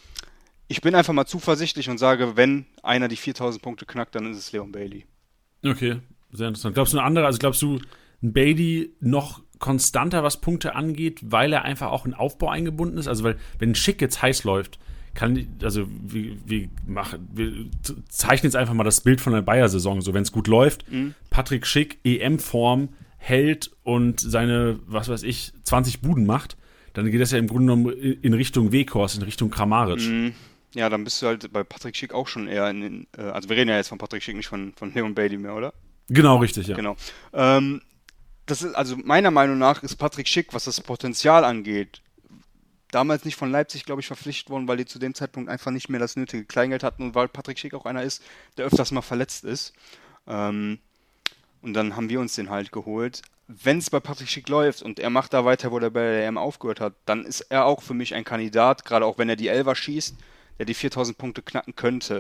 ich bin einfach mal zuversichtlich und sage, wenn einer die viertausend Punkte knackt, dann ist es Leon Bailey. Okay, sehr interessant. Glaubst du eine andere, also glaubst du, ein Bailey noch konstanter, was Punkte angeht, weil er einfach auch in Aufbau eingebunden ist? Also, weil, wenn ein Schick jetzt heiß läuft, kann, also, wir, wir, machen, wir zeichnen jetzt einfach mal das Bild von der Bayer-Saison, so, wenn es gut läuft, Mhm. Patrick Schick, E M-Form, hält und seine, was weiß ich, zwanzig Buden macht, dann geht das ja im Grunde genommen in Richtung Weghorst, in Richtung Kramaric. Mhm. Ja, dann bist du halt bei Patrick Schick auch schon eher in den, äh, also wir reden ja jetzt von Patrick Schick, nicht von, von Leon Bailey mehr, oder? Genau, richtig, ja. Genau. Ähm, das ist, also meiner Meinung nach ist Patrick Schick, was das Potenzial angeht, damals nicht von Leipzig, glaube ich, verpflichtet worden, weil die zu dem Zeitpunkt einfach nicht mehr das nötige Kleingeld hatten und weil Patrick Schick auch einer ist, der öfters mal verletzt ist. Ähm, und dann haben wir uns den halt geholt. Wenn es bei Patrick Schick läuft und er macht da weiter, wo er bei der E M aufgehört hat, dann ist er auch für mich ein Kandidat, gerade auch wenn er die Elfer schießt, der die viertausend Punkte knacken könnte.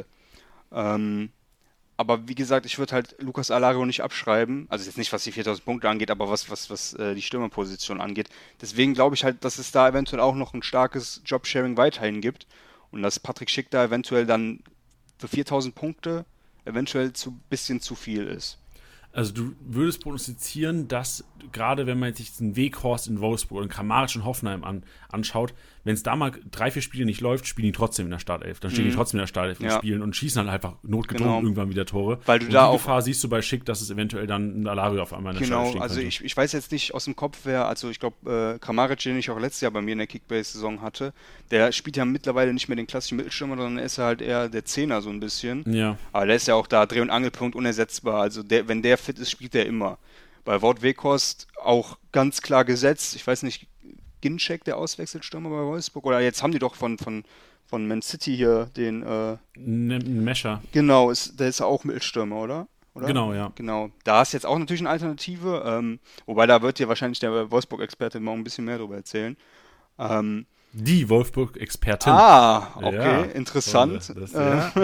Ähm, aber wie gesagt, ich würde halt Lucas Alario nicht abschreiben. Also jetzt nicht, was die viertausend Punkte angeht, aber was, was, was äh, die Stürmerposition angeht. Deswegen glaube ich halt, dass es da eventuell auch noch ein starkes Jobsharing weiterhin gibt. Und dass Patrick Schick da eventuell dann für viertausend Punkte eventuell zu bisschen zu viel ist. Also du würdest prognostizieren, dass gerade wenn man sich den Weghorst in Wolfsburg und Kramaric in Hoffenheim an, anschaut, wenn es da mal drei, vier Spiele nicht läuft, spielen die trotzdem in der Startelf. Dann stehen Mhm. die trotzdem in der Startelf und Ja. spielen und schießen dann einfach notgedrungen Genau. irgendwann wieder Tore. Weil du und da die auch- Gefahr siehst du bei Schick, dass es eventuell dann ein Alario auf einmal in der Startelf Genau, stehen also könnte. ich, ich weiß jetzt nicht aus dem Kopf, wer, also ich glaube, äh, Kramaric, den ich auch letztes Jahr bei mir in der Kickbase-Saison hatte, der spielt ja mittlerweile nicht mehr den klassischen Mittelstürmer, sondern ist er halt eher der Zehner so ein bisschen. Ja. Aber der ist ja auch da Dreh- und Angelpunkt unersetzbar. Also der, wenn der fit ist, spielt der immer. Bei Wout Weghorst auch ganz klar gesetzt. Ich weiß nicht, Ginczek, der Auswechselstürmer bei Wolfsburg, oder jetzt haben die doch von, von, von Man City hier den, äh, Ein Mescher. genau, ist, der ist ja auch Mittelstürmer, oder? Oder? Genau, ja. Genau. Da ist jetzt auch natürlich eine Alternative, ähm, wobei da wird dir wahrscheinlich der Wolfsburg-Experte morgen ein bisschen mehr darüber erzählen. Ähm, Die Wolfsburg-Expertin. ah, okay, Ja. interessant. So, das- Äh, ja.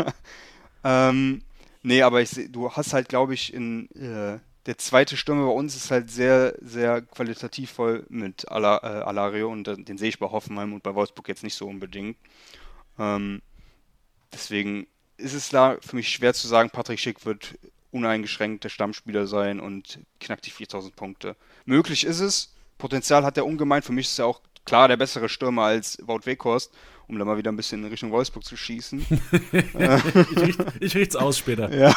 ähm, nee, aber ich seh, du hast halt, glaube ich, in äh, der zweite Stürmer bei uns ist halt sehr, sehr qualitativ voll mit Ala, äh, Alario und äh, den sehe ich bei Hoffenheim und bei Wolfsburg jetzt nicht so unbedingt. Ähm, deswegen ist es da für mich schwer zu sagen, Patrick Schick wird uneingeschränkt der Stammspieler sein und knackt die viertausend Punkte. Möglich ist es, Potenzial hat er ungemein, für mich ist er auch klar der bessere Stürmer als Wout Weghorst, um da mal wieder ein bisschen in Richtung Wolfsburg zu schießen. ich, richt, ich richt's aus später. Ja.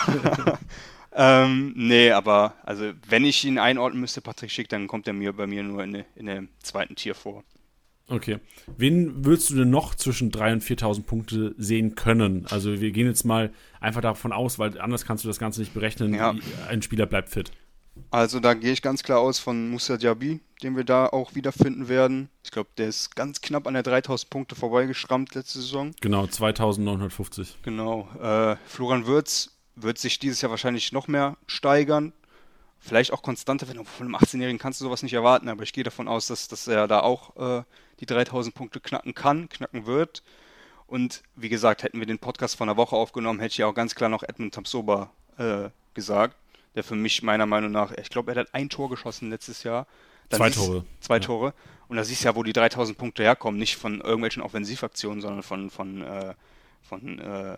ähm, nee, aber also wenn ich ihn einordnen müsste, Patrick Schick, dann kommt er mir bei mir nur in, in dem zweiten Tier vor. Okay. Wen würdest du denn noch zwischen dreitausend und viertausend Punkte sehen können? Also wir gehen jetzt mal einfach davon aus, weil anders kannst du das Ganze nicht berechnen, ja. ein Spieler bleibt fit. Also da gehe ich ganz klar aus von Moussa Diaby, den wir da auch wiederfinden werden. Ich glaube, der ist ganz knapp an der dreitausend Punkte vorbeigeschrammt letzte Saison. Genau, zweitausendneunhundertfünfzig. Genau. Äh, Florian Wirtz wird sich dieses Jahr wahrscheinlich noch mehr steigern. Vielleicht auch konstanter werden. Von einem achtzehnjährigen kannst du sowas nicht erwarten, aber ich gehe davon aus, dass, dass er da auch äh, die dreitausend Punkte knacken kann, knacken wird. Und wie gesagt, hätten wir den Podcast vor einer Woche aufgenommen, hätte ich ja auch ganz klar noch Edmund Tapsoba äh, gesagt, der für mich meiner Meinung nach, ich glaube, er hat ein Tor geschossen letztes Jahr. Dann zwei Tore. Zwei ja. Tore. Und da siehst du ja, wo die dreitausend Punkte herkommen. Nicht von irgendwelchen Offensivaktionen, sondern von, von, äh, von äh,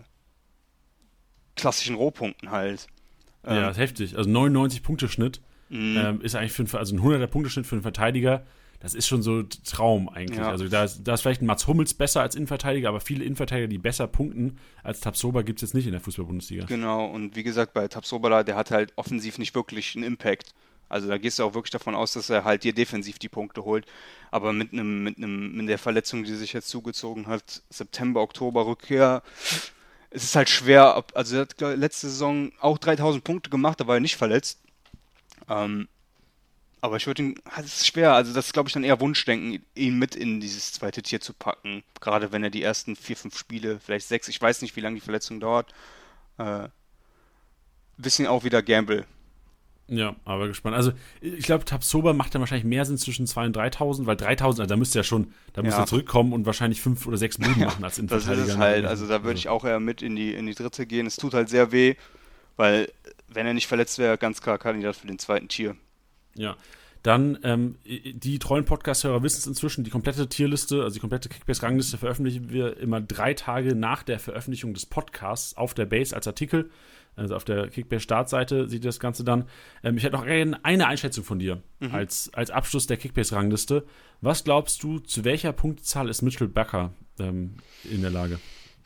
klassischen Rohpunkten halt. Ja, ähm, das ist heftig. Also neunundneunzig Punkte Schnitt ähm, ist eigentlich für einen, also ein hunderter Punkte Schnitt für einen Verteidiger. Das ist schon so Traum eigentlich. Ja. Also da ist, da ist vielleicht ein Mats Hummels besser als Innenverteidiger, aber viele Innenverteidiger, die besser punkten als Tapsoba, gibt es jetzt nicht in der Fußball-Bundesliga. Genau, und wie gesagt, bei Tapsoba, der hat halt offensiv nicht wirklich einen Impact. Also da gehst du auch wirklich davon aus, dass er halt dir defensiv die Punkte holt. Aber mit einem, mit einem, mit der Verletzung, die sich jetzt zugezogen hat, September, Oktober, Rückkehr, es ist halt schwer. Also er hat letzte Saison auch dreitausend Punkte gemacht, da war er nicht verletzt. Ähm, aber ich würde ihn, es ist schwer, also das ist glaube ich dann eher Wunschdenken, ihn mit in dieses zweite Tier zu packen. Gerade wenn er die ersten vier, fünf Spiele, vielleicht sechs, ich weiß nicht, wie lange die Verletzung dauert, äh, bisschen auch wieder Gamble. Ja, aber gespannt. Also ich glaube, Tapsoba macht dann wahrscheinlich mehr Sinn zwischen zweitausend und dreitausend, weil dreitausend, also da müsste er schon, da müsste ja. er zurückkommen und wahrscheinlich fünf oder sechs Buden machen als Innenverteidiger. Das ist es halt, also da würde ich auch eher mit in die, in die dritte gehen. Es tut halt sehr weh, weil wenn er nicht verletzt wäre, ganz klar Kandidat für den zweiten Tier. Ja, dann ähm, die treuen Podcast-Hörer wissen es inzwischen, die komplette Tierliste, also die komplette Kickbase-Rangliste veröffentlichen wir immer drei Tage nach der Veröffentlichung des Podcasts auf der Base als Artikel. Also auf der Kickbase-Startseite sieht ihr das Ganze dann. Ähm, ich hätte noch eine Einschätzung von dir mhm. als, als Abschluss der Kickbase-Rangliste. Was glaubst du, zu welcher Punktzahl ist Mitchell Bakker ähm, in der Lage?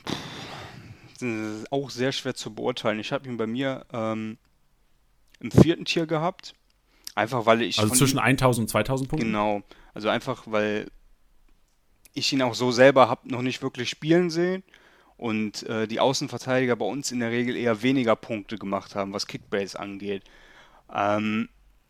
Das ist auch sehr schwer zu beurteilen. Ich habe ihn bei mir ähm, im vierten Tier gehabt. Einfach weil ich. Also zwischen eintausend und zweitausend Punkten? Genau. Also einfach, weil ich ihn auch so selber habe noch nicht wirklich spielen sehen. Und äh, die Außenverteidiger bei uns in der Regel eher weniger Punkte gemacht haben, was Kickbase angeht. Ähm,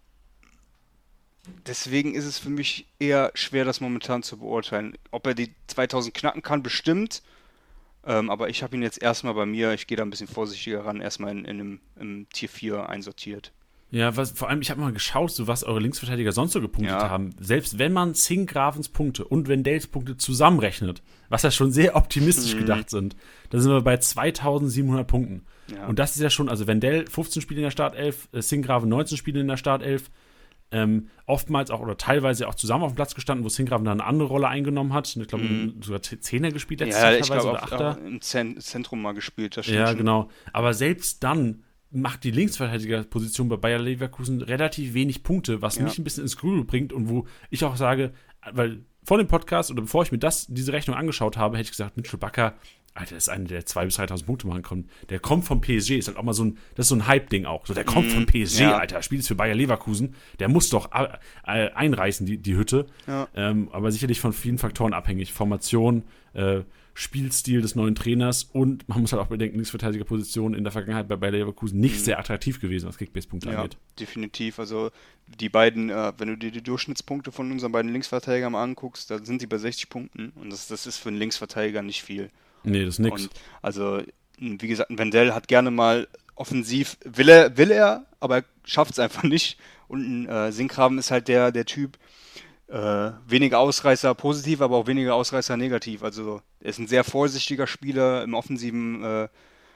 deswegen ist es für mich eher schwer, das momentan zu beurteilen. Ob er die zweitausend knacken kann, bestimmt. Ähm, aber ich habe ihn jetzt erstmal bei mir, ich gehe da ein bisschen vorsichtiger ran, erstmal in, in einem, im Tier vier einsortiert. Ja, was, vor allem, ich habe mal geschaut, so was eure Linksverteidiger sonst so gepunktet ja. haben. Selbst wenn man Singravens Punkte und Wendels Punkte zusammenrechnet, was ja schon sehr optimistisch mhm. gedacht sind, da sind wir bei zweitausendsiebenhundert Punkten. Ja. Und das ist ja schon, also Wendell fünfzehn Spiele in der Startelf, äh, Singraven neunzehn Spiele in der Startelf, ähm, oftmals auch oder teilweise auch zusammen auf dem Platz gestanden, wo Singraven dann eine andere Rolle eingenommen hat. Ich glaube, mhm. sogar Zehner gespielt letztes Jahr ja, teilweise oder Achter. Im Zentrum mal gespielt, das stimmt Ja, schon. genau. Aber selbst dann macht die Linksverteidigerposition bei Bayer Leverkusen relativ wenig Punkte, was ja. mich ein bisschen ins Grübeln bringt und wo ich auch sage, weil vor dem Podcast oder bevor ich mir das, diese Rechnung angeschaut habe, hätte ich gesagt, Mitchell Bakker, Alter, das ist einer, der zweitausend bis dreitausend Punkte machen kann. Der kommt vom P S G, ist halt auch mal so ein, das ist so ein Hype-Ding auch. So, der kommt mm, vom P S G, ja. Alter, spielt jetzt für Bayer Leverkusen, der muss doch äh, einreißen, die, die Hütte. Ja. Ähm, aber sicherlich von vielen Faktoren abhängig. Formation, äh, Spielstil des neuen Trainers und man muss halt auch bedenken, Linksverteidigerposition in der Vergangenheit bei Bayer Leverkusen nicht mhm. sehr attraktiv gewesen, was Kickbase-Punkte ja, angeht. Definitiv. Also die beiden, äh, wenn du dir die Durchschnittspunkte von unseren beiden Linksverteidigern mal anguckst, da sind die bei sechzig Punkten und das, das ist für einen Linksverteidiger nicht viel. Nee, das ist nix. Und also, wie gesagt, ein Wendell hat gerne mal offensiv, will er, will er, aber er schafft es einfach nicht. Und ein äh, Singraven ist halt der, der Typ, äh, weniger Ausreißer positiv, aber auch weniger Ausreißer negativ. Also er ist ein sehr vorsichtiger Spieler im offensiven äh,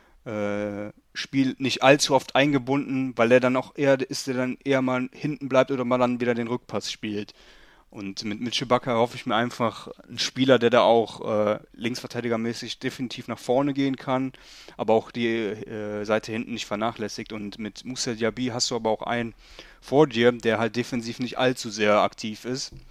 äh, Spiel, nicht allzu oft eingebunden, weil er dann auch eher ist, der dann eher mal hinten bleibt oder mal dann wieder den Rückpass spielt. Und mit Mitchell Bakker hoffe ich mir einfach einen Spieler, der da auch äh, linksverteidigermäßig definitiv nach vorne gehen kann, aber auch die äh, Seite hinten nicht vernachlässigt. Und mit Moussa Diaby hast du aber auch einen vor dir, der halt defensiv nicht allzu sehr aktiv ist.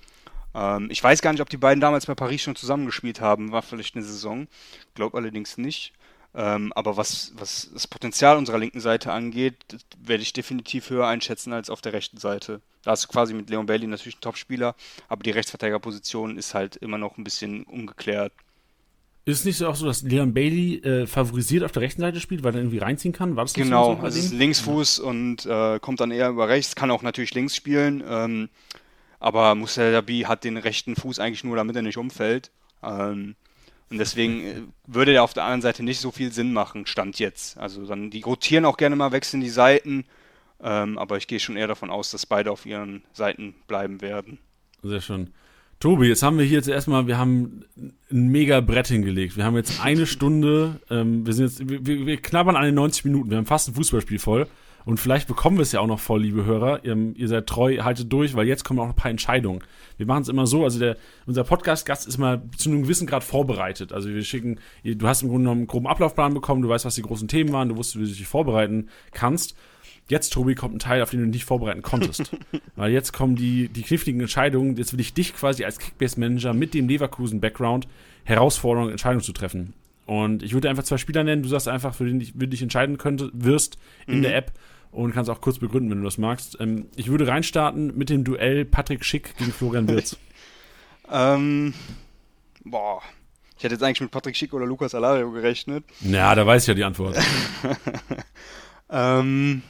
Ähm, ich weiß gar nicht, ob die beiden damals bei Paris schon zusammengespielt haben, war vielleicht eine Saison. Glaube allerdings nicht. Ähm, aber was, was das Potenzial unserer linken Seite angeht, werde ich definitiv höher einschätzen als auf der rechten Seite. Da hast du quasi mit Leon Bailey natürlich einen Topspieler, aber die Rechtsverteidigerposition ist halt immer noch ein bisschen ungeklärt. Ist es nicht so auch so, dass Leon Bailey äh, favorisiert auf der rechten Seite spielt, weil er irgendwie reinziehen kann? War das nicht Genau, so? Genau, also es ist ein Linksfuß und äh, kommt dann eher über rechts, kann auch natürlich links spielen, ähm, aber Moussa Diaby hat den rechten Fuß eigentlich nur, damit er nicht umfällt. Ähm, und deswegen äh, würde der auf der anderen Seite nicht so viel Sinn machen, Stand jetzt. Also dann, die rotieren auch gerne mal, wechseln die Seiten, ähm, aber ich gehe schon eher davon aus, dass beide auf ihren Seiten bleiben werden. Sehr schön. Tobi, jetzt haben wir hier jetzt erstmal, wir haben ein mega Brett hingelegt. Wir haben jetzt eine Stunde, ähm, wir sind jetzt, wir, wir knabbern an den neunzig Minuten, wir haben fast ein Fußballspiel voll und vielleicht bekommen wir es ja auch noch voll, liebe Hörer. Ihr, ihr seid treu, haltet durch, weil jetzt kommen auch noch ein paar Entscheidungen. Wir machen es immer so, also der, unser Podcast-Gast ist mal zu einem gewissen Grad vorbereitet. Also wir schicken, du hast im Grunde genommen einen groben Ablaufplan bekommen, du weißt, was die großen Themen waren, du wusstest, wie du dich vorbereiten kannst. Jetzt, Tobi, kommt ein Teil, auf den du dich vorbereiten konntest. Weil jetzt kommen die, die kniffligen Entscheidungen. Jetzt will ich dich quasi als Kickbase-Manager mit dem Leverkusen-Background herausfordern, Entscheidungen zu treffen. Und ich würde einfach zwei Spieler nennen. Du sagst einfach, für den du dich entscheiden könntest, wirst in mhm. der App und kannst auch kurz begründen, wenn du das magst. Ähm, ich würde reinstarten mit dem Duell Patrick Schick gegen Florian Wirtz. ähm, boah. Ich hätte jetzt eigentlich mit Patrick Schick oder Lucas Alario gerechnet. Ja, da weiß ich ja die Antwort. ähm...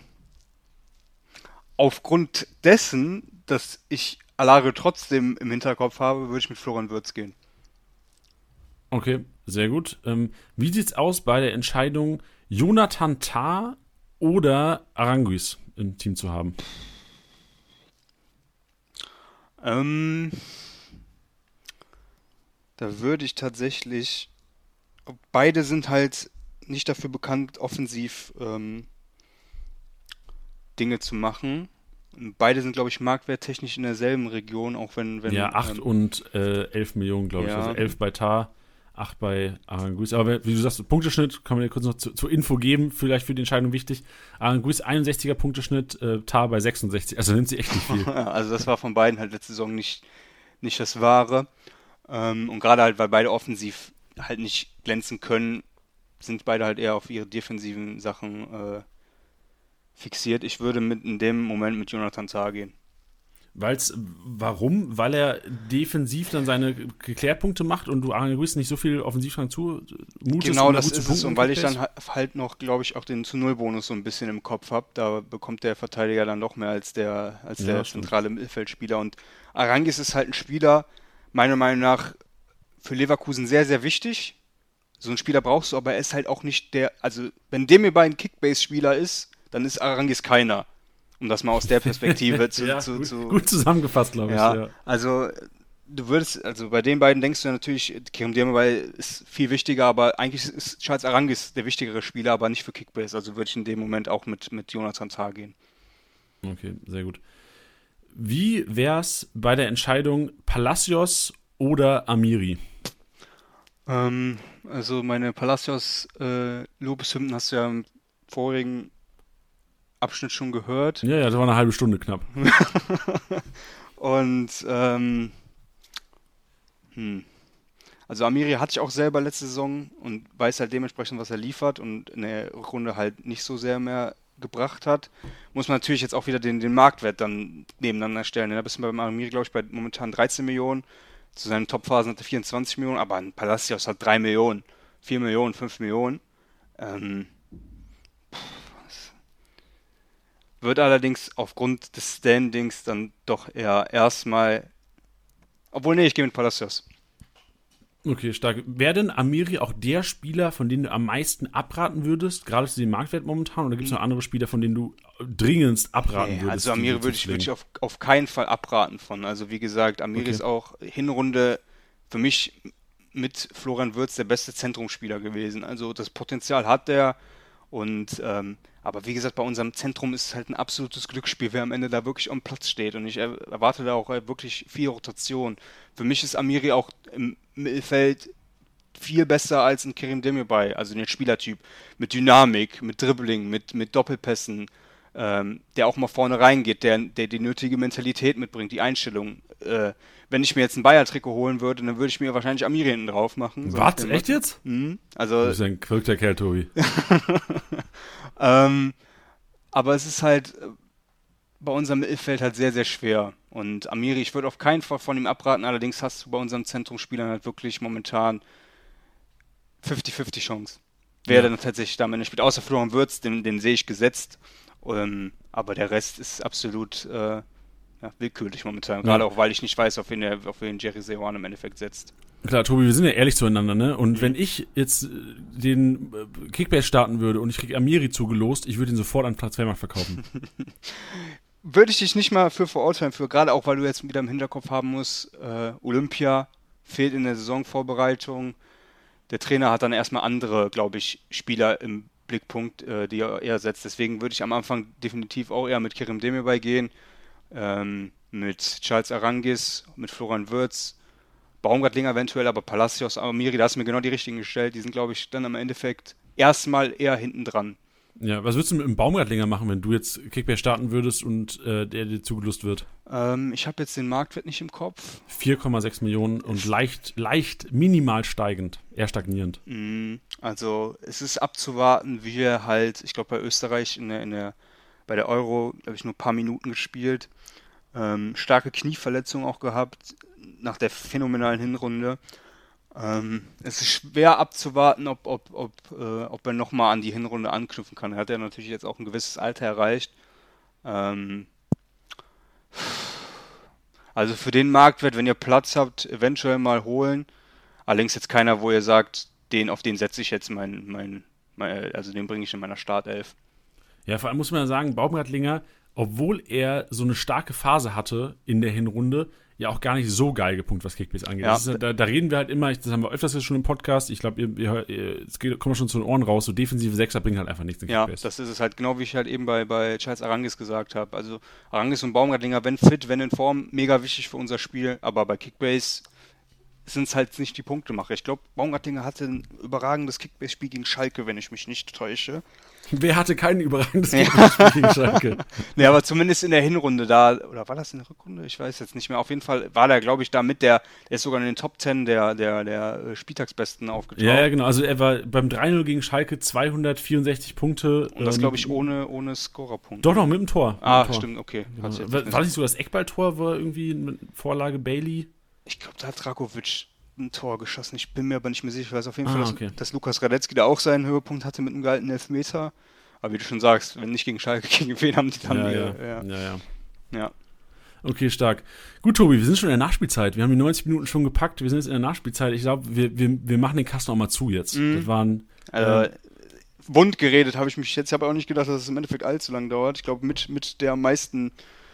Aufgrund dessen, dass ich Alario trotzdem im Hinterkopf habe, würde ich mit Florian Wirtz gehen. Okay, sehr gut. Ähm, wie sieht's aus bei der Entscheidung, Jonathan Tah oder Aranguiz im Team zu haben? Ähm, da würde ich tatsächlich, beide sind halt nicht dafür bekannt, offensiv ähm, Dinge zu machen. Beide sind, glaube ich, marktwerttechnisch in derselben Region, auch wenn... wenn ja, acht ähm, und äh, elf Millionen, glaube ja. ich. Also elf bei Tah, acht bei Aranguiz. Aber wie du sagst, Punkteschnitt, kann man dir kurz noch zu, zur Info geben, vielleicht für die Entscheidung wichtig. Aranguiz einundsechziger Punkteschnitt, äh, Tah bei sechsundsechzig. Also nimmt sie echt nicht viel. Also das war von beiden halt letzte Saison nicht, nicht das Wahre. Ähm, und gerade halt, weil beide offensiv halt nicht glänzen können, sind beide halt eher auf ihre defensiven Sachen äh, fixiert. Ich würde mit in dem Moment mit Jonathan Tah gehen. Weil's, warum? Weil er defensiv dann seine Geklärpunkte macht und du Aranguiz nicht so viel Offensivdrang zumutest? Genau, das ist es. Und weil ich dann halt noch, glaube ich, auch den zu-Null-Bonus so ein bisschen im Kopf habe, da bekommt der Verteidiger dann doch mehr als der, als der ja, zentrale Mittelfeldspieler. Und Aranguiz ist halt ein Spieler, meiner Meinung nach, für Leverkusen sehr, sehr wichtig. So einen Spieler brauchst du, aber er ist halt auch nicht der, also wenn Demirbay ein Kickbase-Spieler ist, dann ist Aranguiz keiner. Um das mal aus der Perspektive zu, ja, zu, gut, zu... Gut zusammengefasst, glaube ich. Ja, ja, also du würdest, also bei den beiden denkst du natürlich, Kerem Demirbay ist viel wichtiger, aber eigentlich ist Charles Aranguiz der wichtigere Spieler, aber nicht für Kickbase. Also würde ich in dem Moment auch mit, mit Jonathan Tah gehen. Okay, sehr gut. Wie wär's bei der Entscheidung Palacios oder Amiri? Ähm, also meine Palacios äh, Lobeshymnen hast du ja im vorigen Abschnitt schon gehört. Ja, ja, das war eine halbe Stunde knapp. Und ähm, hm. also Amiri hatte ich auch selber letzte Saison und weiß halt dementsprechend, was er liefert und in der Runde halt nicht so sehr mehr gebracht hat. Muss man natürlich jetzt auch wieder den, den Marktwert dann nebeneinander stellen. Da bist du bei Amiri, glaube ich, bei momentan dreizehn Millionen. Zu seinen Topphasen hat er vierundzwanzig Millionen, aber ein Palacios hat drei Millionen, vier Millionen, fünf Millionen. Ähm, wird allerdings aufgrund des Standings dann doch eher erstmal, obwohl, nee, ich gehe mit Palacios. Okay, stark. Wäre denn Amiri auch der Spieler, von dem du am meisten abraten würdest, gerade zu dem Marktwert momentan, oder gibt es noch andere Spieler, von denen du dringendst abraten nee, würdest? Also Amiri würde ich wirklich auf, auf keinen Fall abraten von. Also wie gesagt, Amiri okay. ist auch Hinrunde für mich mit Florian Wirtz der beste Zentrumsspieler gewesen. Also das Potenzial hat der und ähm, aber wie gesagt, bei unserem Zentrum ist es halt ein absolutes Glücksspiel, wer am Ende da wirklich am Platz steht. Und ich erwarte da auch wirklich viel Rotation. Für mich ist Amiri auch im Mittelfeld viel besser als ein Kerem Demirbay, also den Spielertyp. Mit Dynamik, mit Dribbling, mit, mit Doppelpässen. ähm, der auch mal vorne reingeht, der, der die nötige Mentalität mitbringt, die Einstellung. Äh, wenn ich mir jetzt ein Bayer-Trikot holen würde, dann würde ich mir wahrscheinlich Amiri hinten drauf machen. So Was? Echt jetzt? Mhm. Also, Du bist ein verrückter Kerl, Tobi. ähm, aber es ist halt äh, bei unserem Mittelfeld halt sehr, sehr schwer. Und Amiri, ich würde auf keinen Fall von ihm abraten, allerdings hast du bei unseren Zentrumsspielern halt wirklich momentan fünfzig fünfzig Chance. Wer Ja. dann tatsächlich da am Ende spielt, außer Florian Wirtz, den, den sehe ich gesetzt. Ähm, aber der Rest ist absolut äh, ja, willkürlich momentan. Gerade Ja. auch, weil ich nicht weiß, auf wen, der, auf wen Jerry Seoane im Endeffekt setzt. Klar, Tobi, wir sind ja ehrlich zueinander, ne? Und wenn ich jetzt äh, den äh, Kickbase starten würde und ich krieg Amiri zugelost, ich würde ihn sofort an Transfermarkt verkaufen. Würde ich dich nicht mal für verurteilen, für gerade auch, weil du jetzt wieder im Hinterkopf haben musst, äh, Olympia fehlt in der Saisonvorbereitung. Der Trainer hat dann erstmal andere, glaube ich, Spieler im Blickpunkt, äh, die er eher setzt. Deswegen würde ich am Anfang definitiv auch eher mit Kerim Demirbay gehen, ähm, mit Charles Arangis, mit Florian Wirtz, Baumgartlinger eventuell, aber Palacios, Amiri, da hast du mir genau die richtigen gestellt. Die sind, glaube ich, dann am Endeffekt erstmal eher hinten dran. Ja, was würdest du mit dem Baumgartlinger machen, wenn du jetzt Kickbase starten würdest und äh, der dir zugelost wird? Ähm, ich habe jetzt den Marktwert nicht im Kopf. vier Komma sechs Millionen und leicht, leicht minimal steigend, eher stagnierend. Mm, Also es ist abzuwarten, wie er halt, ich glaube bei Österreich in der, in der, bei der Euro habe ich nur ein paar Minuten gespielt, ähm, starke Knieverletzung auch gehabt nach der phänomenalen Hinrunde. Ähm, es ist schwer abzuwarten, ob, ob, ob, äh, ob er nochmal an die Hinrunde anknüpfen kann. Er hat ja natürlich jetzt auch ein gewisses Alter erreicht. Ähm, also für den Marktwert, wenn ihr Platz habt, eventuell mal holen. Allerdings jetzt keiner, wo ihr sagt, den, auf den setze ich jetzt mein, mein, mein also den bringe ich in meiner Startelf. Ja, vor allem muss man ja sagen, Baumgartlinger, obwohl er so eine starke Phase hatte in der Hinrunde, ja auch gar nicht so geil gepunktet, was Kickbase angeht. Ja. Das ist, da, da reden wir halt immer, das haben wir öfters jetzt schon im Podcast, ich glaube, ihr, ihr, ihr, es geht, kommt schon zu den Ohren raus, so defensive Sechser bringen halt einfach nichts in Ja, Kickbase. das ist es halt, genau wie ich halt eben bei, bei Charles Arangis gesagt habe. Also Arangis und Baumgartlinger, wenn fit, wenn in Form, mega wichtig für unser Spiel, aber bei Kickbase sind es halt nicht die Punktemacher. Ich glaube, Baumgartlinger hatte ein überragendes Kickbase-Spiel gegen Schalke, wenn ich mich nicht täusche. Wer hatte kein überragendes Kickbase-Spiel gegen Schalke? Ne, aber zumindest in der Hinrunde da, oder war das in der Rückrunde? Ich weiß jetzt nicht mehr. Auf jeden Fall war der, glaube ich, da mit der, der ist sogar in den Top zehn der, der, der äh, Spieltagsbesten aufgetaucht. Ja, ja, genau. Also er war beim drei null gegen Schalke zweihundertvierundsechzig Punkte. Und das, ähm, glaube ich, ohne, ohne Scorerpunkt. Doch noch mit dem Tor. Mit Ah, dem Tor. stimmt, okay. Hat sich jetzt War, nicht war das nicht so das Eckballtor, wo er irgendwie mit Vorlage Bailey? Ich glaube, da hat Dragovic ein Tor geschossen. Ich bin mir aber nicht mehr sicher. Ich weiß auf jeden Fall, Ah, dass, okay. dass Lukas Radetzky da auch seinen Höhepunkt hatte mit einem gehaltenen Elfmeter. Aber wie du schon sagst, wenn nicht gegen Schalke, gegen wen haben die dann Ja, wieder? ja, ja, ja. ja. Okay, stark. Gut, Tobi, wir sind schon in der Nachspielzeit. Wir haben die neunzig Minuten schon gepackt. Wir sind jetzt in der Nachspielzeit. Ich glaube, wir, wir, wir machen den Kasten auch mal zu jetzt. Mhm. Das waren. Also, wund geredet habe ich mich jetzt. Ich habe auch nicht gedacht, dass es im Endeffekt allzu lang dauert. Ich glaube, mit, mit der am meisten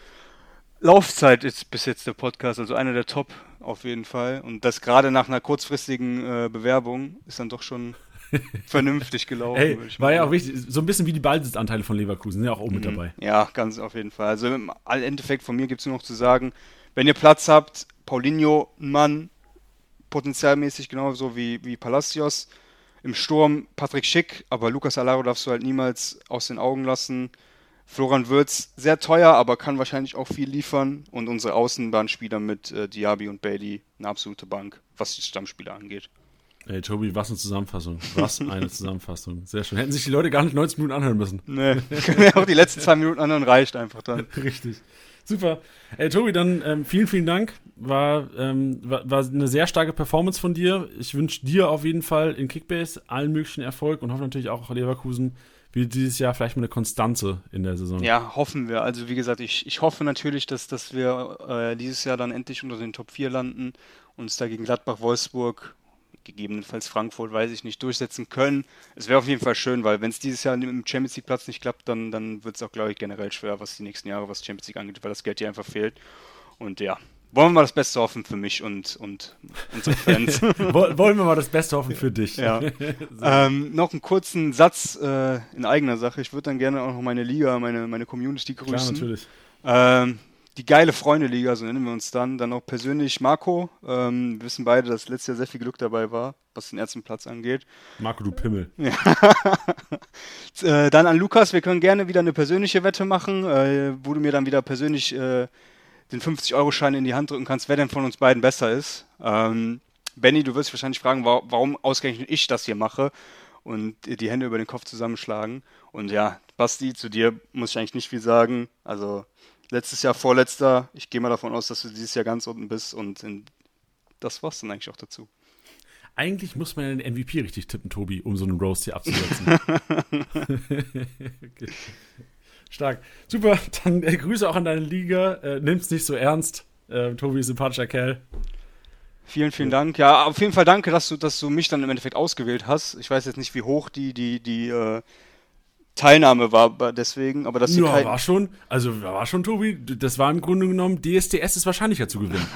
Laufzeit ist bis jetzt der Podcast, also einer der Top auf jeden Fall. Und das gerade nach einer kurzfristigen äh, Bewerbung ist dann doch schon vernünftig gelaufen. Ey, würde ich war mal ja auch sagen. wichtig. So ein bisschen wie die Ballsitzanteile von Leverkusen. Sind ja auch oben mit dabei. Ja, ganz auf jeden Fall. Also im Endeffekt von mir gibt es nur noch zu sagen, wenn ihr Platz habt, Paulinho, ein Mann, potenzialmäßig genauso wie, wie Palacios. Im Sturm Patrick Schick, aber Lucas Alaro darfst du halt niemals aus den Augen lassen. Florian Wirtz, sehr teuer, aber kann wahrscheinlich auch viel liefern. Und unsere Außenbahnspieler mit äh, Diaby und Bailey, eine absolute Bank, was die Stammspieler angeht. Ey, Tobi, was eine Zusammenfassung. Was eine Zusammenfassung. Sehr schön. Hätten sich die Leute gar nicht neunzig Minuten anhören müssen. Nee, können wir auch die letzten zwei Minuten anhören, reicht einfach dann. Richtig. Super. Ey, Tobi, dann ähm, vielen, vielen Dank. War, ähm, war, war eine sehr starke Performance von dir. Ich wünsche dir auf jeden Fall in Kickbase allen möglichen Erfolg und hoffe natürlich auch Leverkusen wie dieses Jahr vielleicht mal eine Konstanze in der Saison. Ja, hoffen wir. Also wie gesagt, ich, ich hoffe natürlich, dass, dass wir äh, dieses Jahr dann endlich unter den Top vier landen, uns da gegen Gladbach, Wolfsburg, gegebenenfalls Frankfurt, weiß ich nicht, durchsetzen können. Es wäre auf jeden Fall schön, weil wenn es dieses Jahr im Champions League Platz nicht klappt, dann, dann wird es auch, glaube ich, generell schwer, was die nächsten Jahre, was Champions League angeht, weil das Geld hier einfach fehlt. Und ja, wollen wir mal das Beste hoffen für mich und, und unsere Fans. Woll- Wollen wir mal das Beste hoffen für dich. Ja. ähm, noch einen kurzen Satz äh, in eigener Sache. Ich würde dann gerne auch noch meine Liga, meine, meine Community grüßen. Klar, natürlich. Ähm, die geile Freunde-Liga, so nennen wir uns dann. Dann noch persönlich Marco. Ähm, wir wissen beide, dass letztes Jahr sehr viel Glück dabei war, was den ersten Platz angeht. Marco, du Pimmel. Ja. äh, dann an Lukas, wir können gerne wieder eine persönliche Wette machen, äh, wo du mir dann wieder persönlich äh, den fünfzig-Euro-Schein in die Hand drücken kannst, wer denn von uns beiden besser ist. Ähm, Benny, du wirst dich wahrscheinlich fragen, wa- warum ausgerechnet ich das hier mache und die Hände über den Kopf zusammenschlagen. Und ja, Basti, zu dir muss ich eigentlich nicht viel sagen. Also letztes Jahr Vorletzter. Ich gehe mal davon aus, dass du dieses Jahr ganz unten bist. Und in, das war's dann eigentlich auch dazu. Eigentlich muss man den M V P richtig tippen, Tobi, um so einen Roast hier abzusetzen. Okay. Stark. Super, dann äh, Grüße auch an deine Liga. Äh, nimm's nicht so ernst. Äh, Tobi ist ein sympathischer Kerl. Vielen, vielen Dank. Ja, auf jeden Fall danke, dass du, dass du mich dann im Endeffekt ausgewählt hast. Ich weiß jetzt nicht, wie hoch die, die, die äh, Teilnahme war deswegen, aber dass Ja, kein... war schon, also war schon, Tobi, das war im Grunde genommen, D S D S ist wahrscheinlicher zu gewinnen.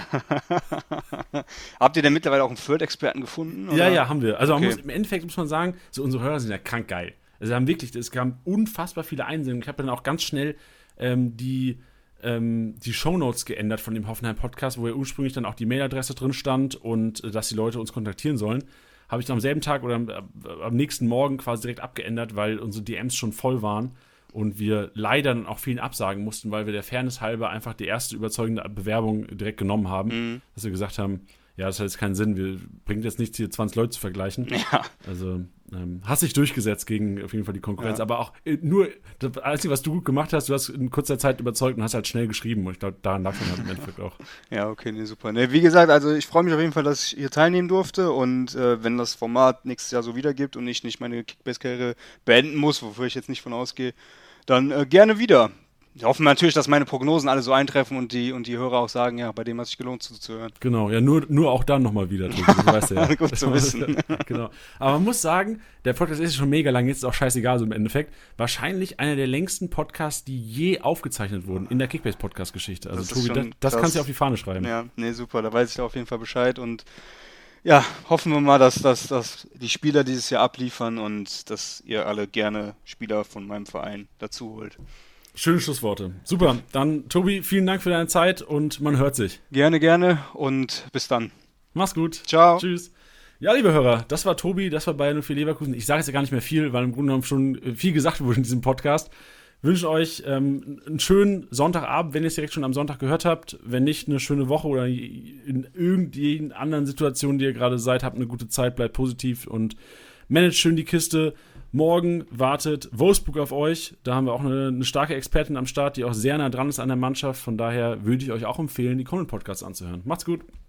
Habt ihr denn mittlerweile auch einen Fürth-Experten gefunden? Oder? Ja, ja, haben wir. Also man Okay. muss, im Endeffekt muss man sagen, so unsere Hörer sind ja krank geil. Also haben wirklich, es kamen unfassbar viele Einsendungen. Ich habe dann auch ganz schnell ähm, die, ähm, die Shownotes geändert von dem Hoffenheim-Podcast, wo ja ursprünglich dann auch die Mailadresse drin stand und äh, dass die Leute uns kontaktieren sollen. Habe ich dann am selben Tag oder am, am nächsten Morgen quasi direkt abgeändert, weil unsere D Ms schon voll waren und wir leider dann auch vielen absagen mussten, weil wir der Fairness halber einfach die erste überzeugende Bewerbung direkt genommen haben, Mhm. dass wir gesagt haben, ja, das hat jetzt keinen Sinn, wir bringt jetzt nichts, hier zwanzig Leute zu vergleichen. Ja. Also ähm, hast dich durchgesetzt gegen auf jeden Fall die Konkurrenz, Ja. aber auch äh, nur das Einzige, was du gut gemacht hast, du hast in kurzer Zeit überzeugt und hast halt schnell geschrieben und ich glaube, daran lag es halt im Endeffekt auch. Ja, okay, nee, super. Nee, wie gesagt, also ich freue mich auf jeden Fall, dass ich hier teilnehmen durfte und äh, wenn das Format nächstes Jahr so wiedergibt und ich nicht meine Kickbase-Karriere beenden muss, wofür ich jetzt nicht von ausgehe, dann äh, gerne wieder. Ich hoffe natürlich, dass meine Prognosen alle so eintreffen und die, und die Hörer auch sagen, ja, bei dem hat sich gelohnt zuzuhören. Genau, ja, nur, nur auch dann nochmal wieder, Tobi, das weißt du ja. Gut zu wissen. Genau. Aber man muss sagen, der Podcast ist schon mega lang, jetzt ist auch scheißegal so im Endeffekt. Wahrscheinlich einer der längsten Podcasts, die je aufgezeichnet wurden in der Kickbase-Podcast-Geschichte. Also Das ist Tobi, das, schon das krass. kannst du auf die Fahne schreiben. Ja, nee, super, da weiß ich auf jeden Fall Bescheid und ja, hoffen wir mal, dass, dass, dass die Spieler dieses Jahr abliefern und dass ihr alle gerne Spieler von meinem Verein dazu holt. Schöne Schlussworte. Super, dann Tobi, vielen Dank für deine Zeit und man hört sich. Gerne, gerne und bis dann. Mach's gut. Ciao. Tschüss. Ja, liebe Hörer, das war Tobi, das war Bayern null vier Leverkusen. Ich sage jetzt ja gar nicht mehr viel, weil im Grunde genommen schon viel gesagt wurde in diesem Podcast. Wünsche euch ähm, einen schönen Sonntagabend, wenn ihr es direkt schon am Sonntag gehört habt. Wenn nicht, eine schöne Woche oder in irgendeiner anderen Situation, die ihr gerade seid, habt eine gute Zeit, bleibt positiv und managt schön die Kiste. Morgen wartet Wolfsburg auf euch. Da haben wir auch eine, eine starke Expertin am Start, die auch sehr nah dran ist an der Mannschaft. Von daher würde ich euch auch empfehlen, die kommenden Podcasts anzuhören. Macht's gut.